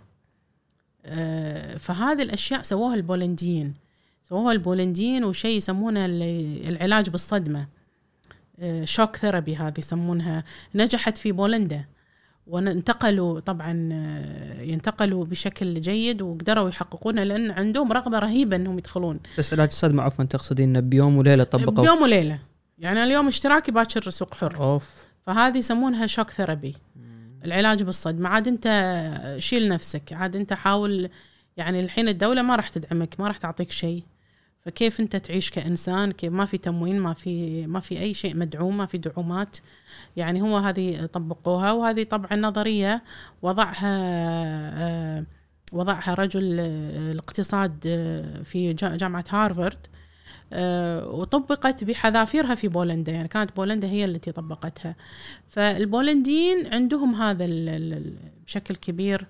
فهذه الأشياء سووها البولنديين سووها البولنديين وشيء يسمونه العلاج بالصدمة، شوك ثيرابي هذه يسمونها، نجحت في بولندا وانتقلوا طبعا ينتقلوا بشكل جيد وقدروا يحققونها لأن عندهم رغبة رهيبة أنهم يدخلون. بس علاج الصدمة عفوا تقصدين بيوم وليلة طبقوا؟ بيوم وليلة يعني اليوم اشتراكي باكر سوق حر. أوف. فهذه يسمونها شوك ثيرابي، العلاج بالصدمة. عاد أنت شيل نفسك، عاد أنت حاول يعني الحين الدولة ما راح تدعمك، ما راح تعطيك شيء، فكيف أنت تعيش كإنسان؟ كيف ما في تموين، ما في ما في أي شيء مدعوم، ما في دعومات. يعني هو هذه طبقوها، وهذه طبعا نظرية وضعها آه وضعها رجل الاقتصاد في جامعة هارفارد، آه وطبقت بحذافيرها في بولندا، يعني كانت بولندا هي التي طبقتها. فالبولنديين عندهم هذا بشكل كبير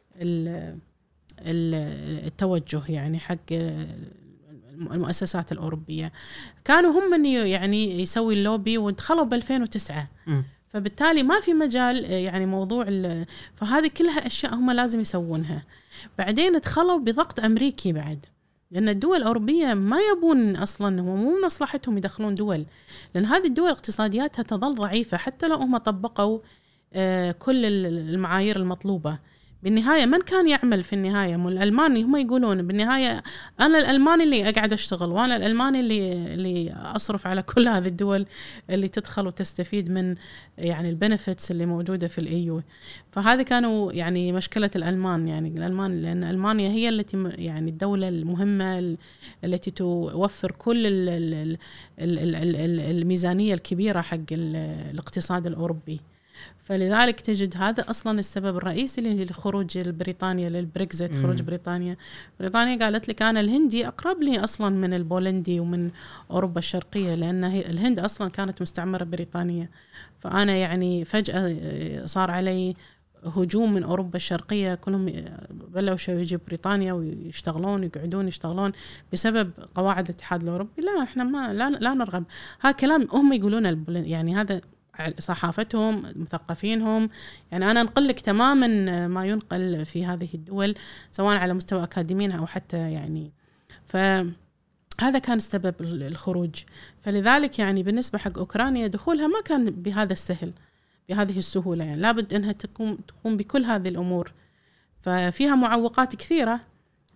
التوجه يعني حق المؤسسات الأوروبية. كانوا هم من يعني يسوي اللوبي ودخلوا بألفين وتسعة، فبالتالي ما في مجال يعني موضوع. فهذه كلها أشياء هم لازم يسوونها. بعدين دخلوا بضغط أمريكي بعد، لأن الدول الأوروبية ما يبون أصلاً، هم مو مصلحتهم يدخلون دول، لأن هذه الدول اقتصادياتها تظل ضعيفة حتى لو هم طبقوا كل المعايير المطلوبة. بالنهاية من كان يعمل في النهاية؟ مو الألماني، هم يقولون بالنهاية أنا الألماني اللي أقعد أشتغل، وأنا الألماني اللي اللي أصرف على كل هذه الدول اللي تدخل وتستفيد من يعني البنفتس اللي موجودة في الإيو. فهذه كانوا يعني مشكلة الألمان، يعني الألمان، لأن ألمانيا هي التي يعني الدولة المهمة التي توفر كل ال ال ال ال الميزانية الكبيرة حق الاقتصاد الأوروبي. فلذلك تجد هذا أصلا السبب الرئيسي لخروج بريطانيا للبريكزيت، خروج بريطانيا. بريطانيا قالت لك أنا الهندي أقرب لي أصلا من البولندي ومن أوروبا الشرقية، لأن الهند أصلا كانت مستعمرة بريطانية. فأنا يعني فجأة صار علي هجوم من أوروبا الشرقية، كلهم بلشوا يجي بريطانيا ويشتغلون يقعدون يشتغلون بسبب قواعد الاتحاد الأوروبي. لا إحنا ما لا, لا نرغب. هذا كلام هم يقولون، يعني هذا صحافتهم مثقفينهم. يعني أنا أنقل لك تماما ما ينقل في هذه الدول سواء على مستوى أكاديميين أو حتى يعني. فهذا كان السبب الخروج. فلذلك يعني بالنسبة حق أوكرانيا دخولها ما كان بهذا السهل، بهذه السهولة، يعني لابد أنها تقوم تقوم بكل هذه الأمور. ففيها معوقات كثيرة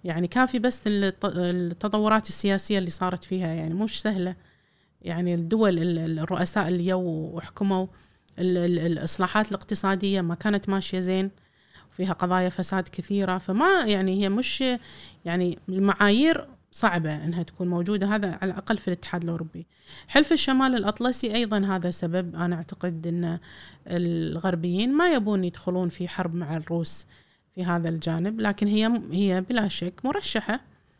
يعني كافي بس التطورات السياسية اللي صارت فيها، يعني مش سهلة. يعني الدول الرؤساء اللي يو وحكموا الإصلاحات الاقتصادية ما كانت ماشية زين، وفيها قضايا فساد كثيرة، فما يعني هي مش يعني المعايير صعبة أنها تكون موجودة، هذا على الأقل في الاتحاد الأوروبي. حلف الشمال الأطلسي أيضا هذا سبب، أنا أعتقد أن الغربيين ما يبون يدخلون في حرب مع الروس في هذا الجانب، لكن هي هي بلا شك مرشحة.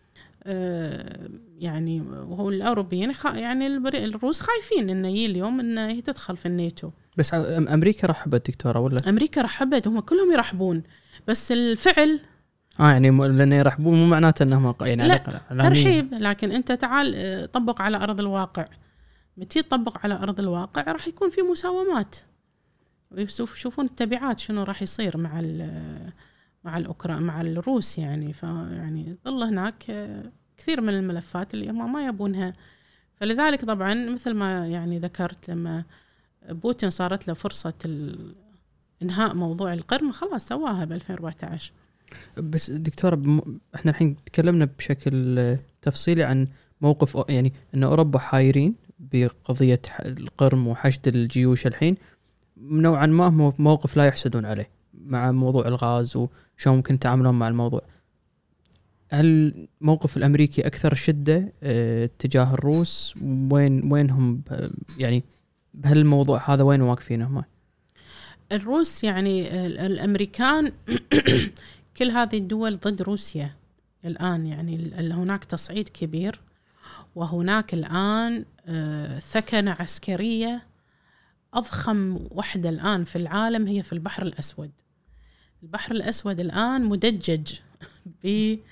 يعني وهو الأوروبيين يعني الروس خايفين إنه يجي اليوم إنه هي تدخل في الناتو. بس أمريكا رحبت دكتورة ولا؟ أمريكا رحبت، هم كلهم يرحبون، بس الفعل آه يعني لأن يرحبون مو معناته إنهم يعني لا ترحيب، لكن أنت تعال طبق على أرض الواقع. متى تطبق على أرض الواقع راح يكون في مساومات، ويشوفون التبعات شنو راح يصير مع مع الأوكرا مع الروس. يعني فيعني ظل هناك كثير من الملفات اللي هم ما يبونها. فلذلك طبعا مثل ما يعني ذكرت، لما بوتين صارت له فرصة إنهاء موضوع القرم خلاص سواها ب ألفين وأربعة عشر. بس دكتورة بم... احنا الحين تكلمنا بشكل تفصيلي عن موقف يعني أن أوروبا حايرين بقضية القرم وحشد الجيوش الحين، نوعا ما هو موقف لا يحسدون عليه مع موضوع الغاز وشو ممكن تعاملون مع الموضوع. هل الموقف الأمريكي أكثر شدة اه تجاه الروس؟ وين وينهم يعني بهالموضوع هذا وين واقفين هم؟ الروس يعني الأمريكان كل هذه الدول ضد روسيا الآن. يعني هناك تصعيد كبير، وهناك الآن ثكنة عسكرية أضخم وحدة الآن في العالم هي في البحر الأسود. البحر الأسود الآن مدجج بكل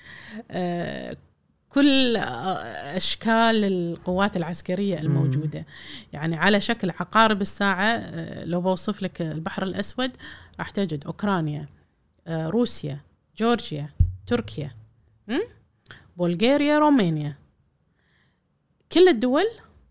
أشكال القوات العسكرية الموجودة، يعني على شكل عقارب الساعة. لو بوصف لك البحر الأسود راح تجد أوكرانيا، روسيا، جورجيا، تركيا، بلغاريا، رومانيا، كل الدول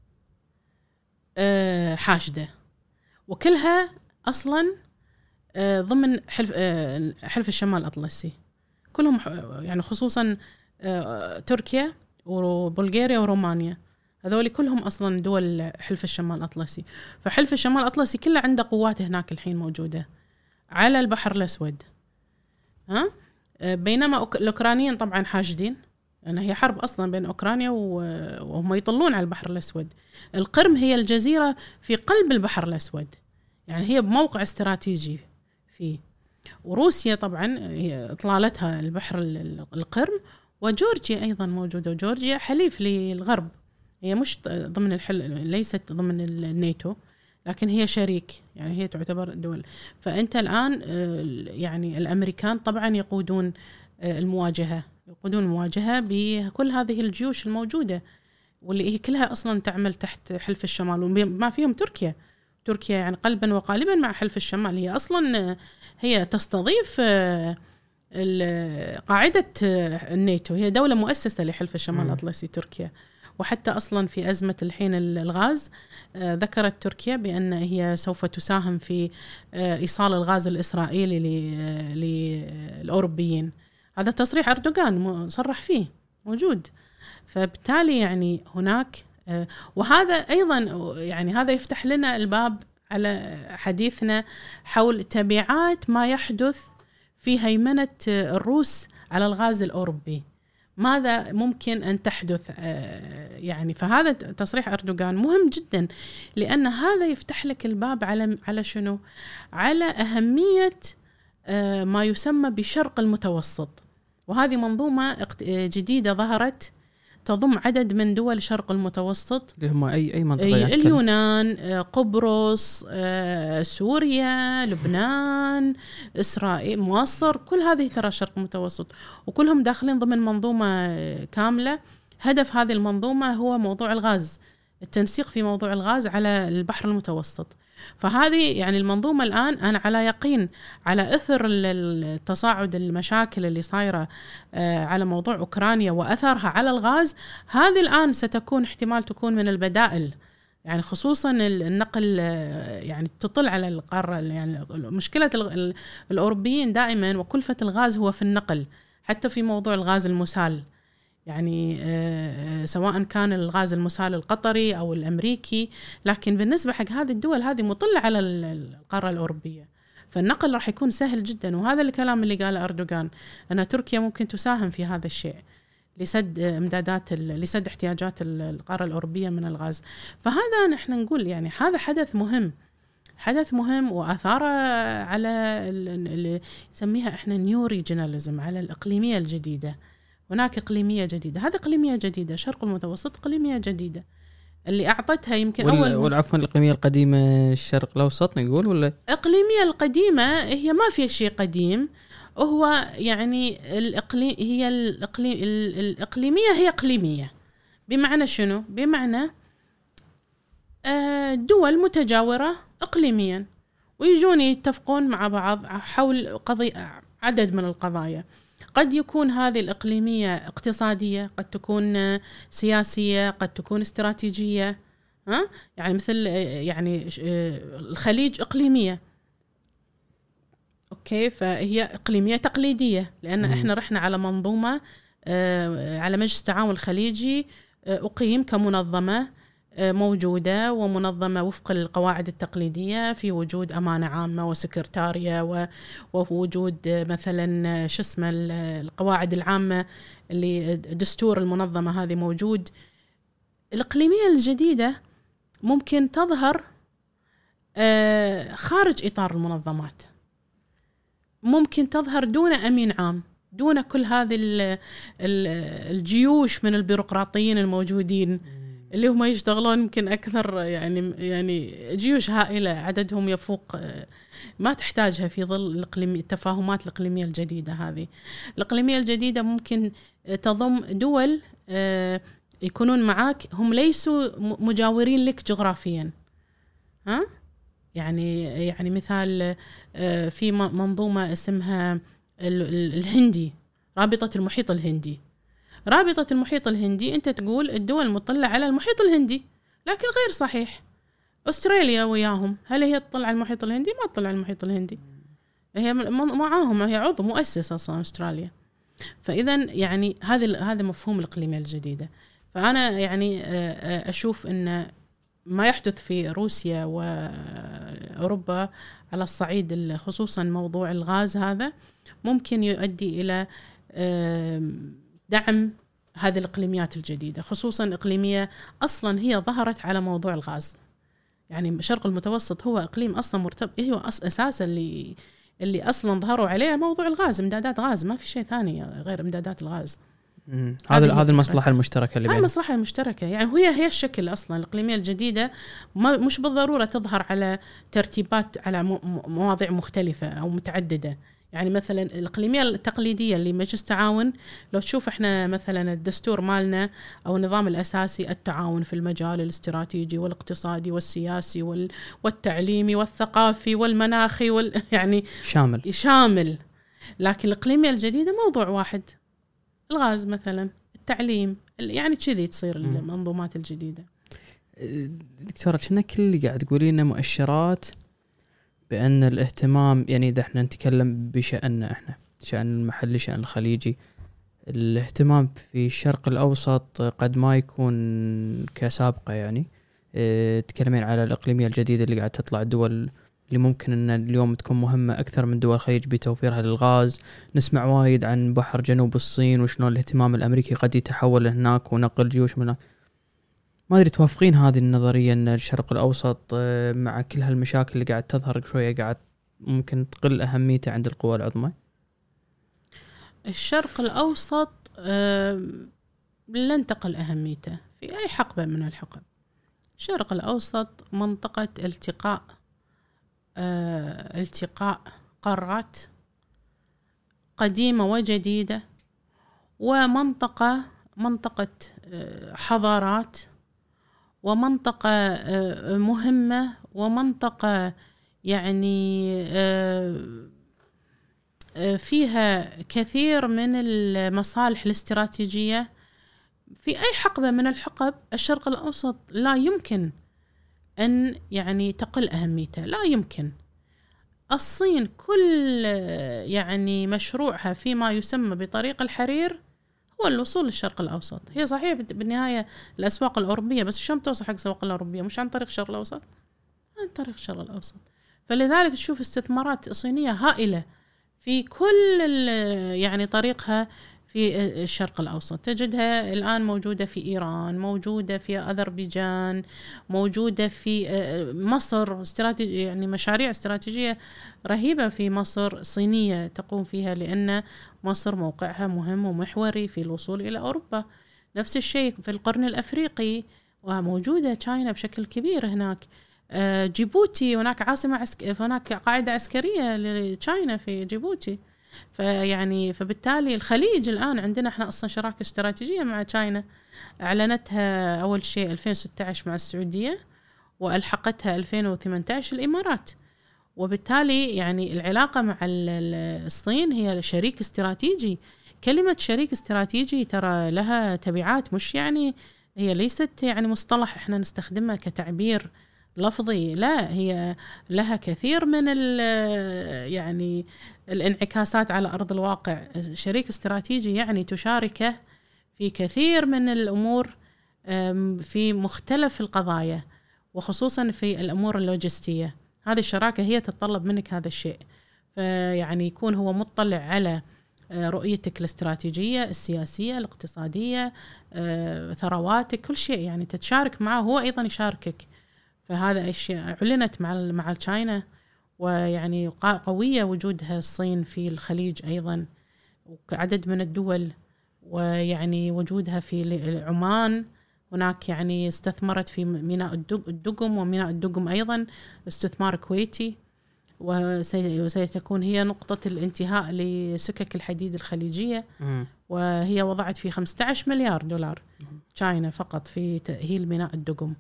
حاشدة، وكلها أصلا ضمن حلف حلف الشمال الأطلسي كلهم، يعني خصوصا تركيا وبلغاريا ورومانيا، هذول كلهم أصلا دول حلف الشمال الأطلسي. فحلف الشمال الأطلسي كله عنده قوات هناك الحين موجودة على البحر الأسود. ها بينما الأوكرانيين طبعا حاشدين، لأن يعني هي حرب أصلا بين أوكرانيا وهم يطلون على البحر الأسود. القرم هي الجزيرة في قلب البحر الأسود، يعني هي بموقع استراتيجي فيه. وروسيا طبعا هي إطلالتها البحر القرم، وجورجيا أيضا موجودة، وجورجيا حليف للغرب، هي مش ضمن الحل، ليست ضمن الناتو، لكن هي شريك، يعني هي تعتبر دول. فأنت الآن يعني الأمريكان طبعا يقودون المواجهة يقودون المواجهة بكل هذه الجيوش الموجودة، واللي هي كلها أصلا تعمل تحت حلف الشمال، وما فيهم تركيا. تركيا يعني قلبا وقالبا مع حلف الشمال، هي أصلا هي تستضيف قاعدة الناتو، هي دولة مؤسسة لحلف الشمال الأطلسي تركيا. وحتى أصلا في أزمة الحين الغاز ذكرت تركيا بأن هي سوف تساهم في إيصال الغاز الإسرائيلي للأوروبيين. هذا تصريح أردوغان صرح فيه موجود. فبالتالي يعني هناك، وهذا أيضا يعني هذا يفتح لنا الباب على حديثنا حول تبعات ما يحدث في هيمنة الروس على الغاز الأوروبي، ماذا ممكن أن تحدث يعني. فهذا تصريح أردوغان مهم جدا، لأن هذا يفتح لك الباب على على شنو؟ على أهمية ما يسمى بشرق المتوسط. وهذه منظومة جديدة ظهرت تضم عدد من دول الشرق المتوسط، اللي هم أي أي منطقة؟ يعني اليونان، قبرص، سوريا، لبنان، إسرائيل، مصر، كل هذه ترى الشرق المتوسط، وكلهم داخلين ضمن منظومة كاملة. هدف هذه المنظومة هو موضوع الغاز، التنسيق في موضوع الغاز على البحر المتوسط. فهذه يعني المنظومة الآن أنا على يقين على أثر التصاعد المشاكل اللي صايرة على موضوع أوكرانيا وأثرها على الغاز، هذه الآن ستكون احتمال تكون من البدائل، يعني خصوصا النقل، يعني تطل على القارة. يعني مشكلة الأوروبيين دائما وكلفة الغاز هو في النقل، حتى في موضوع الغاز المسال، يعني سواء كان الغاز المسال القطري أو الأمريكي، لكن بالنسبة حق هذه الدول هذه مطلة على القارة الأوروبية، فالنقل راح يكون سهل جدا. وهذا الكلام اللي قاله أردوغان أن تركيا ممكن تساهم في هذا الشيء لسد امدادات لسد احتياجات القارة الأوروبية من الغاز. فهذا نحن نقول يعني هذا حدث مهم، حدث مهم وأثار على اللي يسميها احنا نيو ريجناليزم، على الإقليمية الجديدة. هناك إقليمية جديدة، هذه إقليمية جديدة، شرق المتوسط إقليمية جديدة اللي أعطتها يمكن وال... أول والعفوا الإقليمية القديمة الشرق الأوسط نقول، ولا الإقليمية القديمة هي ما في شيء قديم، هو يعني الإقليم هي الإقليم الإقليمية هي إقليمية بمعنى شنو؟ بمعنى دول متجاورة إقليميا ويجون يتفقون مع بعض حول قضية عدد من القضايا. قد يكون هذه الإقليمية اقتصادية، قد تكون سياسية، قد تكون استراتيجية، ها؟ يعني مثل يعني الخليج إقليمية، أوكي، فهي إقليمية تقليدية لأن م. إحنا رحنا على منظومة على مجلس التعاون الخليجي أقيم كمنظمة موجودة ومنظمة وفق القواعد التقليدية، في وجود أمانة عامة وسكرتارية ووجود مثلا شو اسمه القواعد العامة اللي دستور المنظمة هذه موجود. الإقليمية الجديدة ممكن تظهر خارج إطار المنظمات، ممكن تظهر دون أمين عام، دون كل هذه الجيوش من البيروقراطيين الموجودين اللي هم يشتغلون يمكن أكثر، يعني يعني جيوش هائلة عددهم يفوق، ما تحتاجها في ظل الإقليم التفاهمات الإقليمية الجديدة هذه. الإقليمية الجديدة ممكن تضم دول يكونون معاك هم ليسوا مجاورين لك جغرافيا، ها؟ يعني يعني مثال في منظومة اسمها الهندي، رابطة المحيط الهندي. رابطة المحيط الهندي أنت تقول الدول مطلة على المحيط الهندي، لكن غير صحيح. أستراليا وياهم هل هي تطلع على المحيط الهندي؟ ما تطلع على المحيط الهندي، هي معاهم، هي عضو مؤسس أصلا أستراليا. فإذا يعني هذا هذا مفهوم الإقليمية الجديدة. فأنا يعني أشوف أن ما يحدث في روسيا وأوروبا على الصعيد خصوصا موضوع الغاز هذا ممكن يؤدي إلى دعم هذه الإقليميات الجديدة، خصوصا إقليمية أصلا هي ظهرت على موضوع الغاز. يعني شرق المتوسط هو إقليم أصلا مرتبط، هو أساسا اللي اللي أصلا ظهروا عليه موضوع الغاز، امدادات غاز، ما في شيء ثاني غير امدادات الغاز. هذا هذه المصلحة المشتركة اللي بينهم، المصلحة المشتركة. يعني هي هي الشكل أصلا الإقليمية الجديدة مش بالضرورة تظهر على ترتيبات على مواضيع مختلفة أو متعددة. يعني مثلا الإقليمية التقليدية اللي مجلس تعاون، لو تشوف احنا مثلا الدستور مالنا أو النظام الأساسي التعاون في المجال الاستراتيجي والاقتصادي والسياسي والتعليمي والثقافي والمناخي وال يعني شامل شامل. لكن الإقليمية الجديدة موضوع واحد، الغاز مثلا، التعليم، يعني كذي تصير المنظومات الجديدة. دكتورة كنا كل اللي قاعد تقولينا مؤشرات بأن الاهتمام، يعني إذا احنا نتكلم بشأننا احنا شأن المحلي شأن الخليجي، الاهتمام في الشرق الأوسط قد ما يكون كسابقة. يعني اه تكلمين على الإقليمية الجديدة اللي قاعد تطلع، الدول اللي ممكن أن اليوم تكون مهمة أكثر من دول الخليج بتوفيرها للغاز. نسمع وايد عن بحر جنوب الصين وشلون الاهتمام الأمريكي قد يتحول هناك ونقل جيوش من هناك. ما أدري توافقين هذه النظرية أن الشرق الأوسط مع كل هالمشاكل اللي قاعد تظهر شوية قاعد ممكن تقل أهميته عند القوى العظمى؟ الشرق الأوسط لن تقل أهميته في أي حقبة من الحقب. الشرق الأوسط منطقة التقاء التقاء قارات قديمة وجديدة، ومنطقة منطقة حضارات، ومنطقة مهمة، ومنطقة يعني فيها كثير من المصالح الاستراتيجية. في أي حقبة من الحقب الشرق الأوسط لا يمكن أن يعني تقل أهميته، لا يمكن. الصين كل يعني مشروعها فيما يسمى بطريق الحرير هو الوصول للشرق الأوسط. هي صحيح بالنهاية الأسواق الأوروبية، بس شلون توصل حق الأسواق الأوروبية؟ مش عن طريق الشرق الأوسط، عن طريق الشرق الأوسط. فلذلك تشوف استثمارات صينية هائلة في كل يعني طريقها في الشرق الأوسط. تجدها الآن موجودة في إيران، موجودة في أذربيجان، موجودة في مصر، استراتيجية يعني مشاريع استراتيجية رهيبة في مصر صينية تقوم فيها، لأن مصر موقعها مهم ومحوري في الوصول إلى أوروبا. نفس الشيء في القرن الأفريقي، وموجودة تشاينا بشكل كبير هناك. جيبوتي هناك عاصمة عسك... هناك قاعدة عسكرية لتشاينا في جيبوتي. فيعني فبالتالي الخليج الآن عندنا احنا أصلا شراكة استراتيجية مع تشاينا، أعلنتها أول شيء ألفين وستة عشر مع السعودية، وألحقتها ألفين وثمانية عشر الإمارات. وبالتالي يعني العلاقة مع الصين هي شريك استراتيجي. كلمة شريك استراتيجي ترى لها تبعات، مش يعني هي ليست يعني مصطلح احنا نستخدمه كتعبير لفظي، لا، هي لها كثير من يعني الانعكاسات على أرض الواقع. شريك استراتيجي يعني تشاركه في كثير من الأمور في مختلف القضايا، وخصوصا في الأمور اللوجستية. هذه الشراكة هي تتطلب منك هذا الشيء، فيعني يكون هو مطلع على رؤيتك الاستراتيجية السياسية الاقتصادية، ثرواتك، كل شيء يعني تتشارك معه، هو أيضا يشاركك. فهذا أشياء أعلنت مع مع تشاينا، ويعني قوية وجودها الصين في الخليج أيضا وعدد من الدول، ويعني وجودها في عمان هناك يعني استثمرت في ميناء الدقم، وميناء الدقم أيضا استثمار كويتي، وسيتكون هي نقطة الانتهاء لسكك الحديد الخليجية. م. وهي وضعت في خمسة عشر مليار دولار تشاينا فقط في تأهيل ميناء الدقم.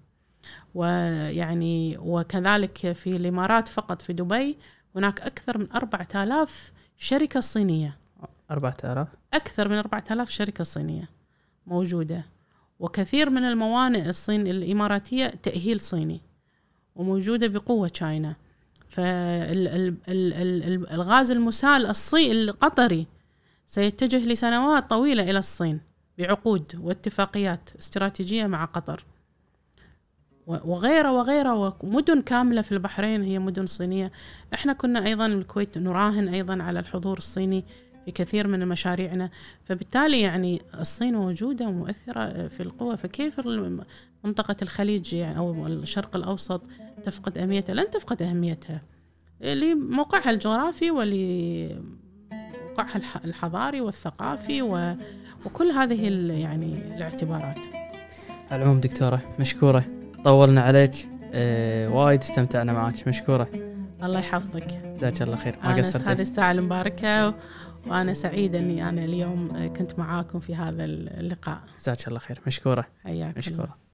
ويعني وكذلك في الإمارات فقط في دبي هناك أكثر من أربعة آلاف شركة صينية، أربعة آلاف أكثر من أربعة آلاف شركة صينية موجودة. وكثير من الموانئ الصين الإماراتية تأهيل صيني وموجودة بقوة تشاينا. فالغاز المسال الصيني القطري سيتجه لسنوات طويلة إلى الصين بعقود واتفاقيات استراتيجية مع قطر وغيره وغيره، ومدن كاملة في البحرين هي مدن صينية. احنا كنا أيضا الكويت نراهن أيضا على الحضور الصيني في كثير من مشاريعنا. فبالتالي يعني الصين موجودة ومؤثرة في القوة. فكيف منطقة الخليج يعني أو الشرق الأوسط تفقد أهميتها؟ لن تفقد أهميتها لموقعها الجغرافي ولموقعها الحضاري والثقافي وكل هذه يعني الاعتبارات. على العموم دكتورة مشكورة، طولنا عليك، أه وايد استمتعنا معك، مشكورة. الله يحفظك، جزاك الله خير، ما قصرتي. هذه الساعة المباركة وأنا سعيدة أني أنا اليوم كنت معاكم في هذا اللقاء. جزاك الله خير، مشكورة. حياك. مشكورة.